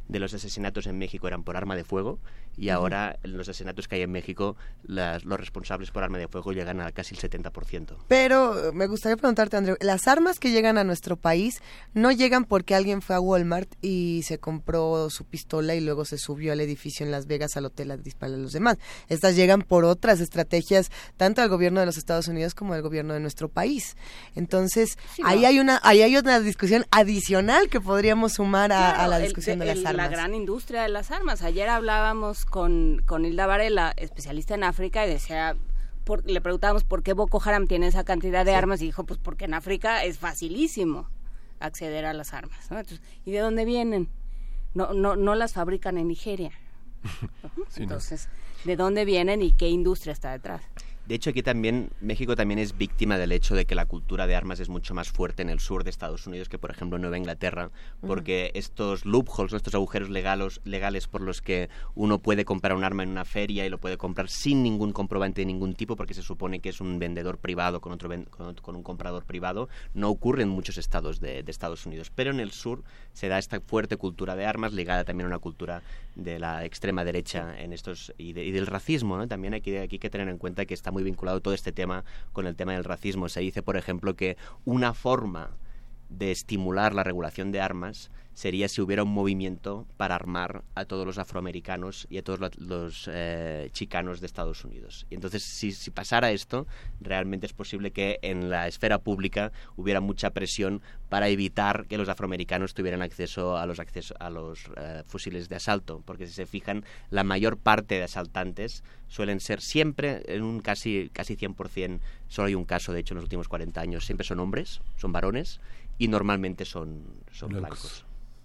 de los asesinatos en México eran por arma de fuego y ahora en los asesinatos que hay en México las, los responsables por arma de fuego llegan a casi el setenta por ciento. Pero me gustaría preguntarte, Andreu, las armas que llegan a nuestro país no llegan porque alguien fue a Walmart y se compró su pistola y luego se subió al edificio en Las Vegas al hotel a disparar a los demás. Estas llegan por otras estrategias, tanto del gobierno de los Estados Unidos como del gobierno de nuestro país. Entonces, sí, ahí no. hay una ahí hay una discusión adicional que podríamos sumar a, claro, a la discusión el, de las el, armas. La gran industria de las armas. Ayer hablábamos con, con Hilda Varela, especialista en África, y decía, por, le preguntábamos por qué Boko Haram tiene esa cantidad de sí. armas, y dijo, pues porque en África es facilísimo acceder a las armas, ¿no? Entonces, ¿y de dónde vienen? No, no, no las fabrican en Nigeria. Sí, Entonces, ¿no? ¿de dónde vienen y qué industria está detrás? De hecho, aquí también, México también es víctima del hecho de que la cultura de armas es mucho más fuerte en el sur de Estados Unidos que, por ejemplo, en Nueva Inglaterra, porque uh-huh. estos loopholes, estos agujeros legales, legales por los que uno puede comprar un arma en una feria y lo puede comprar sin ningún comprobante de ningún tipo, porque se supone que es un vendedor privado con otro ven- con, con un comprador privado, no ocurre en muchos estados de, de Estados Unidos. Pero en el sur se da esta fuerte cultura de armas ligada también a una cultura de la extrema derecha en estos y, de, y del racismo, ¿no? También hay que, aquí hay que tener en cuenta que está muy vinculado todo este tema con el tema del racismo. Se dice, por ejemplo, que una forma de estimular la regulación de armas sería si hubiera un movimiento para armar a todos los afroamericanos y a todos los, los eh, chicanos de Estados Unidos. Y entonces, si, si pasara esto, realmente es posible que en la esfera pública hubiera mucha presión para evitar que los afroamericanos tuvieran acceso a los, acceso, a los eh, fusiles de asalto. Porque si se fijan, la mayor parte de asaltantes suelen ser siempre, en un casi, casi cien por ciento, solo hay un caso, de hecho, en los últimos cuarenta años, siempre son hombres, son varones, y normalmente son, son blancos.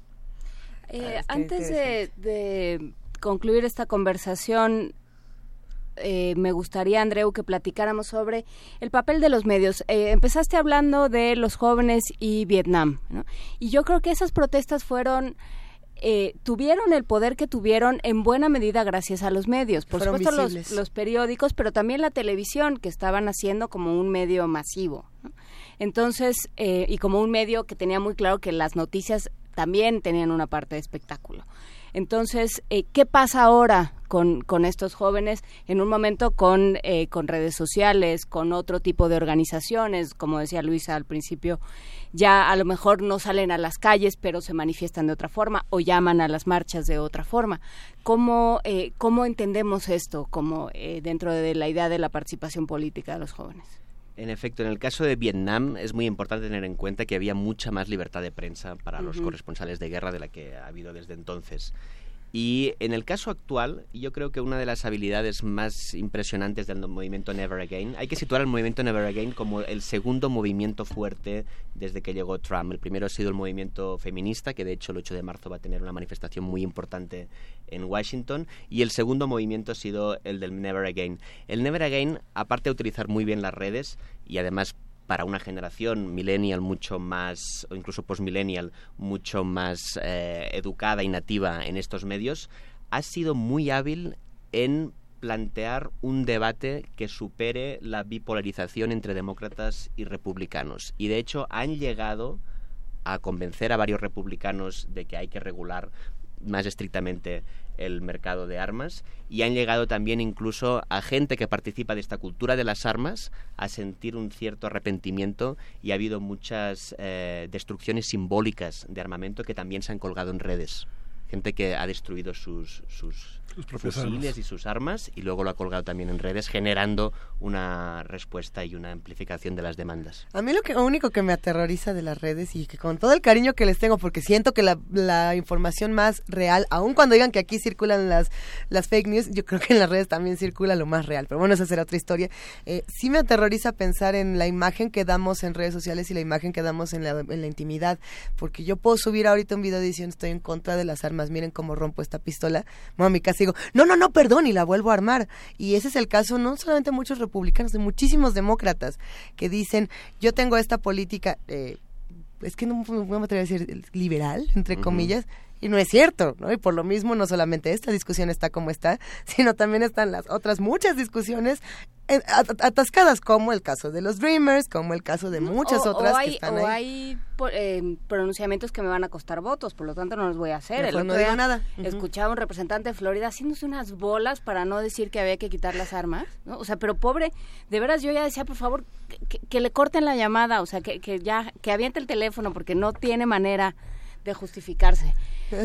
Eh, antes de, de concluir esta conversación, eh, me gustaría, Andreu, que platicáramos sobre el papel de los medios. Eh, empezaste hablando de los jóvenes y Vietnam, ¿no? Y yo creo que esas protestas fueron... Eh, tuvieron el poder que tuvieron en buena medida gracias a los medios. Por Fueron supuesto visibles. los, los periódicos, pero también la televisión, que estaban haciendo como un medio masivo, ¿no? Entonces, eh, y como un medio que tenía muy claro que las noticias también tenían una parte de espectáculo. Entonces, eh, ¿qué pasa ahora con, con estos jóvenes en un momento con, eh, con redes sociales, con otro tipo de organizaciones? Como decía Luisa al principio, ya a lo mejor no salen a las calles, pero se manifiestan de otra forma o llaman a las marchas de otra forma. ¿Cómo, eh, cómo entendemos esto como eh, dentro de la idea de la participación política de los jóvenes? En efecto, en el caso de Vietnam es muy importante tener en cuenta que había mucha más libertad de prensa para uh-huh. los corresponsales de guerra de la que ha habido desde entonces. Y en el caso actual, yo creo que una de las habilidades más impresionantes del movimiento Never Again, hay que situar el movimiento Never Again como el segundo movimiento fuerte desde que llegó Trump. El primero ha sido el movimiento feminista, que de hecho el ocho de marzo va a tener una manifestación muy importante en Washington, y el segundo movimiento ha sido el del Never Again. El Never Again, aparte de utilizar muy bien las redes, y además para una generación millennial mucho más, o incluso postmillennial, mucho más eh, educada y nativa en estos medios, ha sido muy hábil en plantear un debate que supere la bipolarización entre demócratas y republicanos. Y de hecho han llegado a convencer a varios republicanos de que hay que regular más estrictamente el mercado de armas, y han llegado también incluso a gente que participa de esta cultura de las armas a sentir un cierto arrepentimiento, y ha habido muchas eh, destrucciones simbólicas de armamento que también se han colgado en redes. Gente que ha destruido sus, sus, sus fusiles armas. y sus armas y luego lo ha colgado también en redes, generando una respuesta y una amplificación de las demandas. A mí lo, que, lo único que me aterroriza de las redes, y que con todo el cariño que les tengo, porque siento que la, la información más real, aun cuando digan que aquí circulan las, las fake news, yo creo que en las redes también circula lo más real, pero bueno, esa será otra historia. Eh, sí me aterroriza pensar en la imagen que damos en redes sociales y la imagen que damos en la, en la intimidad, porque yo puedo subir ahorita un video diciendo estoy en contra de las armas, miren cómo rompo esta pistola, bueno, a mi casa digo, no, no, no, perdón, y la vuelvo a armar. Y ese es el caso no solamente de muchos republicanos, de muchísimos demócratas que dicen, yo tengo esta política, eh, es que no, no me atrevo a decir liberal, entre uh-huh. comillas, y no es cierto, ¿no? Y por lo mismo, no solamente esta discusión está como está, sino también están las otras muchas discusiones atascadas, como el caso de los Dreamers, como el caso de muchas o, otras o hay, que están o ahí. hay eh, pronunciamientos que me van a costar votos, por lo tanto no los voy a hacer. Mejor El no otro digo día nada. Uh-huh. escuchaba a un representante de Florida haciéndose unas bolas para no decir que había que quitar las armas, ¿no? O sea, pero pobre, de veras yo ya decía, por favor, que, que, que le corten la llamada, o sea, que, que ya, que aviente el teléfono, porque no tiene manera de justificarse.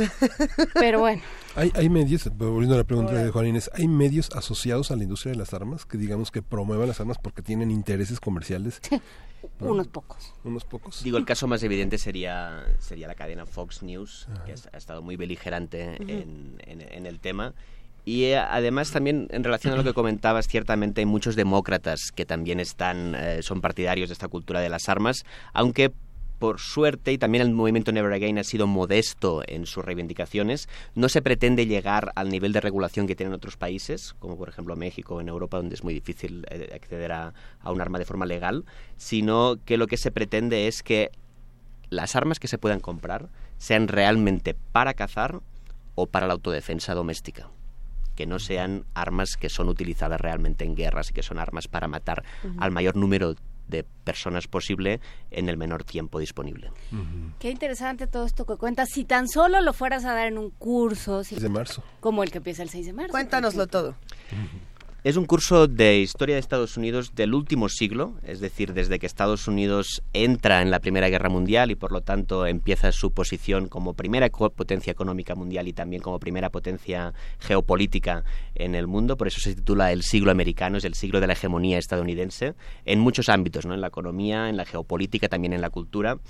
Pero bueno. Hay, hay medios, volviendo a la pregunta Hola. de Juan Inés, ¿hay medios asociados a la industria de las armas que digamos que promuevan las armas porque tienen intereses comerciales? ¿No? Unos pocos. Unos pocos. Digo, el caso más evidente sería sería la cadena Fox News, Ajá. que ha estado muy beligerante uh-huh. en, en, en el tema. Y eh, además también en relación a lo que comentabas, ciertamente hay muchos demócratas que también están eh, son partidarios de esta cultura de las armas, aunque por suerte, y también el movimiento Never Again ha sido modesto en sus reivindicaciones, no se pretende llegar al nivel de regulación que tienen otros países, como por ejemplo México o en Europa, donde es muy difícil eh, acceder a, a un arma de forma legal, sino que lo que se pretende es que las armas que se puedan comprar sean realmente para cazar o para la autodefensa doméstica, que no sean armas que son utilizadas realmente en guerras y que son armas para matar uh-huh. al mayor número de personas posible en el menor tiempo disponible. Uh-huh. Qué interesante todo esto que cuentas. Si tan solo lo fueras a dar en un curso, si, seis de marzo. Como el que empieza el seis de marzo. Cuéntanoslo todo. Uh-huh. Es un curso de historia de Estados Unidos del último siglo, es decir, desde que Estados Unidos entra en la Primera Guerra Mundial y por lo tanto empieza su posición como primera potencia económica mundial y también como primera potencia geopolítica en el mundo. Por eso se titula El siglo americano, es el siglo de la hegemonía estadounidense en muchos ámbitos, ¿no? En la economía, en la geopolítica, también en la cultura.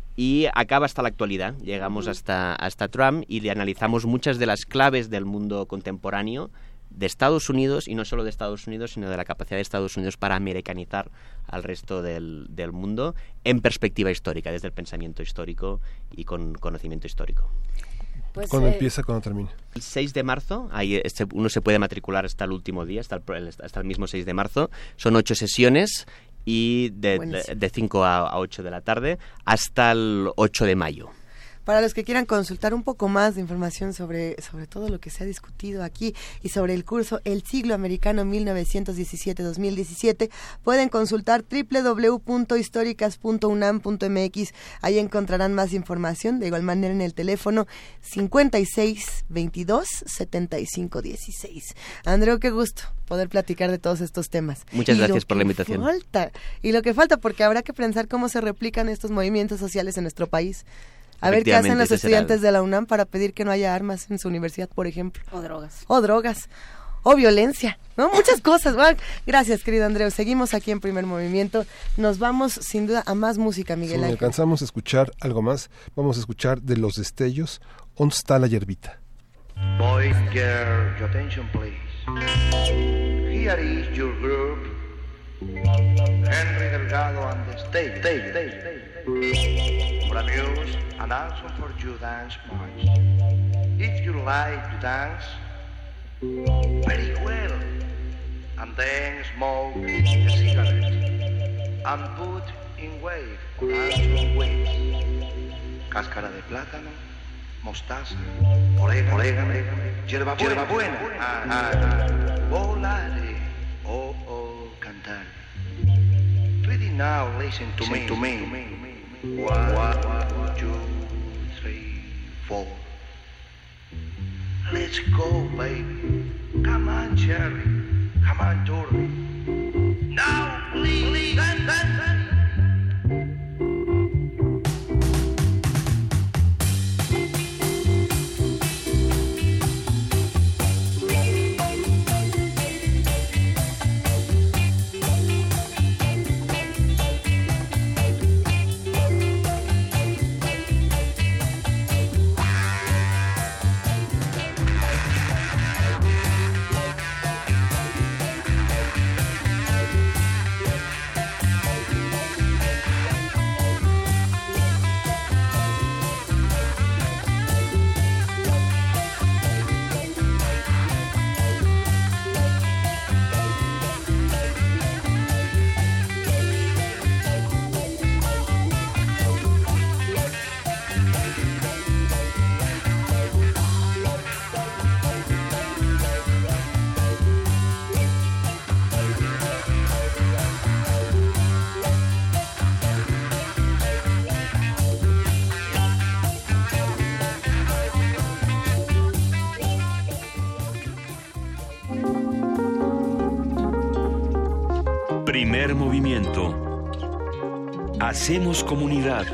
Y acaba hasta la actualidad, llegamos hasta, hasta Trump y le analizamos muchas de las claves del mundo contemporáneo de Estados Unidos, y no solo de Estados Unidos, sino de la capacidad de Estados Unidos para americanizar al resto del, del mundo en perspectiva histórica, desde el pensamiento histórico y con conocimiento histórico. Pues, ¿Cuándo eh, empieza? ¿Cuándo termina? El seis de marzo, ahí este, uno se puede matricular hasta el último día, hasta el, hasta el mismo seis de marzo. Son ocho sesiones y de, de, de cinco a ocho de la tarde hasta el ocho de mayo. Para los que quieran consultar un poco más de información sobre, sobre todo lo que se ha discutido aquí y sobre el curso El Siglo Americano mil novecientos diecisiete a dos mil diecisiete, pueden consultar doble u doble u doble u punto históricas punto unam punto m x. Ahí encontrarán más información, de igual manera en el teléfono cincuenta y seis veintidós setenta y cinco dieciséis. Andreu, qué gusto poder platicar de todos estos temas. Muchas y gracias por la invitación. Falta, y lo que falta, porque habrá que pensar cómo se replican estos movimientos sociales en nuestro país. A ver qué hacen los estudiantes de la UNAM para pedir que no haya armas en su universidad, por ejemplo. O drogas. O drogas. O violencia, ¿no? Muchas cosas. Bueno, gracias, querido Andreu. Seguimos aquí en Primer Movimiento. Nos vamos, sin duda, a más música, Miguel Si Ángel. alcanzamos a escuchar algo más, vamos a escuchar de Los Destellos, ¿Dónde está la hierbita? Boys, girls, your attention, please. Here is your group. Henry Delgado and the stage. stage, stage, stage. For amuse and also for you dance much. If you like to dance, very well. And then smoke a cigarette. And put in wave or also waves. Cáscara de plátano, mostaza, orégano, orégano, hierba buena, hierba buena. Ah, ah, ah. Volare, oh, oh, cantar. Ready now, listen to me, to me. To me. One, one, two, three, four. Let's go, baby. Come on, Cherry. Come on, Dory. Now, please, dance, dance, dance. Primer movimiento. Hacemos comunidad.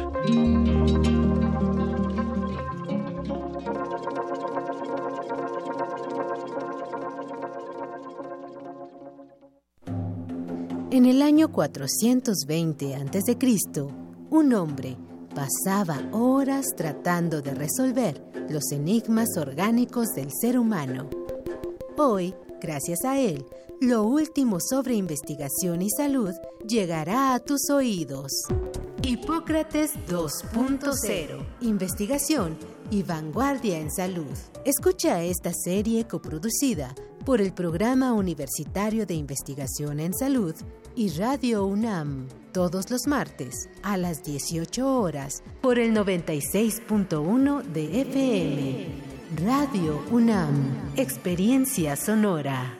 En el año cuatrocientos veinte antes de Cristo, un hombre pasaba horas tratando de resolver los enigmas orgánicos del ser humano. Hoy, gracias a él, lo último sobre investigación y salud llegará a tus oídos. Hipócrates dos punto cero. Investigación y vanguardia en salud. Escucha esta serie coproducida por el Programa Universitario de Investigación en Salud y Radio UNAM, todos los martes a las dieciocho horas por el noventa y seis punto uno de F M. Radio UNAM, experiencia sonora.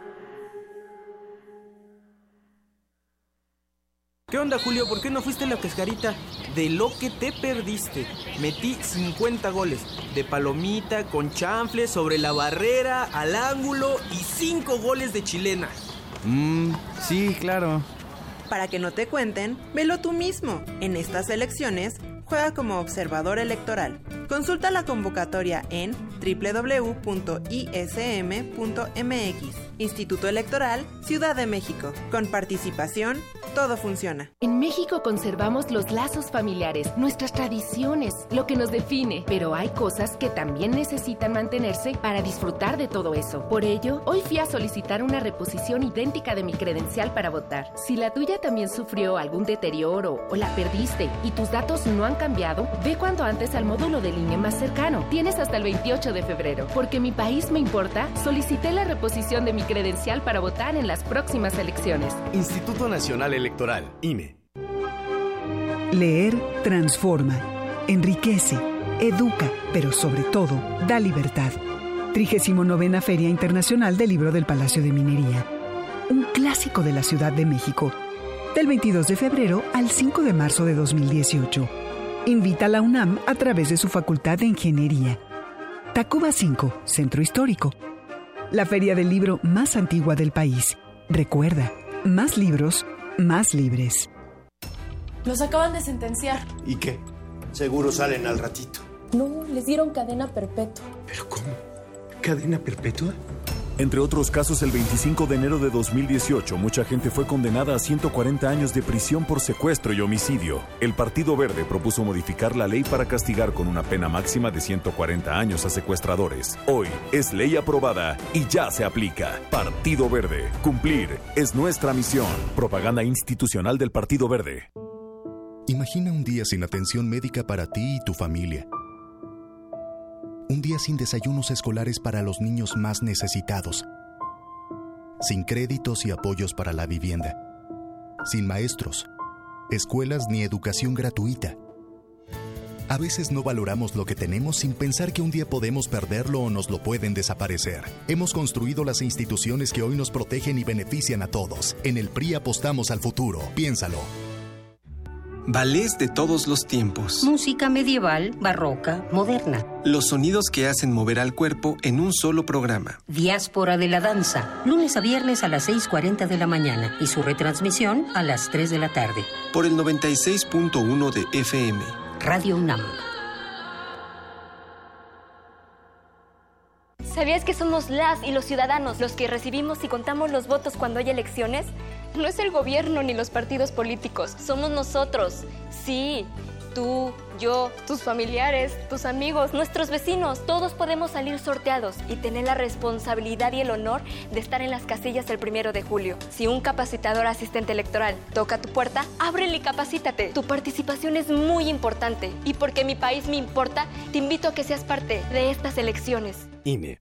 ¿Qué onda, Julio? ¿Por qué no fuiste a la cascarita? De lo que te perdiste. Metí cincuenta goles. De palomita, con chanfle, sobre la barrera, al ángulo y cinco goles de chilena. Mmm, sí, claro. Para que no te cuenten, velo tú mismo. En estas elecciones, juega como observador electoral. Consulta la convocatoria en doble u doble u doble u punto i s m punto m x. Instituto Electoral, Ciudad de México. Con participación, todo funciona. En México conservamos los lazos familiares, nuestras tradiciones, lo que nos define. Pero hay cosas que también necesitan mantenerse para disfrutar de todo eso. Por ello, hoy fui a solicitar una reposición idéntica de mi credencial para votar. Si la tuya también sufrió algún deterioro o la perdiste y tus datos no han cambiado, ve cuanto antes al módulo del I N E más cercano. Tienes hasta el veintiocho de febrero. Porque mi país me importa, solicité la reposición de mi credencial para votar en las próximas elecciones. Instituto Nacional Electoral, I N E. Leer transforma, enriquece, educa, pero sobre todo da libertad. trigésima novena Feria Internacional del Libro del Palacio de Minería. Un clásico de la Ciudad de México. Del veintidós de febrero al cinco de marzo de dos mil dieciocho. Invita a la UNAM a través de su Facultad de Ingeniería. Tacuba cinco, Centro Histórico. La feria del libro más antigua del país. Recuerda, más libros, más libres. Los acaban de sentenciar. ¿Y qué? Seguro salen al ratito. No, les dieron cadena perpetua. ¿Pero cómo? ¿Cadena perpetua? Entre otros casos, el veinticinco de enero de dos mil dieciocho, mucha gente fue condenada a ciento cuarenta años de prisión por secuestro y homicidio. El Partido Verde propuso modificar la ley para castigar con una pena máxima de ciento cuarenta años a secuestradores. Hoy es ley aprobada y ya se aplica. Partido Verde. Cumplir es nuestra misión. Propaganda institucional del Partido Verde. Imagina un día sin atención médica para ti y tu familia. Un día sin desayunos escolares para los niños más necesitados. Sin créditos y apoyos para la vivienda. Sin maestros, escuelas ni educación gratuita. A veces no valoramos lo que tenemos sin pensar que un día podemos perderlo o nos lo pueden desaparecer. Hemos construido las instituciones que hoy nos protegen y benefician a todos. En el P R I apostamos al futuro. Piénsalo. Ballets de todos los tiempos. Música medieval, barroca, moderna. Los sonidos que hacen mover al cuerpo en un solo programa. Diáspora de la danza. Lunes a viernes a las seis cuarenta de la mañana y su retransmisión a las tres de la tarde. Por el noventa y seis punto uno de F M. Radio UNAM. ¿Sabías que somos las y los ciudadanos los que recibimos y contamos los votos cuando hay elecciones? No es el gobierno ni los partidos políticos, somos nosotros. Sí, tú, yo, tus familiares, tus amigos, nuestros vecinos, todos podemos salir sorteados y tener la responsabilidad y el honor de estar en las casillas el primero de julio. Si un capacitador asistente electoral toca tu puerta, ábrele y capacítate. Tu participación es muy importante y porque mi país me importa, te invito a que seas parte de estas elecciones. I N E.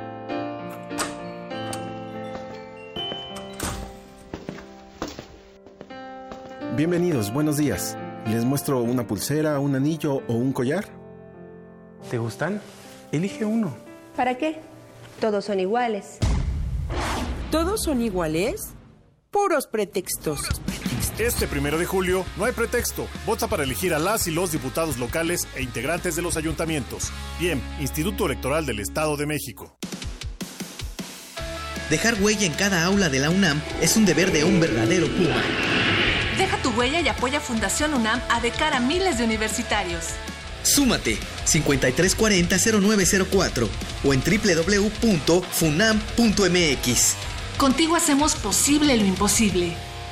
Bienvenidos, buenos días. ¿Les muestro una pulsera, un anillo o un collar? ¿Te gustan? Elige uno. ¿Para qué? Todos son iguales. ¿Todos son iguales? Puros pretextos. Este primero de julio no hay pretexto. Vota para elegir a las y los diputados locales e integrantes de los ayuntamientos. Bien, Instituto Electoral del Estado de México. Dejar huella en cada aula de la UNAM es un deber de un verdadero Puma. Deja tu huella y apoya Fundación UNAM a de cara a miles de universitarios. Súmate cincuenta y tres cuarenta cero nueve cero cuatro o en doble u doble u doble u punto funam punto m x. Contigo hacemos posible lo imposible.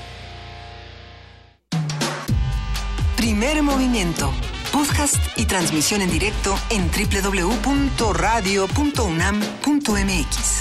Primer movimiento. Podcast y transmisión en directo en doble u doble u doble u punto radio punto unam punto m x.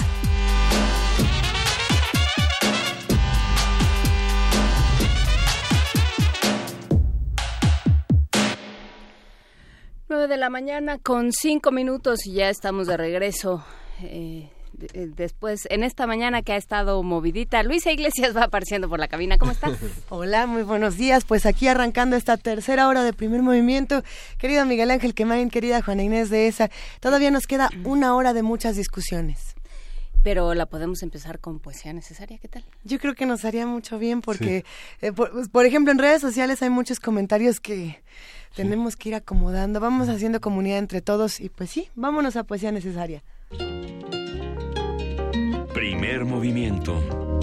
nueve de la mañana con cinco minutos y ya estamos de regreso. Eh, de, después, en esta mañana que ha estado movidita, Luisa Iglesias va apareciendo por la cabina. ¿Cómo estás? Hola, muy buenos días. Pues aquí arrancando esta tercera hora de Primer Movimiento. Querido Miguel Ángel Quemain, querida Juana Inés de Esa, todavía nos queda una hora de muchas discusiones. Pero la podemos empezar con poesía necesaria, ¿qué tal? Yo creo que nos haría mucho bien porque, sí. eh, por, por ejemplo, en redes sociales hay muchos comentarios que tenemos que ir acomodando. Vamos haciendo comunidad entre todos y pues sí, vámonos a poesía necesaria. Primer movimiento.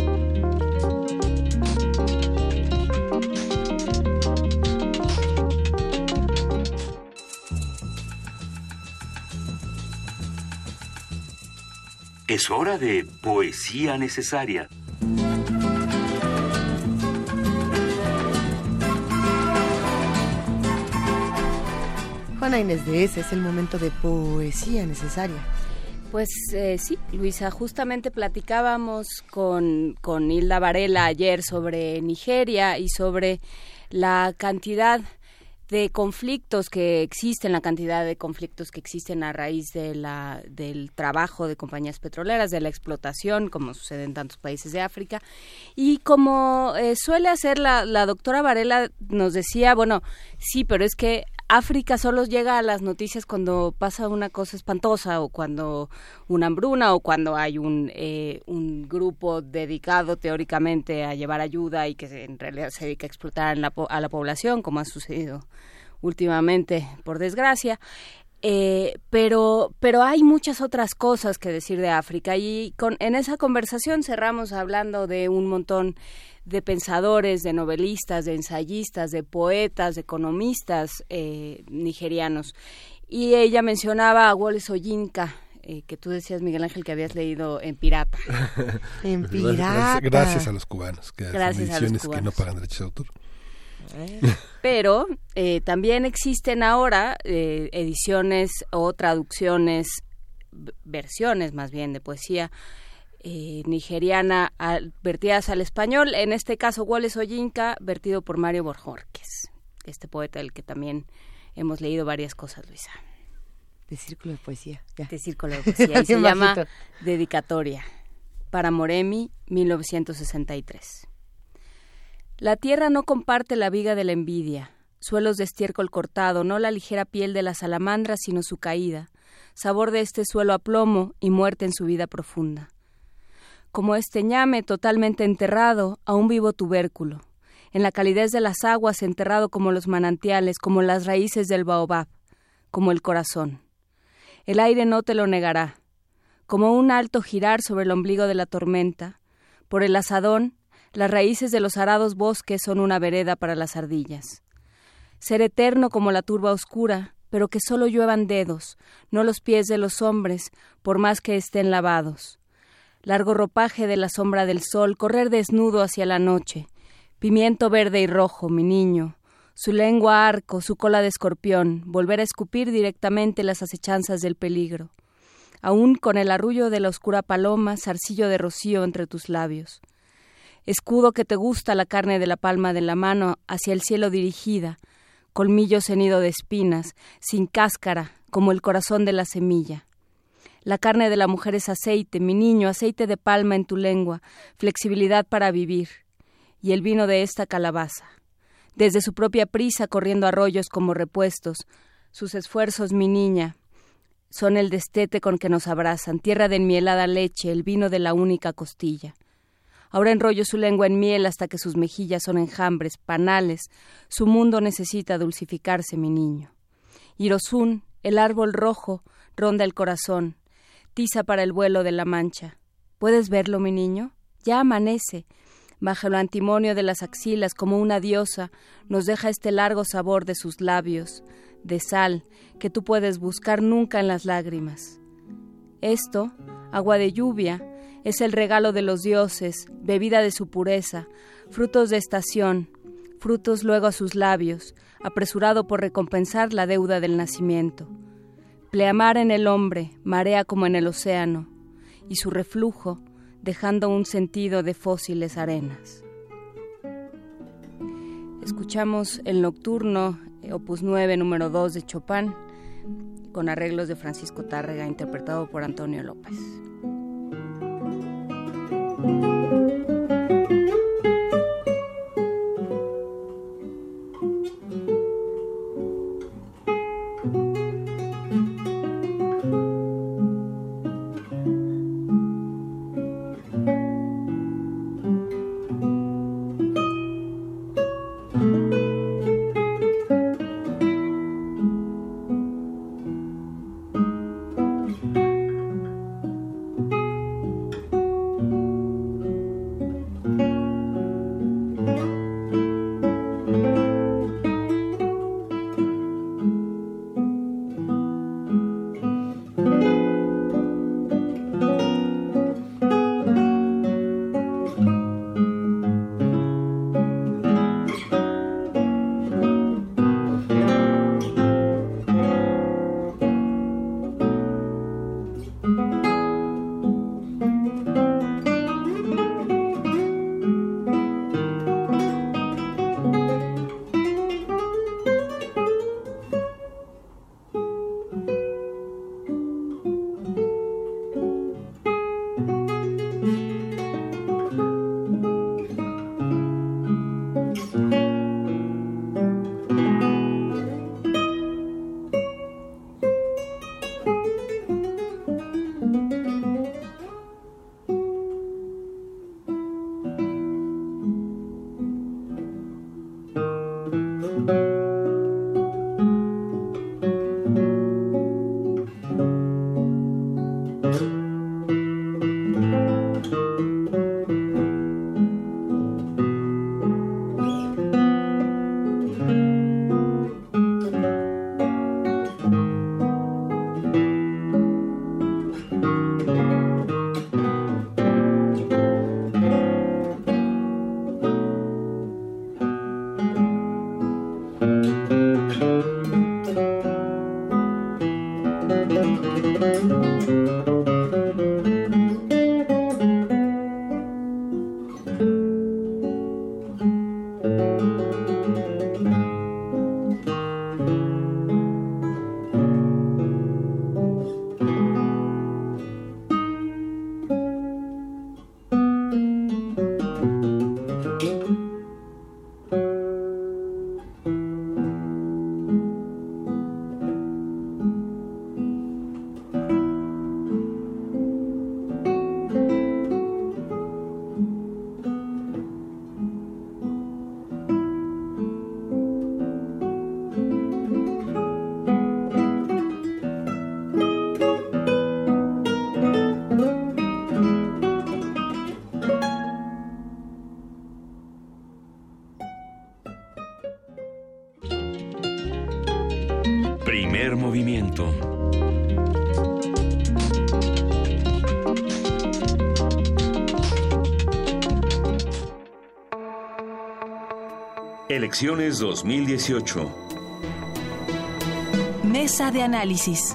Es hora de poesía necesaria. Juana Inés de Esa, es el momento de poesía necesaria. Pues eh, sí, Luisa, justamente platicábamos con, con Hilda Varela ayer sobre Nigeria y sobre la cantidad de conflictos que existen, la cantidad de conflictos que existen a raíz de la del trabajo de compañías petroleras, de la explotación, como sucede en tantos países de África. Y como eh, suele hacer la, la doctora Varela, nos decía, bueno, sí, pero es que África solo llega a las noticias cuando pasa una cosa espantosa o cuando una hambruna o cuando hay un eh, un grupo dedicado teóricamente a llevar ayuda y que en realidad se dedica a explotar en la, a la población, como ha sucedido últimamente, por desgracia. Eh, pero pero hay muchas otras cosas que decir de África y con, en esa conversación cerramos hablando de un montón de pensadores, de novelistas, de ensayistas, de poetas, de economistas eh, nigerianos. Y ella mencionaba a Wole Soyinka, eh, que tú decías, Miguel Ángel, que habías leído en pirata. En pirata. Gracias, gracias a los cubanos, que gracias hacen ediciones a los cubanos que no pagan derechos de autor. Pero eh, también existen ahora eh, ediciones o traducciones, versiones más bien de poesía eh, nigeriana al, vertidas al español. En este caso, Wole Soyinka, vertido por Mario Bojorquez, este poeta del que también hemos leído varias cosas, Luisa. De Círculo de Poesía. Ya. De Círculo de Poesía. Y se llama Dedicatoria. Para Moremi, mil novecientos sesenta y tres. La tierra no comparte la viga de la envidia, suelos de estiércol cortado, no la ligera piel de la salamandra, sino su caída, sabor de este suelo a plomo y muerte en su vida profunda. Como este ñame totalmente enterrado a un vivo tubérculo, en la calidez de las aguas enterrado como los manantiales, como las raíces del baobab, como el corazón. El aire no te lo negará, como un alto girar sobre el ombligo de la tormenta, por el asadón. Las raíces de los arados bosques son una vereda para las ardillas. Ser eterno como la turba oscura, pero que solo lluevan dedos, no los pies de los hombres, por más que estén lavados. Largo ropaje de la sombra del sol, correr desnudo hacia la noche. Pimiento verde y rojo, mi niño. Su lengua arco, su cola de escorpión, volver a escupir directamente las acechanzas del peligro. Aún con el arrullo de la oscura paloma, zarcillo de rocío entre tus labios. Escudo que te gusta la carne de la palma de la mano hacia el cielo dirigida, colmillo cenido de espinas, sin cáscara, como el corazón de la semilla. La carne de la mujer es aceite, mi niño, aceite de palma en tu lengua, flexibilidad para vivir. Y el vino de esta calabaza. Desde su propia prisa corriendo arroyos como repuestos, sus esfuerzos, mi niña, son el destete con que nos abrazan, tierra de enmielada leche, el vino de la única costilla. Ahora enrollo su lengua en miel hasta que sus mejillas son enjambres, panales. Su mundo necesita dulcificarse, mi niño. Irosún, el árbol rojo, ronda el corazón, tiza para el vuelo de la mancha. ¿Puedes verlo, mi niño? Ya amanece. Bajo el antimonio de las axilas, como una diosa, nos deja este largo sabor de sus labios, de sal, que tú puedes buscar nunca en las lágrimas. Esto, agua de lluvia, es el regalo de los dioses, bebida de su pureza, frutos de estación, frutos luego a sus labios, apresurado por recompensar la deuda del nacimiento. Pleamar en el hombre, marea como en el océano, y su reflujo, dejando un sentido de fósiles arenas. Escuchamos el Nocturno, opus nueve, número dos de Chopin, con arreglos de Francisco Tárrega, interpretado por Antonio López. Primer movimiento. Elecciones dos mil dieciocho. Mesa de análisis.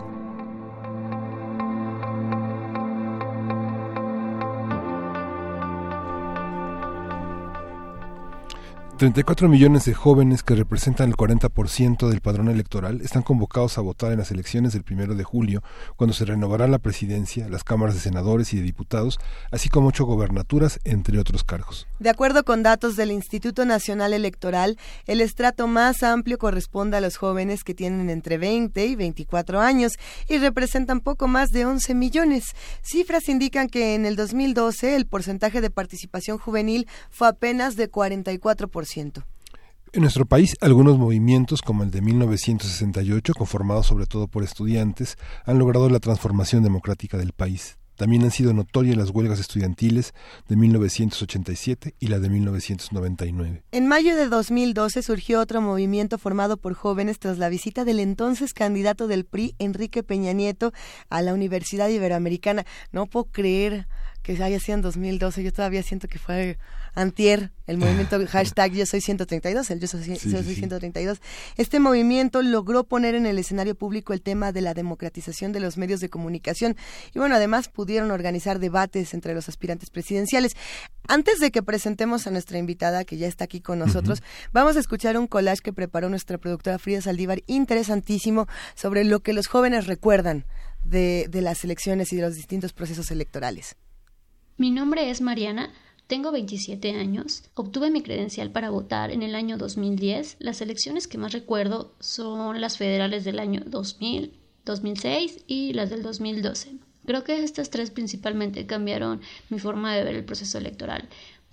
treinta y cuatro millones de jóvenes, que representan el cuarenta por ciento del padrón electoral, están convocados a votar en las elecciones del primero de julio, cuando se renovará la presidencia, las cámaras de senadores y de diputados, así como ocho gobernaturas, entre otros cargos. De acuerdo con datos del Instituto Nacional Electoral, el estrato más amplio corresponde a los jóvenes que tienen entre veinte y veinticuatro años y representan poco más de once millones. Cifras indican que en el dos mil doce el porcentaje de participación juvenil fue apenas de cuarenta y cuatro por ciento. En nuestro país, algunos movimientos, como el de mil novecientos sesenta y ocho, conformados sobre todo por estudiantes, han logrado la transformación democrática del país. También han sido notorias las huelgas estudiantiles de mil novecientos ochenta y siete y la de mil novecientos noventa y nueve. En mayo de dos mil doce surgió otro movimiento formado por jóvenes tras la visita del entonces candidato del P R I, Enrique Peña Nieto, a la Universidad Iberoamericana. No puedo creer que haya sido en dos mil doce, yo todavía siento que fue antier, el movimiento hashtag yo soy ciento treinta y dos, el yo soy, sí, soy sí, ciento treinta y dos. Este movimiento logró poner en el escenario público el tema de la democratización de los medios de comunicación y bueno, además pudieron organizar debates entre los aspirantes presidenciales. Antes de que presentemos a nuestra invitada, que ya está aquí con nosotros, uh-huh. vamos a escuchar un collage que preparó nuestra productora Frida Saldívar, interesantísimo, sobre lo que los jóvenes recuerdan de, de las elecciones y de los distintos procesos electorales. Mi nombre es Mariana, tengo veintisiete años, obtuve mi credencial para votar en el año dos mil diez. Las elecciones que más recuerdo son las federales del año dos mil, dos mil seis y las del dos mil doce. Creo que estas tres principalmente cambiaron mi forma de ver el proceso electoral,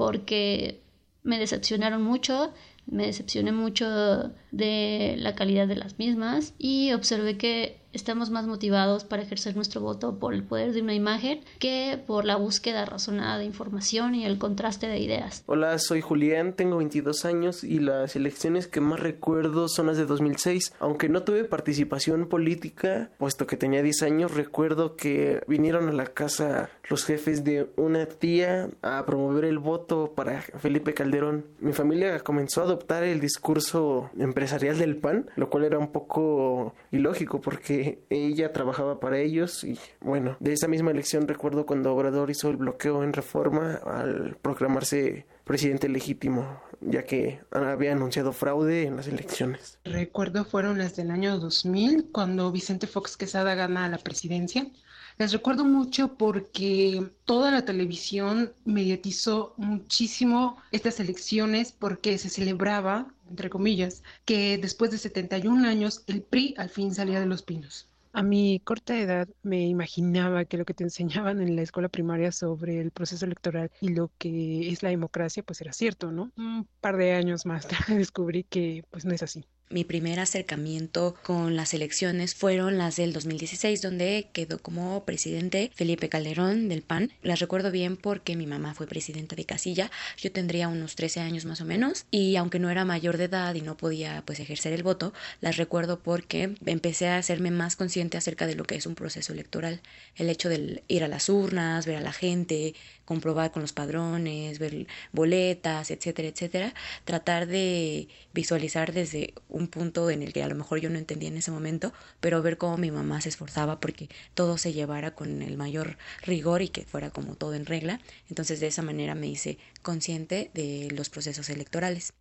porque me decepcionaron mucho, me decepcioné mucho de la calidad de las mismas y observé que estamos más motivados para ejercer nuestro voto por el poder de una imagen que por la búsqueda razonada de información y el contraste de ideas. Hola, soy Julián, tengo veintidós años y las elecciones que más recuerdo son las de dos mil seis. Aunque no tuve participación política, puesto que tenía diez años, recuerdo que vinieron a la casa los jefes de una tía a promover el voto para Felipe Calderón. Mi familia comenzó a adoptar el discurso empresarial del P A N, lo cual era un poco ilógico porque ella trabajaba para ellos y bueno, de esa misma elección recuerdo cuando Obrador hizo el bloqueo en Reforma al proclamarse presidente legítimo, ya que había anunciado fraude en las elecciones. Recuerdo fueron las del año dos mil, cuando Vicente Fox Quesada gana la presidencia. Las recuerdo mucho porque toda la televisión mediatizó muchísimo estas elecciones porque se celebraba, entre comillas, que después de setenta y un años el P R I al fin salía de los pinos. A mi corta edad me imaginaba que lo que te enseñaban en la escuela primaria sobre el proceso electoral y lo que es la democracia pues era cierto, ¿no? Un par de años más tarde descubrí que pues no es así. Mi primer acercamiento con las elecciones fueron las del dos mil dieciséis, donde quedó como presidente Felipe Calderón del P A N. Las recuerdo bien porque mi mamá fue presidenta de casilla, yo tendría unos trece años más o menos, y aunque no era mayor de edad y no podía pues ejercer el voto, las recuerdo porque empecé a hacerme más consciente acerca de lo que es un proceso electoral. El hecho de ir a las urnas, ver a la gente, comprobar con los padrones, ver boletas, etcétera, etcétera, tratar de visualizar desde un punto en el que a lo mejor yo no entendía en ese momento, pero ver cómo mi mamá se esforzaba porque todo se llevara con el mayor rigor y que fuera como todo en regla. Entonces de esa manera me hice consciente de los procesos electorales.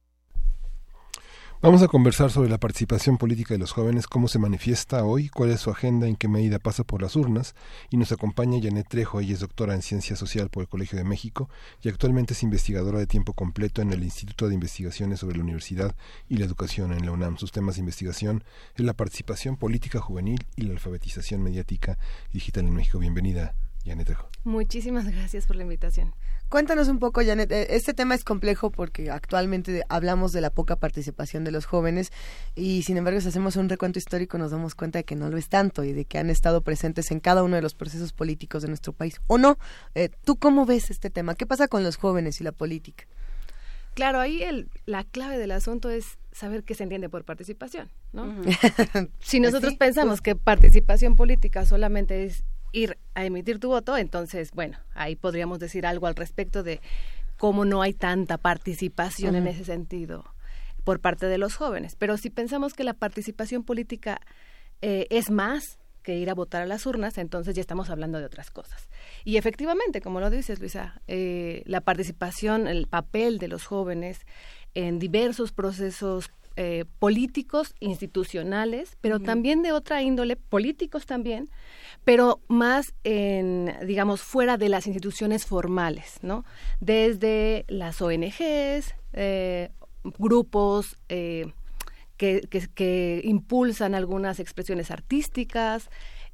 Vamos a conversar sobre la participación política de los jóvenes, cómo se manifiesta hoy, cuál es su agenda, en qué medida pasa por las urnas, y nos acompaña Janet Trejo. Ella es doctora en Ciencia Social por el Colegio de México y actualmente es investigadora de tiempo completo en el Instituto de Investigaciones sobre la Universidad y la Educación en la UNAM. Sus temas de investigación es la participación política juvenil y la alfabetización mediática y digital en México. Bienvenida, Janet Trejo. Muchísimas gracias por la invitación. Cuéntanos un poco, Janet, este tema es complejo porque actualmente hablamos de la poca participación de los jóvenes y sin embargo si hacemos un recuento histórico nos damos cuenta de que no lo es tanto y de que han estado presentes en cada uno de los procesos políticos de nuestro país. ¿O no? Eh, ¿Tú cómo ves este tema? ¿Qué pasa con los jóvenes y la política? Claro, ahí el, la clave del asunto es saber qué se entiende por participación, ¿no? Uh-huh. Si nosotros ¿Sí? pensamos uh-huh. que participación política solamente es ir a emitir tu voto, entonces, bueno, ahí podríamos decir algo al respecto de cómo no hay tanta participación uh-huh. en ese sentido por parte de los jóvenes. Pero si pensamos que la participación política eh, es más que ir a votar a las urnas, entonces ya estamos hablando de otras cosas. Y efectivamente, como lo dices, Luisa, eh, la participación, el papel de los jóvenes en diversos procesos eh, políticos, institucionales, pero uh-huh. también de otra índole, políticos también, pero más en, digamos, fuera de las instituciones formales, ¿no? Desde las O N Ges, eh, grupos eh, que, que, que impulsan algunas expresiones artísticas,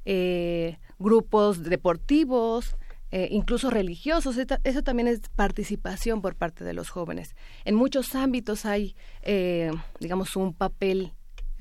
eh, grupos deportivos, eh, incluso religiosos. Eso también es participación por parte de los jóvenes. En muchos ámbitos hay, eh, digamos, un papel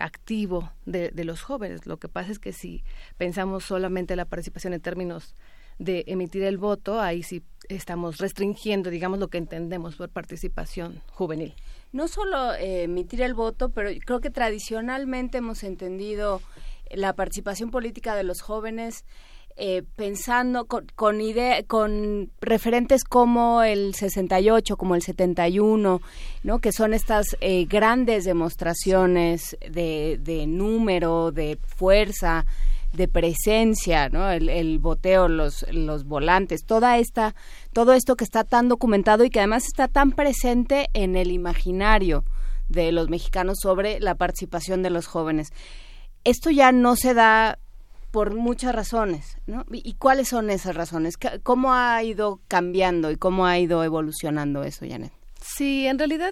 activo de, de los jóvenes. Lo que pasa es que si pensamos solamente la participación en términos de emitir el voto, ahí sí estamos restringiendo, digamos, lo que entendemos por participación juvenil. No solo eh, emitir el voto, pero creo que tradicionalmente hemos entendido la participación política de los jóvenes eh, pensando con, con, idea, con referentes como el sesenta y ocho, como el setenta y uno, ¿no? Que son estas eh, grandes demostraciones de, de número, de fuerza, de presencia, ¿no? El, el voteo, los, los volantes, toda esta, todo esto que está tan documentado y que además está tan presente en el imaginario de los mexicanos sobre la participación de los jóvenes. Esto ya no se da por muchas razones, ¿no? ¿Y cuáles son esas razones? ¿Cómo ha ido cambiando y cómo ha ido evolucionando eso, Janet? Sí, en realidad,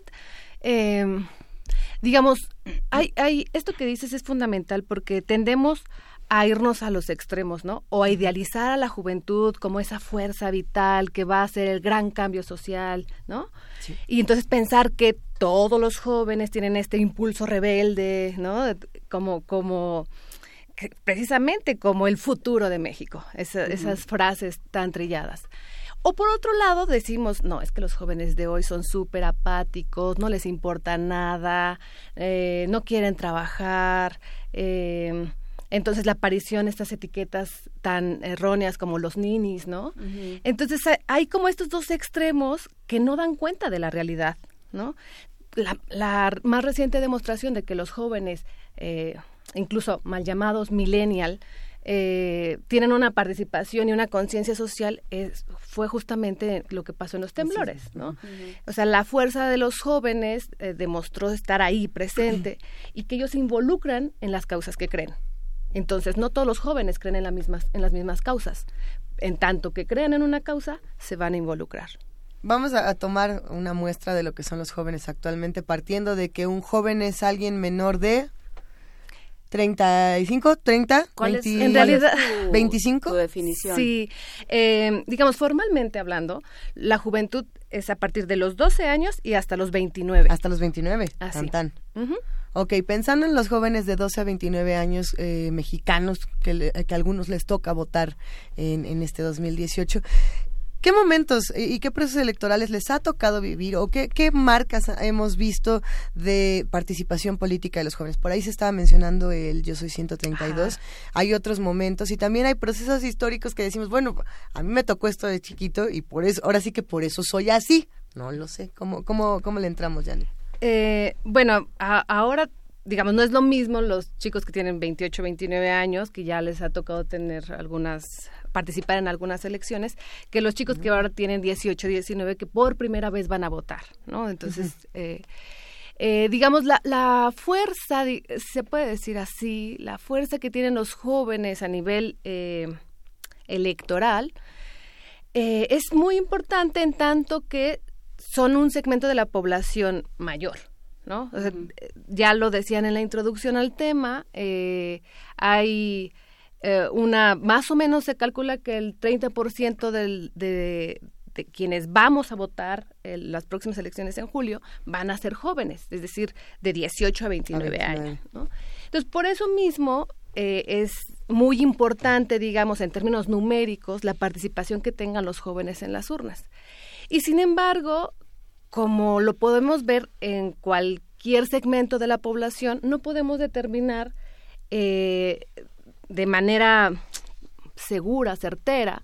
eh, digamos, hay, hay, esto que dices es fundamental porque tendemos a irnos a los extremos, ¿no? O a idealizar a la juventud como esa fuerza vital que va a hacer el gran cambio social, ¿no? Sí. Y entonces pensar que todos los jóvenes tienen este impulso rebelde, ¿no? Como, como, precisamente como el futuro de México, esa, uh-huh. esas frases tan trilladas. O por otro lado decimos, no, es que los jóvenes de hoy son súper apáticos, no les importa nada, eh, no quieren trabajar, eh, entonces la aparición de estas etiquetas tan erróneas como los ninis, ¿no? Uh-huh. Entonces hay como estos dos extremos que no dan cuenta de la realidad, ¿no? La, la más reciente demostración de que los jóvenes, eh, incluso mal llamados millennial, eh, tienen una participación y una conciencia social es, fue justamente lo que pasó en los temblores, ¿no? Uh-huh. O sea, la fuerza de los jóvenes eh, demostró estar ahí presente uh-huh. y que ellos se involucran en las causas que creen. Entonces, no todos los jóvenes creen en, la mismas, en las mismas causas. En tanto que crean en una causa, se van a involucrar. Vamos a, a tomar una muestra de lo que son los jóvenes actualmente, partiendo de que un joven es alguien menor de treinta y cinco, treinta, ¿Cuál veinte, es, en realidad, tu, veinticinco? Tu definición. Sí, eh, digamos, formalmente hablando, la juventud es a partir de los doce años y hasta los veintinueve. Hasta los veintinueve, así. Tan, tan. Uh-huh. Ok, pensando en los jóvenes de doce a veintinueve años eh, mexicanos, que, le, que a algunos les toca votar en, en este dos mil dieciocho, ¿qué momentos y qué procesos electorales les ha tocado vivir o qué, qué marcas hemos visto de participación política de los jóvenes? Por ahí se estaba mencionando el Yo Soy ciento treinta y dos, ah. hay otros momentos y también hay procesos históricos que decimos, bueno, a mí me tocó esto de chiquito y por eso, ahora sí que por eso soy así. No lo sé, ¿cómo, cómo, cómo le entramos, Janet? Eh, bueno, a, ahora, digamos, no es lo mismo los chicos que tienen veintiocho, veintinueve años, que ya les ha tocado tener algunas, participar en algunas elecciones, que los chicos uh-huh. que ahora tienen dieciocho, diecinueve, que por primera vez van a votar, ¿no? Entonces, uh-huh. eh, eh, digamos, la, la fuerza, se puede decir así, la fuerza que tienen los jóvenes a nivel eh, electoral eh, es muy importante en tanto que son un segmento de la población mayor, ¿no? O sea, uh-huh. ya lo decían en la introducción al tema, eh, hay eh, una, más o menos se calcula que el treinta por ciento del, de, de quienes vamos a votar en las próximas elecciones en julio van a ser jóvenes, es decir, de dieciocho a veintinueve años, ¿no? Entonces, por eso mismo eh, es muy importante, digamos, en términos numéricos, la participación que tengan los jóvenes en las urnas. Y sin embargo, como lo podemos ver en cualquier segmento de la población, no podemos determinar eh, de manera segura, certera,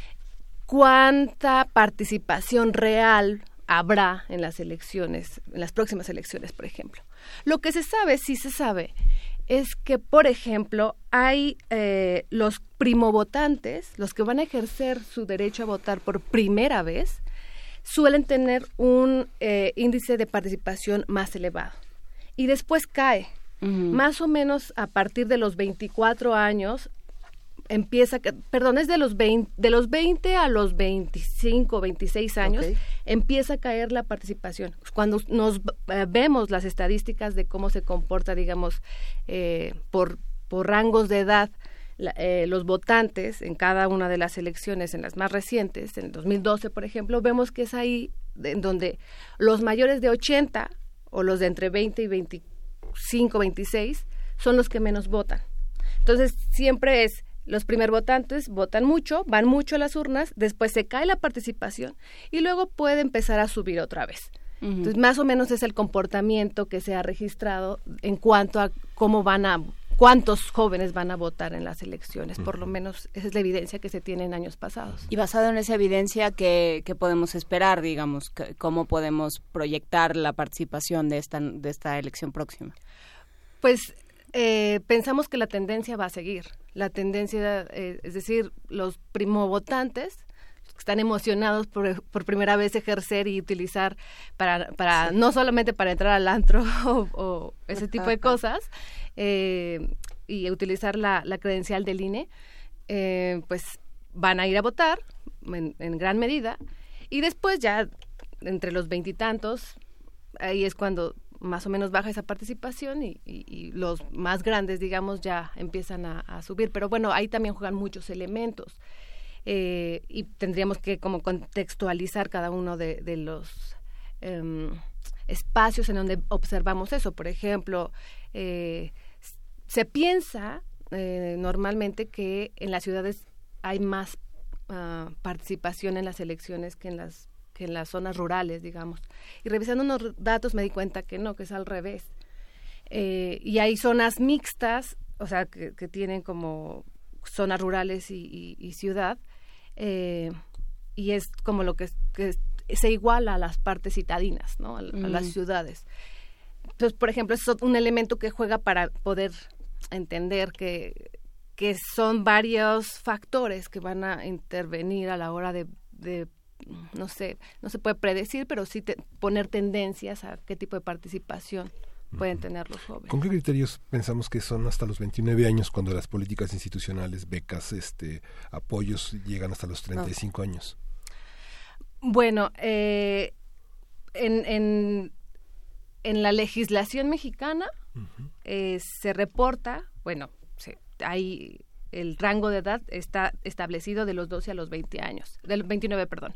cuánta participación real habrá en las elecciones, en las próximas elecciones, por ejemplo. Lo que se sabe, sí se sabe, es que, por ejemplo, hay eh, los primovotantes, los que van a ejercer su derecho a votar por primera vez, suelen tener un eh, índice de participación más elevado. Y después cae. Uh-huh. Más o menos a partir de los veinticuatro años, empieza, perdón, es de los veinte, de los veinte a los veinticinco, veintiséis años, okay. empieza a caer la participación. Cuando nos eh, vemos las estadísticas de cómo se comporta, digamos, eh, por, por rangos de edad, La, eh, los votantes en cada una de las elecciones, en las más recientes, en el dos mil doce, por ejemplo, vemos que es ahí de, en donde los mayores de ochenta o los de entre veinte y veinticinco, veintiséis son los que menos votan. Entonces, siempre es Los primer votantes votan mucho, van mucho a las urnas, después se cae la participación y luego puede empezar a subir otra vez. Uh-huh. Entonces, más o menos es el comportamiento que se ha registrado en cuanto a cómo van a, cuántos jóvenes van a votar en las elecciones. Uh-huh. Por lo menos esa es la evidencia que se tiene en años pasados. Y basado en esa evidencia, ¿qué, qué podemos esperar, digamos? ¿Cómo podemos proyectar la participación de esta, de esta elección próxima? Pues eh, pensamos que la tendencia va a seguir. La tendencia, eh, es decir, los primovotantes están emocionados por, por primera vez ejercer y utilizar para, para sí. no solamente para entrar al antro o, o ese tipo de cosas, eh, y utilizar la, la credencial del I N E, eh, pues van a ir a votar en, en gran medida, y después ya entre los veintitantos, ahí es cuando más o menos baja esa participación y, y, y los más grandes, digamos, ya empiezan a, a subir. Pero bueno, ahí también juegan muchos elementos eh, y tendríamos que como contextualizar cada uno de, de los eh, espacios en donde observamos eso. Por ejemplo, eh, se piensa eh, normalmente que en las ciudades hay más uh, participación en las elecciones que en las que en las zonas rurales, digamos. Y revisando unos datos me di cuenta que no, que es al revés. Eh, y hay zonas mixtas, o sea, que, que tienen como zonas rurales y, y, y ciudad, eh, y es como lo que, que se iguala a las partes citadinas, ¿no? A, mm. a las ciudades. Entonces, por ejemplo, es un elemento que juega para poder entender que, que son varios factores que van a intervenir a la hora de, de no sé, no se puede predecir, pero sí te, poner tendencias a qué tipo de participación pueden tener los jóvenes. ¿Con qué criterios pensamos que son hasta los veintinueve años cuando las políticas institucionales, becas, este, apoyos llegan hasta los treinta y cinco no. años? Bueno, eh, en, en, en la legislación mexicana uh-huh. eh, se reporta, bueno, se, hay... el rango de edad está establecido de los doce a los veinte años, del veintinueve, perdón.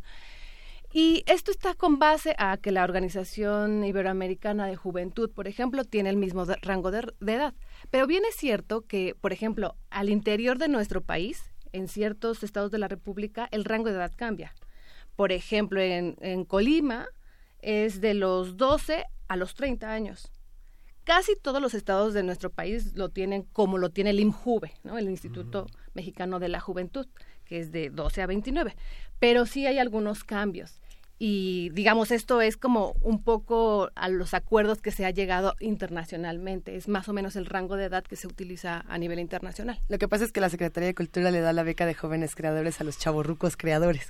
Y esto está con base a que la Organización Iberoamericana de Juventud, por ejemplo, tiene el mismo de, rango de, de edad. Pero bien es cierto que, por ejemplo, al interior de nuestro país, en ciertos estados de la República, el rango de edad cambia. Por ejemplo, en, en Colima es de los doce a los treinta años. Casi todos los estados de nuestro país lo tienen como lo tiene el IMJUVE, ¿no? El Instituto uh-huh. Mexicano de la Juventud, que es de doce a veintinueve. Pero sí hay algunos cambios. Y, digamos, esto es como un poco a los acuerdos que se ha llegado internacionalmente. Es más o menos el rango de edad que se utiliza a nivel internacional. Lo que pasa es que la Secretaría de Cultura le da la beca de jóvenes creadores a los chavorrucos creadores.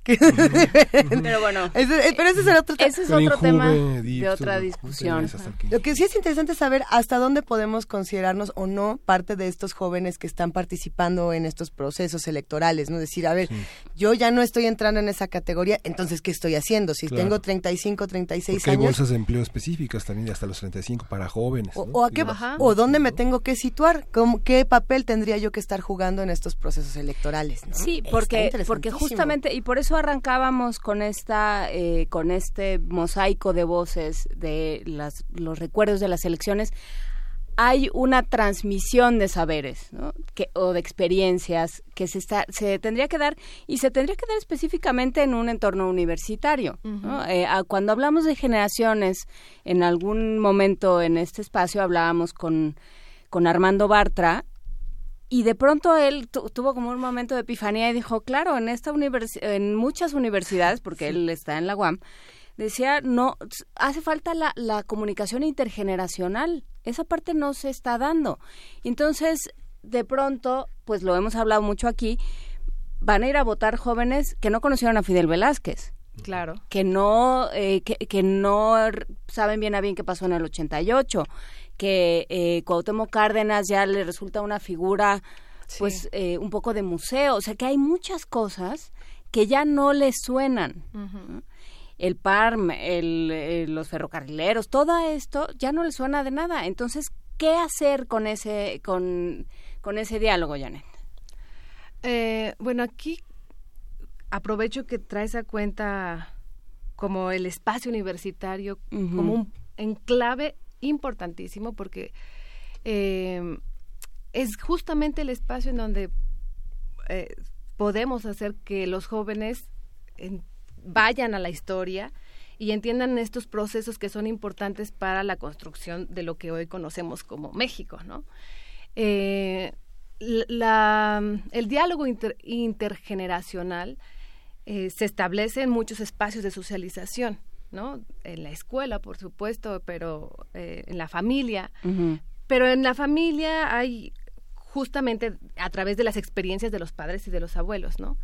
Pero bueno, es, es, pero ese es otro, ese es otro tema de otra discusión. Lo que sí es interesante es saber hasta dónde podemos considerarnos o no parte de estos jóvenes que están participando en estos procesos electorales, ¿no? Decir, a ver, sí. yo ya no estoy entrando en esa categoría, entonces, ¿qué estoy haciendo? Si claro. tengo treinta y cinco, treinta y seis Porque años. Hay bolsas de empleo específicas también hasta los treinta y cinco para jóvenes. O, ¿no? o, a qué, o dónde me tengo que situar, ¿Cómo, qué papel tendría yo que estar jugando en estos procesos electorales, ¿no? Sí, porque porque justamente, y por eso arrancábamos con esta eh, con este mosaico de voces de las los recuerdos de las elecciones. Hay una transmisión de saberes, ¿no? que, o de experiencias que se está, se tendría que dar y se tendría que dar específicamente en un entorno universitario. Uh-huh. ¿no? Eh, a, cuando hablamos de generaciones, en algún momento en este espacio hablábamos con, con Armando Bartra y de pronto él tu, tuvo como un momento de epifanía y dijo, claro, en esta universi- en muchas universidades, porque sí. él está en la U A M, decía, no, hace falta la, la comunicación intergeneracional. Esa parte no se está dando. Entonces, de pronto, pues lo hemos hablado mucho aquí, van a ir a votar jóvenes que no conocieron a Fidel Velázquez. Claro. Que no, eh, que, que no saben bien a bien qué pasó en el ochenta y ocho, que eh, Cuauhtémoc Cárdenas ya le resulta una figura, sí. pues, eh, un poco de museo. O sea, que hay muchas cosas que ya no les suenan. Uh-huh. ¿no? El P A R M, el, el, los ferrocarrileros, todo esto ya no le suena de nada. Entonces, ¿qué hacer con ese con, con ese diálogo, Janet? Eh, bueno, aquí aprovecho que traes a cuenta como el espacio universitario uh-huh. como un enclave importantísimo porque eh, es justamente el espacio en donde eh, podemos hacer que los jóvenes en, vayan a la historia y entiendan estos procesos que son importantes para la construcción de lo que hoy conocemos como México, ¿no? Eh, la, el diálogo inter, intergeneracional eh, se establece en muchos espacios de socialización, ¿no? En la escuela, por supuesto, pero eh, en la familia. Uh-huh. Pero en la familia hay justamente a través de las experiencias de los padres y de los abuelos, ¿no?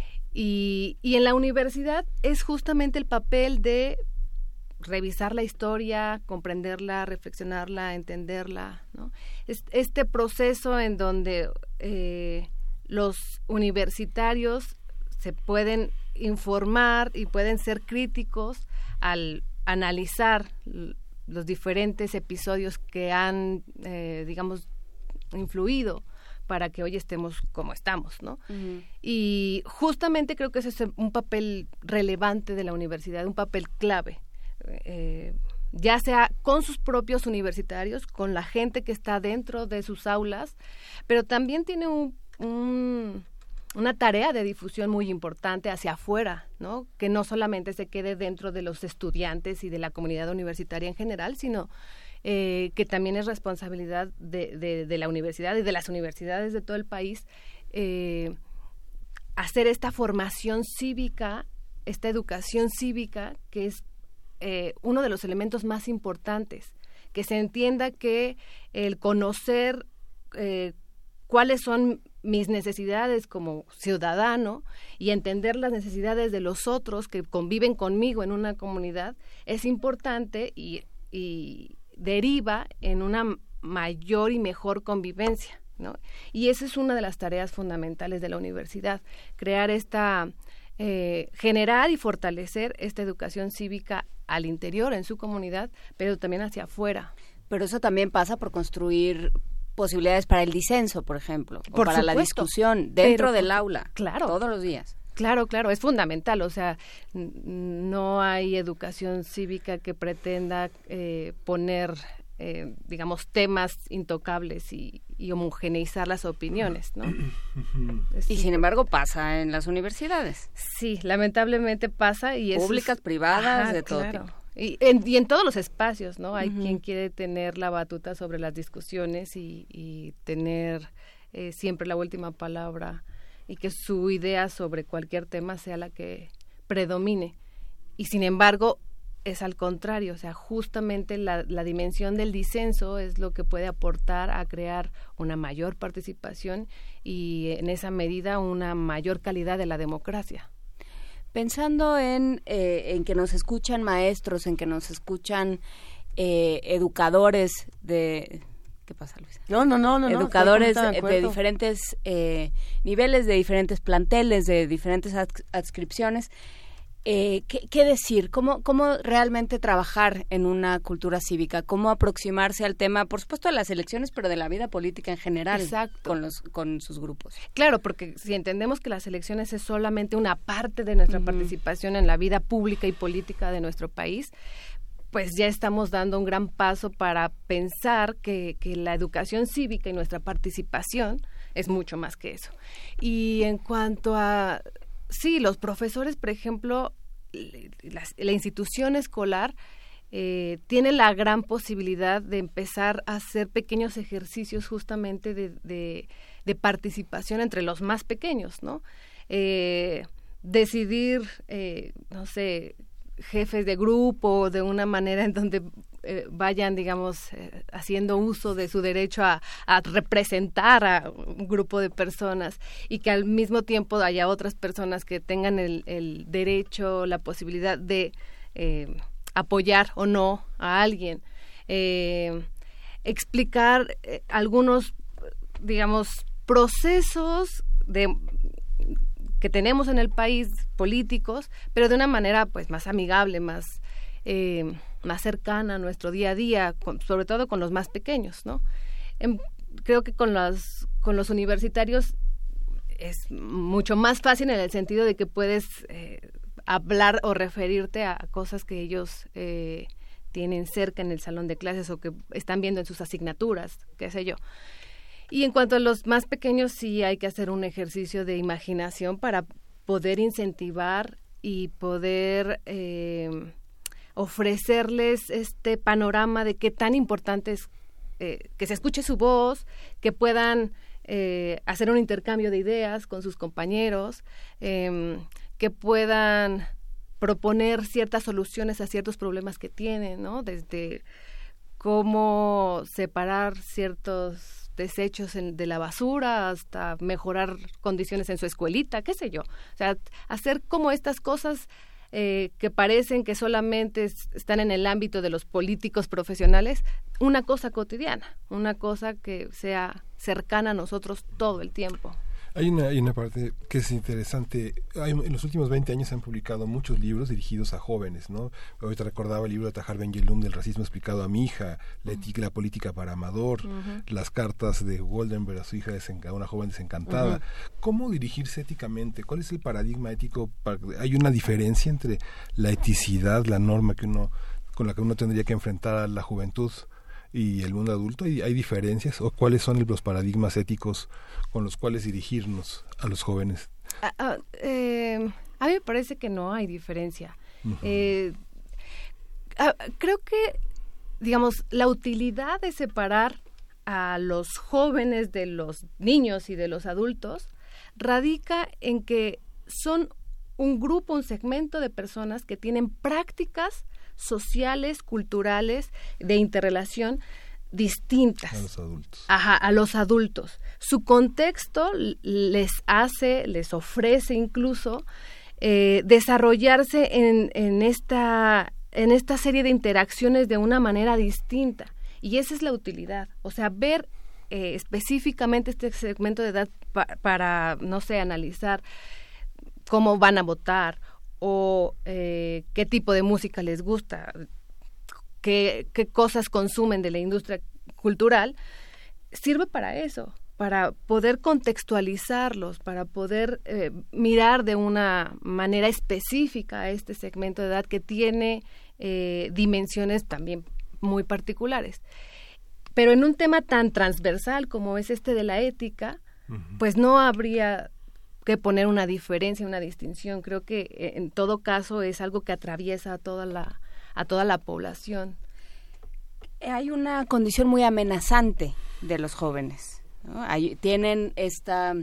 Y, y en la universidad es justamente el papel de revisar la historia, comprenderla, reflexionarla, entenderla, ¿no? Es, este proceso en donde eh, los universitarios se pueden informar y pueden ser críticos al analizar los diferentes episodios que han, eh, digamos, influido para que hoy estemos como estamos, ¿no? Uh-huh. Y justamente creo que ese es un papel relevante de la universidad, un papel clave, eh, ya sea con sus propios universitarios, con la gente que está dentro de sus aulas, pero también tiene un, un, una tarea de difusión muy importante hacia afuera, ¿no? Que no solamente se quede dentro de los estudiantes y de la comunidad universitaria en general, sino Eh, que también es responsabilidad de, de, de la universidad y de las universidades de todo el país eh, hacer esta formación cívica, esta educación cívica, que es eh, uno de los elementos más importantes, que se entienda que el conocer eh, cuáles son mis necesidades como ciudadano y entender las necesidades de los otros que conviven conmigo en una comunidad es importante y, y deriva en una mayor y mejor convivencia, ¿no? Y esa es una de las tareas fundamentales de la universidad, crear esta, eh, generar y fortalecer esta educación cívica al interior, en su comunidad, pero también hacia afuera. Pero eso también pasa por construir posibilidades para el disenso, por ejemplo, o por para supuesto, la discusión dentro pero, del aula, claro, todos los días. Claro, claro, es fundamental, o sea, n- no hay educación cívica que pretenda eh, poner, eh, digamos, temas intocables y, y homogeneizar las opiniones, ¿no? Es y sin embargo pasa en las universidades. Sí, lamentablemente pasa y es públicas, privadas, ajá, de todo claro. tipo. Y en, y en todos los espacios, ¿no? Hay Uh-huh. quien quiere tener la batuta sobre las discusiones y, y tener eh, siempre la última palabra y que su idea sobre cualquier tema sea la que predomine. Y sin embargo, es al contrario, o sea, justamente la, la dimensión del disenso es lo que puede aportar a crear una mayor participación y en esa medida una mayor calidad de la democracia. Pensando en, eh, en que nos escuchan maestros, en que nos escuchan eh, educadores de... ¿Qué pasa, Luisa? No, no, no, no. Educadores no, de, de diferentes eh, niveles, de diferentes planteles, de diferentes ads- adscripciones. Eh, ¿qué, ¿Qué decir? ¿Cómo, ¿Cómo realmente trabajar en una cultura cívica? ¿Cómo aproximarse al tema, por supuesto, de las elecciones, pero de la vida política en general? Exacto. Con, los, con sus grupos. Claro, porque si entendemos que las elecciones es solamente una parte de nuestra uh-huh. participación en la vida pública y política de nuestro país, pues ya estamos dando un gran paso para pensar que, que la educación cívica y nuestra participación es mucho más que eso. Y en cuanto a, sí, los profesores, por ejemplo, la, la institución escolar eh, tiene la gran posibilidad de empezar a hacer pequeños ejercicios justamente de, de, de participación entre los más pequeños, ¿no? Eh, decidir, eh, no sé, jefes de grupo de una manera en donde eh, vayan, digamos, eh, haciendo uso de su derecho a, a representar a un grupo de personas y que al mismo tiempo haya otras personas que tengan el, el derecho, la posibilidad de eh, apoyar o no a alguien. Eh, explicar eh, algunos, digamos, procesos de que tenemos en el país políticos, pero de una manera pues más amigable, más eh, más cercana a nuestro día a día, con, sobre todo con los más pequeños, ¿no? En, creo que con los con los universitarios es mucho más fácil en el sentido de que puedes eh, hablar o referirte a cosas que ellos eh, tienen cerca en el salón de clases o que están viendo en sus asignaturas, qué sé yo. Y en cuanto a los más pequeños, sí hay que hacer un ejercicio de imaginación para poder incentivar y poder eh, ofrecerles este panorama de qué tan importante es eh, que se escuche su voz, que puedan eh, hacer un intercambio de ideas con sus compañeros, eh, que puedan proponer ciertas soluciones a ciertos problemas que tienen, ¿no? Desde cómo separar ciertos desechos en, de la basura hasta mejorar condiciones en su escuelita, qué sé yo. O sea, hacer como estas cosas eh, que parecen que solamente es, están en el ámbito de los políticos profesionales, una cosa cotidiana, una cosa que sea cercana a nosotros todo el tiempo. Hay una, hay una parte que es interesante. Hay, en los últimos veinte años se han publicado muchos libros dirigidos a jóvenes, ¿no? Ahorita recordaba el libro de Tahar Ben-Yelloum del racismo explicado a mi hija, la, etica, la política para Amador, uh-huh. las cartas de Goldenberg a su hija, desenc- una joven desencantada. Uh-huh. ¿Cómo dirigirse éticamente? ¿Cuál es el paradigma ético? ¿Hay una diferencia entre la eticidad, la norma que uno con la que uno tendría que enfrentar a la juventud y el mundo adulto? ¿Hay, hay diferencias? ¿O cuáles son los paradigmas éticos con los cuales dirigirnos a los jóvenes? Uh, uh, eh, a mí me parece que no hay diferencia. Uh-huh. Eh, uh, creo que, digamos, la utilidad de separar a los jóvenes de los niños y de los adultos radica en que son un grupo, un segmento de personas que tienen prácticas sociales, culturales, de interrelación distintas. A los adultos. Ajá, a los adultos. Su contexto les hace, les ofrece incluso eh, desarrollarse en, en, esta, en esta serie de interacciones de una manera distinta. Y esa es la utilidad. O sea, ver eh, específicamente este segmento de edad pa- para, no sé, analizar cómo van a votar o eh, qué tipo de música les gusta, qué, qué cosas consumen de la industria cultural, sirve para eso, para poder contextualizarlos, para poder eh, mirar de una manera específica a este segmento de edad que tiene eh, dimensiones también muy particulares. Pero en un tema tan transversal como es este de la ética, uh-huh. pues no habría que poner una diferencia, una distinción. Creo que en todo caso es algo que atraviesa a toda la, a toda la población. Hay una condición muy amenazante de los jóvenes, ¿no? Hay, tienen esta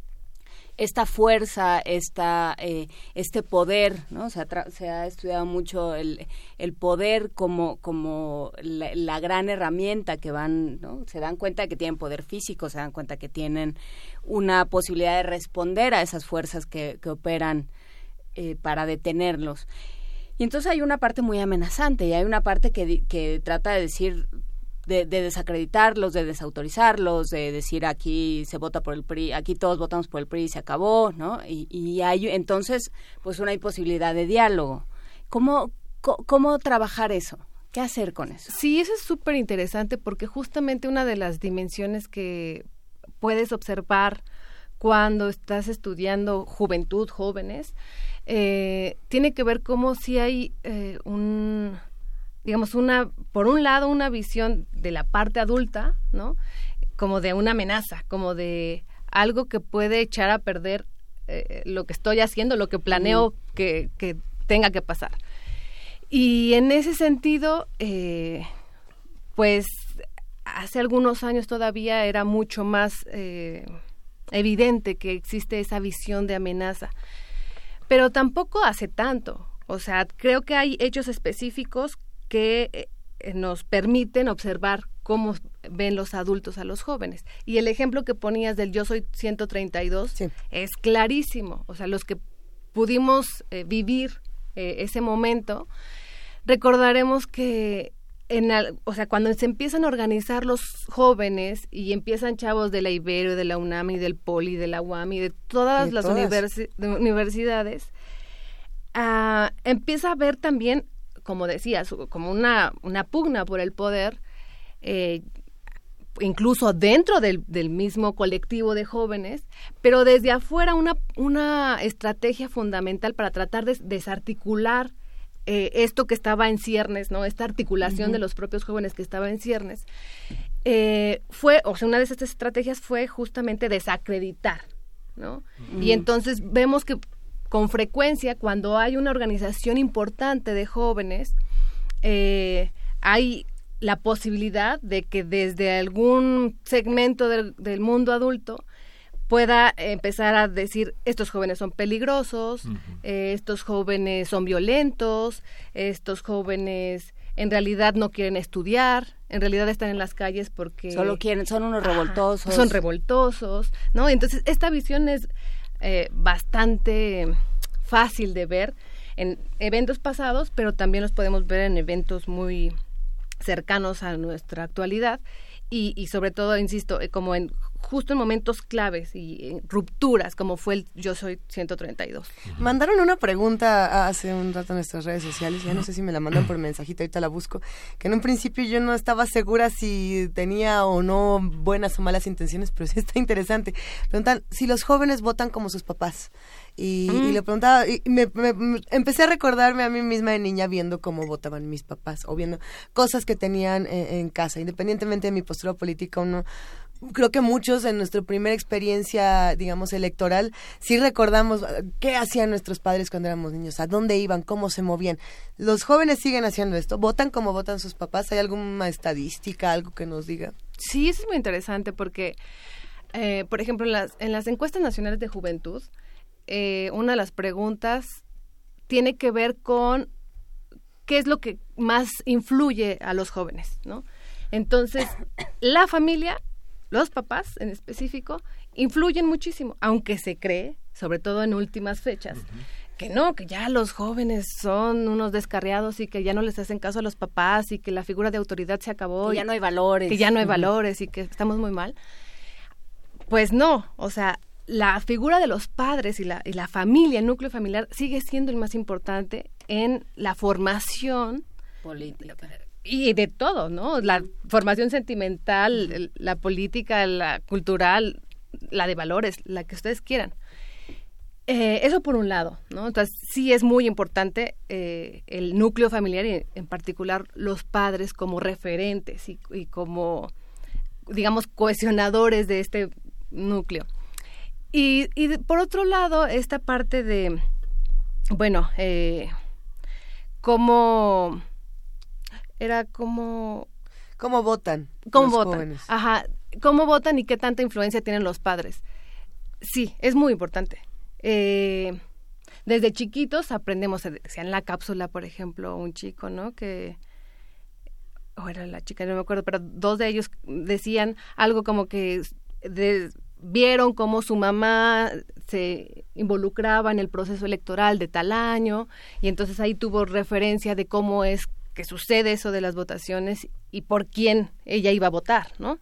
esta fuerza, esta eh, este poder, ¿no? Se ha, tra- se ha estudiado mucho el, el poder como como la, la gran herramienta que van, ¿no? Se dan cuenta que tienen poder físico, se dan cuenta que tienen una posibilidad de responder a esas fuerzas que, que operan eh, para detenerlos. Y entonces hay una parte muy amenazante y hay una parte que, que trata de decir, de, de desacreditarlos, de desautorizarlos, de decir aquí se vota por el P R I, aquí todos votamos por el P R I y se acabó, ¿no? Y, y hay entonces pues una imposibilidad de diálogo. ¿Cómo, cómo, cómo trabajar eso? ¿Qué hacer con eso? Sí, eso es súper interesante porque justamente una de las dimensiones que puedes observar cuando estás estudiando juventud, jóvenes, eh, tiene que ver cómo si hay eh, un, digamos, una, por un lado, una visión de la parte adulta, ¿no? Como de una amenaza, como de algo que puede echar a perder eh, lo que estoy haciendo, lo que planeo mm. que, que tenga que pasar. Y en ese sentido, eh, pues, hace algunos años todavía era mucho más eh, evidente que existe esa visión de amenaza, pero tampoco hace tanto. O sea, creo que hay hechos específicos que eh, nos permiten observar cómo ven los adultos a los jóvenes. Y el ejemplo que ponías del Yo Soy ciento treinta y dos sí. es clarísimo. O sea, los que pudimos eh, vivir eh, ese momento, recordaremos que En al, o sea, cuando se empiezan a organizar los jóvenes y empiezan chavos de la Ibero, de la UNAM y del Poli, de la U A M y de todas de las todas. Universi- de universidades, uh, empieza a haber también, como decías, como una, una pugna por el poder, eh, incluso dentro del, del mismo colectivo de jóvenes, pero desde afuera una, una estrategia fundamental para tratar de desarticular Eh, esto que estaba en ciernes, ¿no? Esta articulación uh-huh. de los propios jóvenes que estaba en ciernes, eh, fue, o sea, una de esas estrategias fue justamente desacreditar, ¿no? Mm. Y entonces vemos que con frecuencia cuando hay una organización importante de jóvenes, eh, hay la posibilidad de que desde algún segmento del, del mundo adulto pueda empezar a decir, estos jóvenes son peligrosos, uh-huh. eh, estos jóvenes son violentos, estos jóvenes en realidad no quieren estudiar, en realidad están en las calles porque... Solo quieren, son unos revoltosos. Ajá, son revoltosos, ¿no? Entonces, esta visión es eh, bastante fácil de ver en eventos pasados, pero también los podemos ver en eventos muy cercanos a nuestra actualidad y, y sobre todo, insisto, como en justo en momentos claves y en rupturas, como fue el Yo Soy ciento treinta y dos. Mandaron una pregunta hace un rato en nuestras redes sociales, ya no sé si me la mandan por mensajito, ahorita la busco, que en un principio yo no estaba segura si tenía o no buenas o malas intenciones, pero sí está interesante. Preguntan si los jóvenes votan como sus papás. Y, mm. y le preguntaba, y me, me, me empecé a recordarme a mí misma de niña viendo cómo votaban mis papás, o viendo cosas que tenían en, en casa, independientemente de mi postura política o no. Creo que muchos en nuestra primera experiencia, digamos, electoral, sí recordamos qué hacían nuestros padres cuando éramos niños, a dónde iban, cómo se movían. Los jóvenes siguen haciendo esto, votan como votan sus papás. ¿Hay alguna estadística, algo que nos diga? Sí, eso es muy interesante porque, eh, por ejemplo, en las, en las encuestas nacionales de juventud, eh, una de las preguntas tiene que ver con qué es lo que más influye a los jóvenes, ¿no? Entonces, la familia, los papás en específico, influyen muchísimo, aunque se cree, sobre todo en últimas fechas, uh-huh. que no, que ya los jóvenes son unos descarriados y que ya no les hacen caso a los papás y que la figura de autoridad se acabó. Que ya no hay valores. Que ya no hay uh-huh. valores y que estamos muy mal. Pues no, o sea, la figura de los padres y la, y la familia, el núcleo familiar, sigue siendo el más importante en la formación política. Y de todo, ¿no? La formación sentimental, la política, la cultural, la de valores, la que ustedes quieran. Eh, eso por un lado, ¿no? Entonces, sí es muy importante eh, el núcleo familiar y en particular los padres como referentes y, y como, digamos, cohesionadores de este núcleo. Y, y de, por otro lado, esta parte de, bueno, eh, cómo... Era como... ¿Cómo votan ¿Cómo los votan? jóvenes? Ajá. ¿Cómo votan y qué tanta influencia tienen los padres? Sí, es muy importante. Eh, desde chiquitos aprendemos, decía en la cápsula, por ejemplo, un chico, ¿no? Que... O era la chica, no me acuerdo, pero dos de ellos decían algo como que de, vieron cómo su mamá se involucraba en el proceso electoral de tal año y entonces ahí tuvo referencia de cómo es que sucede eso de las votaciones y por quién ella iba a votar, ¿no?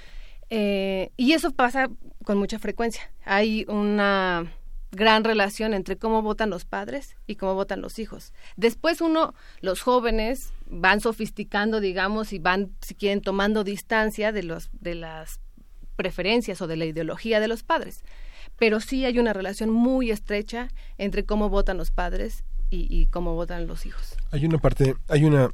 Eh, y eso pasa con mucha frecuencia. Hay una gran relación entre cómo votan los padres y cómo votan los hijos. Después uno, los jóvenes, van sofisticando, digamos, y van, si quieren, tomando distancia de los de las preferencias o de la ideología de los padres. Pero sí hay una relación muy estrecha entre cómo votan los padres Y, y cómo votan los hijos. Hay una parte, hay una...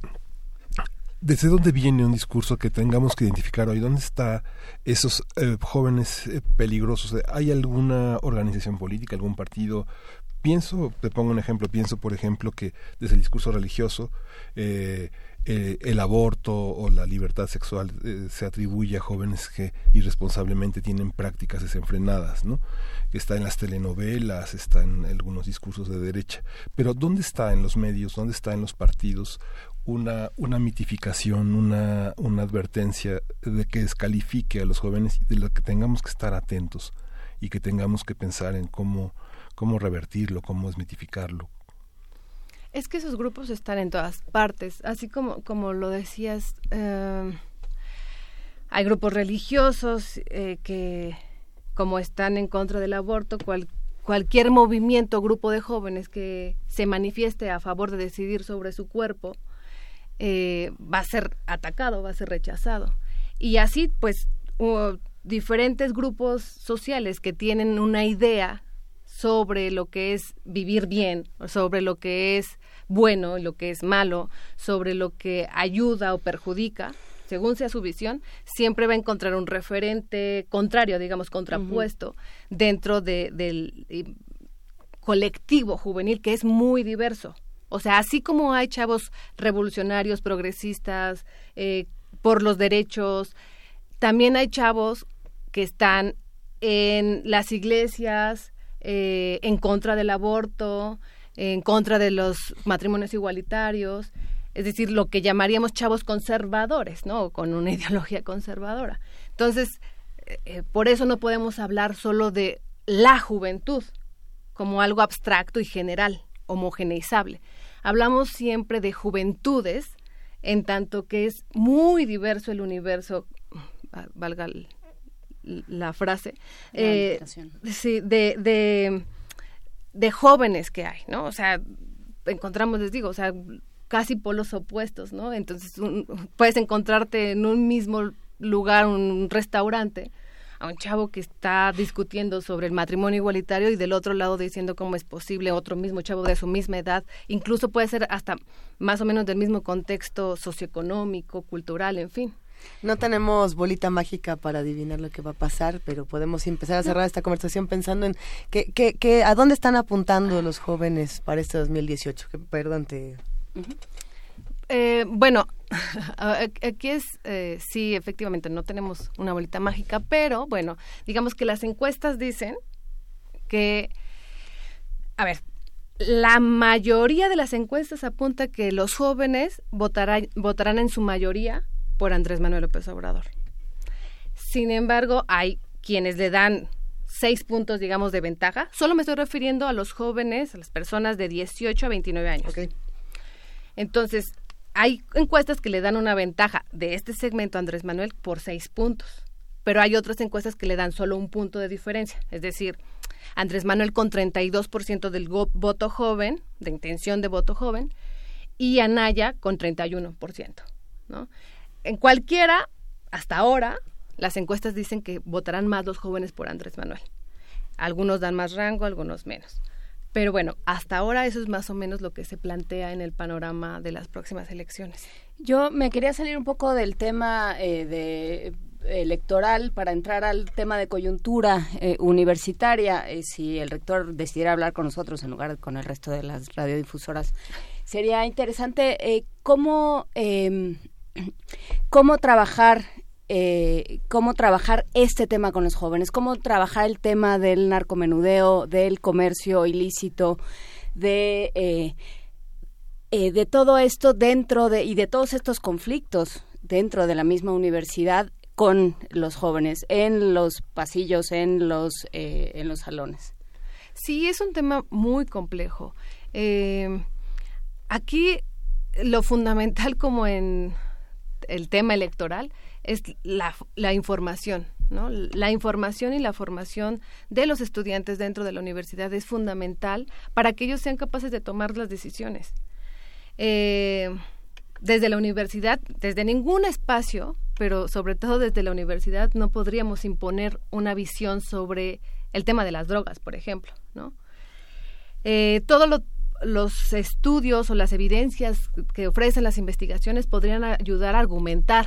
¿Desde dónde viene un discurso que tengamos que identificar hoy? ¿Dónde están esos eh, jóvenes eh, peligrosos? ¿Hay alguna organización política, algún partido? Pienso, te pongo un ejemplo, pienso por ejemplo que desde el discurso religioso eh, eh, el aborto o la libertad sexual eh, se atribuye a jóvenes que irresponsablemente tienen prácticas desenfrenadas, ¿no? Está en las telenovelas, está en algunos discursos de derecha, pero ¿dónde está en los medios, dónde está en los partidos una una mitificación, una una advertencia de que descalifique a los jóvenes y de lo que tengamos que estar atentos y que tengamos que pensar en cómo cómo revertirlo, cómo desmitificarlo? Es que esos grupos están en todas partes, así como como lo decías, eh, hay grupos religiosos eh, que como están en contra del aborto, cual, cualquier movimiento o grupo de jóvenes que se manifieste a favor de decidir sobre su cuerpo eh, va a ser atacado, va a ser rechazado. Y así, pues, uh, diferentes grupos sociales que tienen una idea sobre lo que es vivir bien, sobre lo que es bueno, lo que es malo, sobre lo que ayuda o perjudica, según sea su visión, siempre va a encontrar un referente contrario, digamos, contrapuesto, uh-huh. dentro de, del eh, colectivo juvenil, que es muy diverso. O sea, así como hay chavos revolucionarios, progresistas, eh, por los derechos, también hay chavos que están en las iglesias, eh, en contra del aborto, en contra de los matrimonios igualitarios, es decir, lo que llamaríamos chavos conservadores, ¿no? Con una ideología conservadora. Entonces, eh, por eso no podemos hablar solo de la juventud como algo abstracto y general, homogeneizable. Hablamos siempre de juventudes, en tanto que es muy diverso el universo, valga el, la frase, eh, sí, de, de, de jóvenes que hay, ¿no? O sea, encontramos, les digo, o sea, casi polos opuestos, ¿no? Entonces, un, puedes encontrarte en un mismo lugar, un restaurante, a un chavo que está discutiendo sobre el matrimonio igualitario y del otro lado diciendo cómo es posible otro mismo chavo de su misma edad, incluso puede ser hasta más o menos del mismo contexto socioeconómico, cultural, en fin. No tenemos bolita mágica para adivinar lo que va a pasar, pero podemos empezar a cerrar esta conversación pensando en que, que, que a dónde están apuntando los jóvenes para este dos mil dieciocho. Que, perdón, te... Uh-huh. Eh, bueno, aquí es, eh, sí, efectivamente, no tenemos una bolita mágica, pero bueno, digamos que las encuestas dicen que, a ver, la mayoría de las encuestas apunta que los jóvenes votarán, votarán en su mayoría por Andrés Manuel López Obrador. Sin embargo, hay quienes le dan seis puntos, digamos, de ventaja. Solo me estoy refiriendo a los jóvenes, a las personas de dieciocho a veintinueve años. Okay. Entonces, hay encuestas que le dan una ventaja de este segmento a Andrés Manuel por seis puntos, pero hay otras encuestas que le dan solo un punto de diferencia. Es decir, Andrés Manuel con treinta y dos por ciento del go- voto joven, de intención de voto joven, y Anaya con treinta y uno por ciento, ¿no? En cualquiera, hasta ahora, las encuestas dicen que votarán más los jóvenes por Andrés Manuel. Algunos dan más rango, algunos menos. Pero bueno, hasta ahora eso es más o menos lo que se plantea en el panorama de las próximas elecciones. Yo me quería salir un poco del tema eh, de electoral para entrar al tema de coyuntura eh, universitaria. Eh, si el rector decidiera hablar con nosotros en lugar de con el resto de las radiodifusoras, sería interesante eh, cómo, eh, cómo trabajar Eh, cómo trabajar este tema con los jóvenes, cómo trabajar el tema del narcomenudeo, del comercio ilícito, de eh, eh, de todo esto dentro de y de todos estos conflictos dentro de la misma universidad con los jóvenes en los pasillos, en los eh, en los salones. Sí, es un tema muy complejo. Eh, aquí lo fundamental, como en el tema electoral, es la, la información, ¿no? La información y la formación de los estudiantes dentro de la universidad es fundamental para que ellos sean capaces de tomar las decisiones. Eh, desde la universidad, desde ningún espacio, pero sobre todo desde la universidad, no podríamos imponer una visión sobre el tema de las drogas, por ejemplo, ¿no? Eh, todo lo los estudios o las evidencias que ofrecen las investigaciones podrían ayudar a argumentar,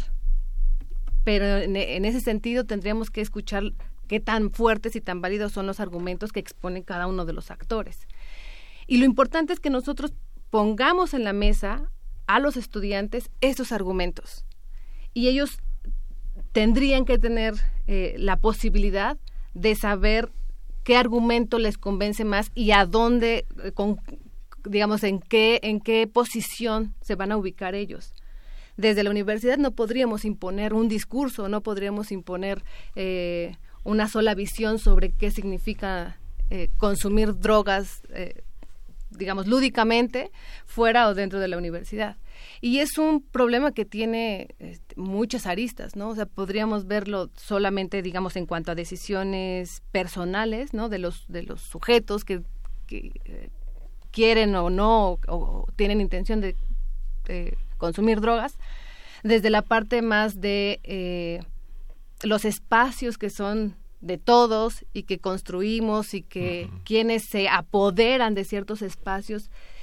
pero en, en ese sentido tendríamos que escuchar qué tan fuertes y tan válidos son los argumentos que exponen cada uno de los actores. Y lo importante es que nosotros pongamos en la mesa a los estudiantes estos argumentos, y ellos tendrían que tener eh, la posibilidad de saber qué argumento les convence más y a dónde, eh, con, digamos, en qué, en qué posición se van a ubicar ellos. Desde la universidad no podríamos imponer un discurso, no podríamos imponer eh, una sola visión sobre qué significa eh, consumir drogas, eh, digamos, lúdicamente, fuera o dentro de la universidad. Y es un problema que tiene este, muchas aristas, ¿no? O sea, podríamos verlo solamente, digamos, en cuanto a decisiones personales, ¿no? De los, de los sujetos que, que eh, quieren o no, o, o tienen intención de eh, consumir drogas, desde la parte más de eh, los espacios que son de todos y que construimos y que uh-huh. quienes se apoderan de ciertos espacios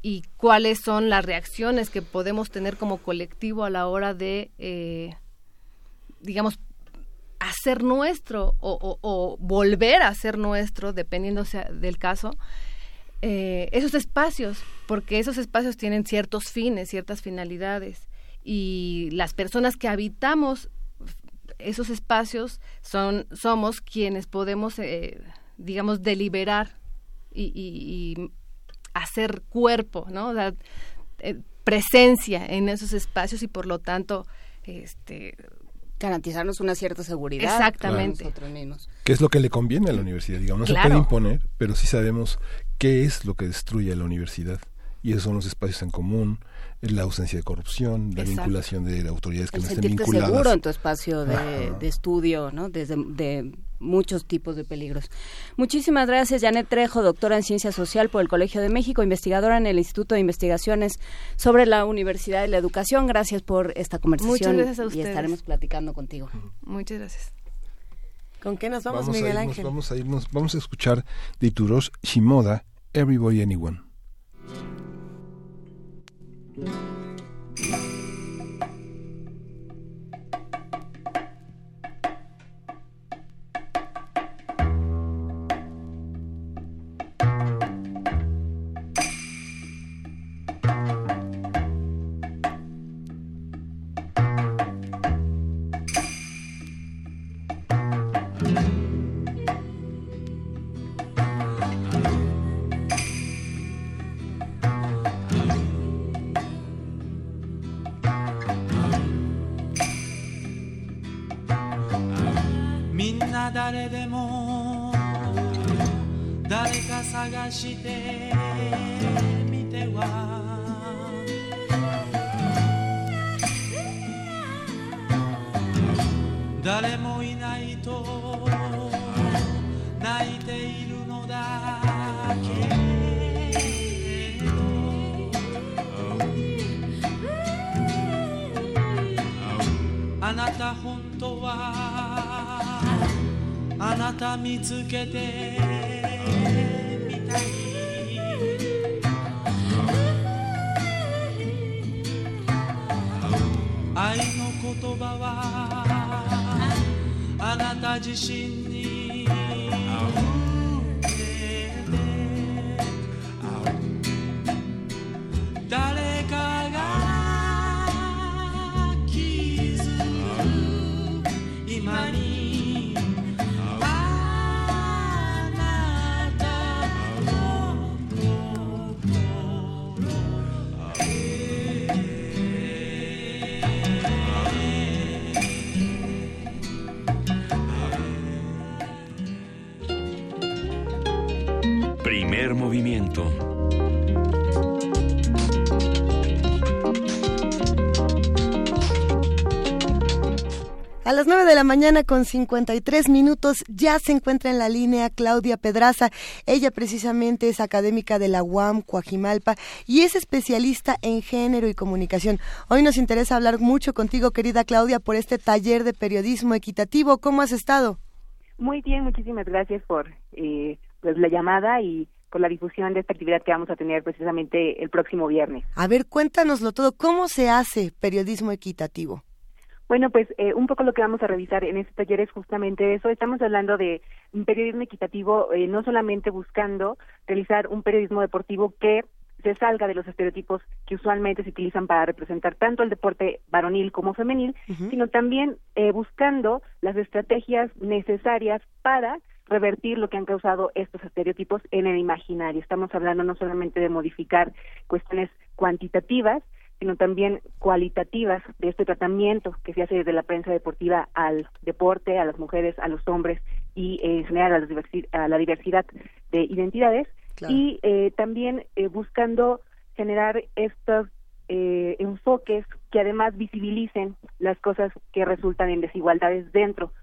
y cuáles son las reacciones que podemos tener como colectivo a la hora de, eh, digamos, hacer nuestro o, o, o volver a hacer nuestro, dependiendo del caso, eh, esos espacios, porque esos espacios tienen ciertos fines, ciertas finalidades, y las personas que habitamos esos espacios son somos quienes podemos, eh, digamos, deliberar y, y, y hacer cuerpo, ¿no? O sea, eh, presencia en esos espacios y por lo tanto, este garantizarnos una cierta seguridad. Exactamente. Nosotros mismos. ¿Qué es lo que le conviene a la universidad? Digamos, no claro. se puede imponer, pero sí sabemos qué es lo que destruye a la universidad. Y esos son los espacios en común, la ausencia de corrupción, la Exacto. vinculación de autoridades que el no estén vinculadas. Sentirte seguro en tu espacio de, de estudio, ¿no? Desde de muchos tipos de peligros. Muchísimas gracias, Janet Trejo, doctora en Ciencia Social por el Colegio de México, investigadora en el Instituto de Investigaciones sobre la Universidad y la Educación. Gracias por esta conversación. Muchas gracias a ustedes. Y estaremos platicando contigo. Muchas gracias. ¿Con qué nos vamos, vamos Miguel a irnos, Ángel? Vamos a irnos, vamos a escuchar de Iturosh Shimoda, Everybody Anyone. Primer movimiento. A las nueve de la mañana con cincuenta y tres minutos ya se encuentra en la línea Claudia Pedraza. Ella precisamente es académica de la U A M Coajimalpa y es especialista en género y comunicación. Hoy nos interesa hablar mucho contigo, querida Claudia, por este taller de periodismo equitativo. ¿Cómo has estado? Muy bien, muchísimas gracias por eh, pues la llamada y por la difusión de esta actividad que vamos a tener precisamente el próximo viernes. A ver, cuéntanoslo todo. ¿Cómo se hace periodismo equitativo? Bueno, pues eh, un poco lo que vamos a revisar en este taller es justamente eso. Estamos hablando de un periodismo equitativo, eh, no solamente buscando realizar un periodismo deportivo que se salga de los estereotipos que usualmente se utilizan para representar tanto el deporte varonil como femenil, uh-huh. sino también eh, buscando las estrategias necesarias para revertir lo que han causado estos estereotipos en el imaginario. Estamos hablando no solamente de modificar cuestiones cuantitativas, sino también cualitativas de este tratamiento que se hace desde la prensa deportiva al deporte, a las mujeres, a los hombres y eh, en general a la, diversi- a la diversidad de identidades, claro. y eh, también eh, buscando generar estos eh, enfoques que además visibilicen las cosas que resultan en desigualdades dentro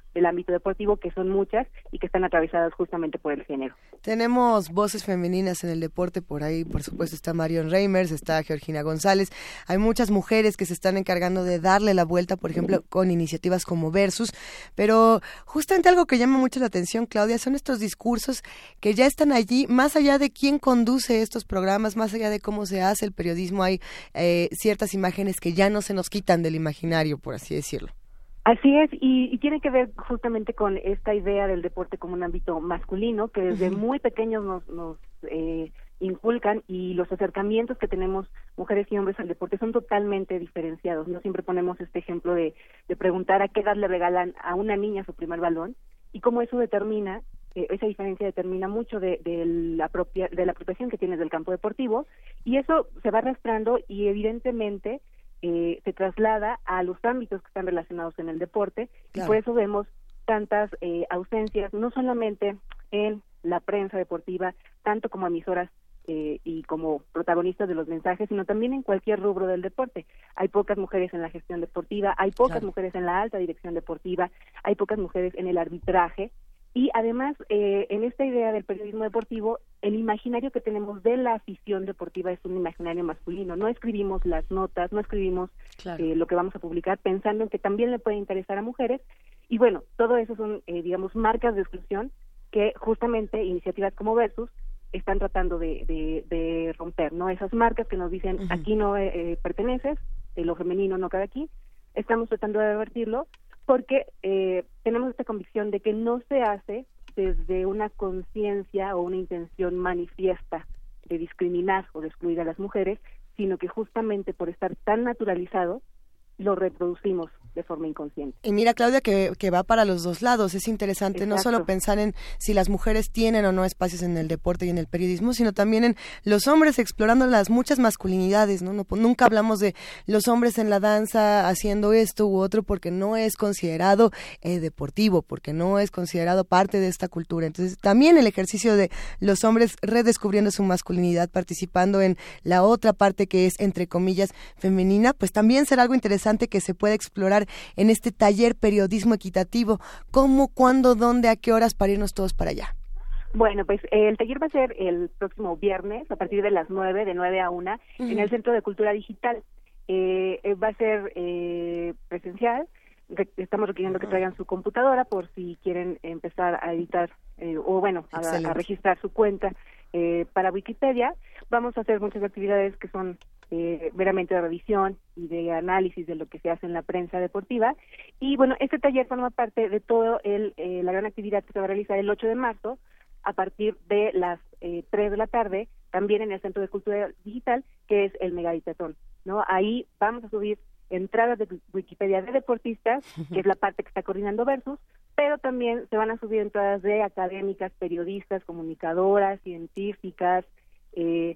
del ámbito deportivo, que son muchas y que están atravesadas justamente por el género. Tenemos voces femeninas en el deporte, por ahí por supuesto está Marion Reimers, está Georgina González, hay muchas mujeres que se están encargando de darle la vuelta, por ejemplo, con iniciativas como Versus, pero justamente algo que llama mucho la atención, Claudia, son estos discursos que ya están allí, más allá de quién conduce estos programas, más allá de cómo se hace el periodismo, hay eh, ciertas imágenes que ya no se nos quitan del imaginario, por así decirlo. Así es, y, y tiene que ver justamente con esta idea del deporte como un ámbito masculino, que desde uh-huh. muy pequeños nos, nos eh, inculcan, y los acercamientos que tenemos mujeres y hombres al deporte son totalmente diferenciados. No siempre ponemos este ejemplo de, de preguntar a qué edad le regalan a una niña su primer balón, y cómo eso determina, eh, esa diferencia determina mucho de, de, la propia, de la apropiación que tienes del campo deportivo, y eso se va arrastrando y evidentemente Eh, se traslada a los ámbitos que están relacionados en el deporte, claro. Y por eso vemos tantas eh, ausencias, no solamente en la prensa deportiva, tanto como emisoras eh, y como protagonistas de los mensajes, sino también en cualquier rubro del deporte. Hay pocas mujeres en la gestión deportiva, hay pocas claro. mujeres en la alta dirección deportiva, hay pocas mujeres en el arbitraje, y además eh, en esta idea del periodismo deportivo, el imaginario que tenemos de la afición deportiva es un imaginario masculino. No escribimos las notas, no escribimos claro. eh, lo que vamos a publicar pensando en que también le puede interesar a mujeres, y bueno, todo eso son eh, digamos marcas de exclusión que justamente iniciativas como Versus están tratando de, de, de romper, ¿no? Esas marcas que nos dicen uh-huh. aquí no eh, perteneces, eh, lo femenino no cabe aquí, estamos tratando de revertirlo, porque eh, tenemos esta convicción de que no se hace desde una conciencia o una intención manifiesta de discriminar o de excluir a las mujeres, sino que justamente por estar tan naturalizado, lo reproducimos de forma inconsciente. Y mira, Claudia, que, que va para los dos lados. Es interesante Exacto. no solo pensar en si las mujeres tienen o no espacios en el deporte y en el periodismo, sino también en los hombres explorando las muchas masculinidades, ¿no? No, nunca hablamos de los hombres en la danza haciendo esto u otro porque no es considerado eh, deportivo, porque no es considerado parte de esta cultura. Entonces, también el ejercicio de los hombres redescubriendo su masculinidad, participando en la otra parte que es, entre comillas, femenina, pues también será algo interesante que se pueda explorar en este taller Periodismo Equitativo. ¿Cómo, cuándo, dónde, a qué horas para irnos todos para allá? Bueno, pues eh, el taller va a ser el próximo viernes a partir de las nueve, de nueve a una, uh-huh. en el Centro de Cultura Digital. Eh, eh, va a ser eh, presencial. Re- estamos requiriendo uh-huh. que traigan su computadora por si quieren empezar a editar eh, o bueno, a, a registrar su cuenta eh, para Wikipedia. Vamos a hacer muchas actividades que son Eh, meramente de revisión y de análisis de lo que se hace en la prensa deportiva, y bueno, este taller forma parte de todo el eh, la gran actividad que se va a realizar el ocho de marzo a partir de las eh, tres de la tarde, también en el Centro de Cultura Digital, que es el Megadictatón, ¿no? Ahí vamos a subir entradas de Wikipedia de deportistas, que es la parte que está coordinando Versus, pero también se van a subir entradas de académicas, periodistas, comunicadoras, científicas, eh,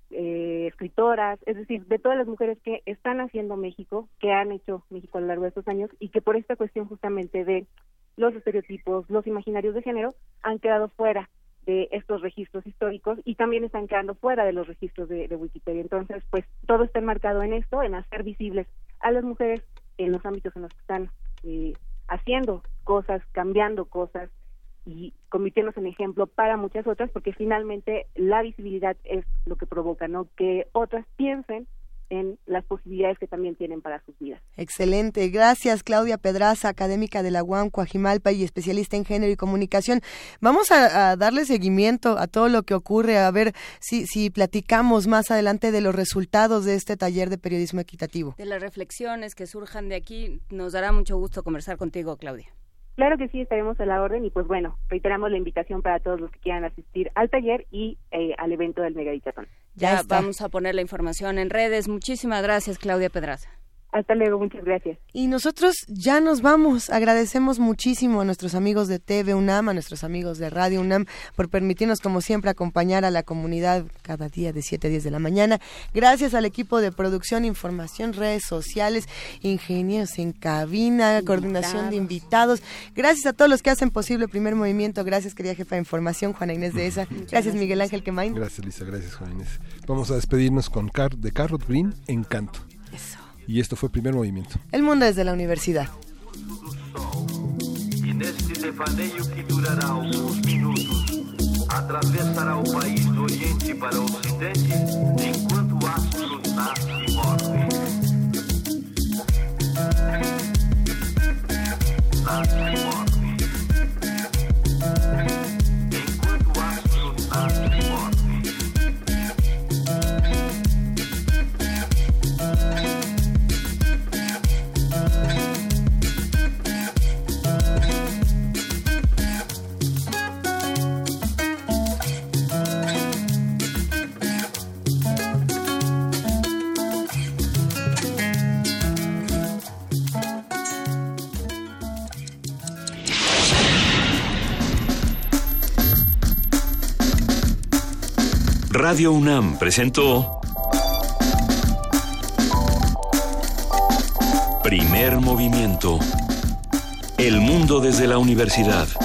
Eh, escritoras, es decir, de todas las mujeres que están haciendo México, que han hecho México a lo largo de estos años, y que por esta cuestión justamente de los estereotipos, los imaginarios de género, han quedado fuera de estos registros históricos y también están quedando fuera de los registros de, de Wikipedia. Entonces, pues todo está enmarcado en esto, en hacer visibles a las mujeres en los ámbitos en los que están eh, haciendo cosas, cambiando cosas, y convirtiéndose en ejemplo para muchas otras, porque finalmente la visibilidad es lo que provoca, ¿no? Que otras piensen en las posibilidades que también tienen para sus vidas. Excelente, gracias Claudia Pedraza, académica de la U A M Coajimalpa y especialista en género y comunicación. Vamos a, a darle seguimiento a todo lo que ocurre, a ver si, si platicamos más adelante de los resultados de este taller de periodismo equitativo. De las reflexiones que surjan de aquí, nos dará mucho gusto conversar contigo, Claudia. Claro que sí, estaremos a la orden y pues bueno, reiteramos la invitación para todos los que quieran asistir al taller y eh, al evento del Megadictatón. Ya, ya vamos a poner la información en redes. Muchísimas gracias, Claudia Pedraza. Hasta luego, muchas gracias. Y nosotros ya nos vamos. Agradecemos muchísimo a nuestros amigos de T V UNAM, a nuestros amigos de Radio UNAM, por permitirnos, como siempre, acompañar a la comunidad cada día de siete a diez de la mañana. Gracias al equipo de producción, información, redes sociales, ingenieros en cabina, invitados. Coordinación de invitados. Gracias a todos los que hacen posible Primer Movimiento. Gracias, querida jefa de información, Juana Inés de Esa. Gracias, gracias, Miguel Ángel Quemain. Gracias, Lisa. Gracias, Juana Inés. Vamos a despedirnos con Car- de Carrot Green, Encanto. Eso. Y esto fue Primer Movimiento. El mundo desde la universidad. In Este devaneio que durará alguns minutos atravessará o país do Oriente para o Ocidente enquanto o astro nasce e morre. Nasce e morre. Enquanto o astro nasce e morre. Radio UNAM presentó Primer Movimiento. El mundo desde la universidad.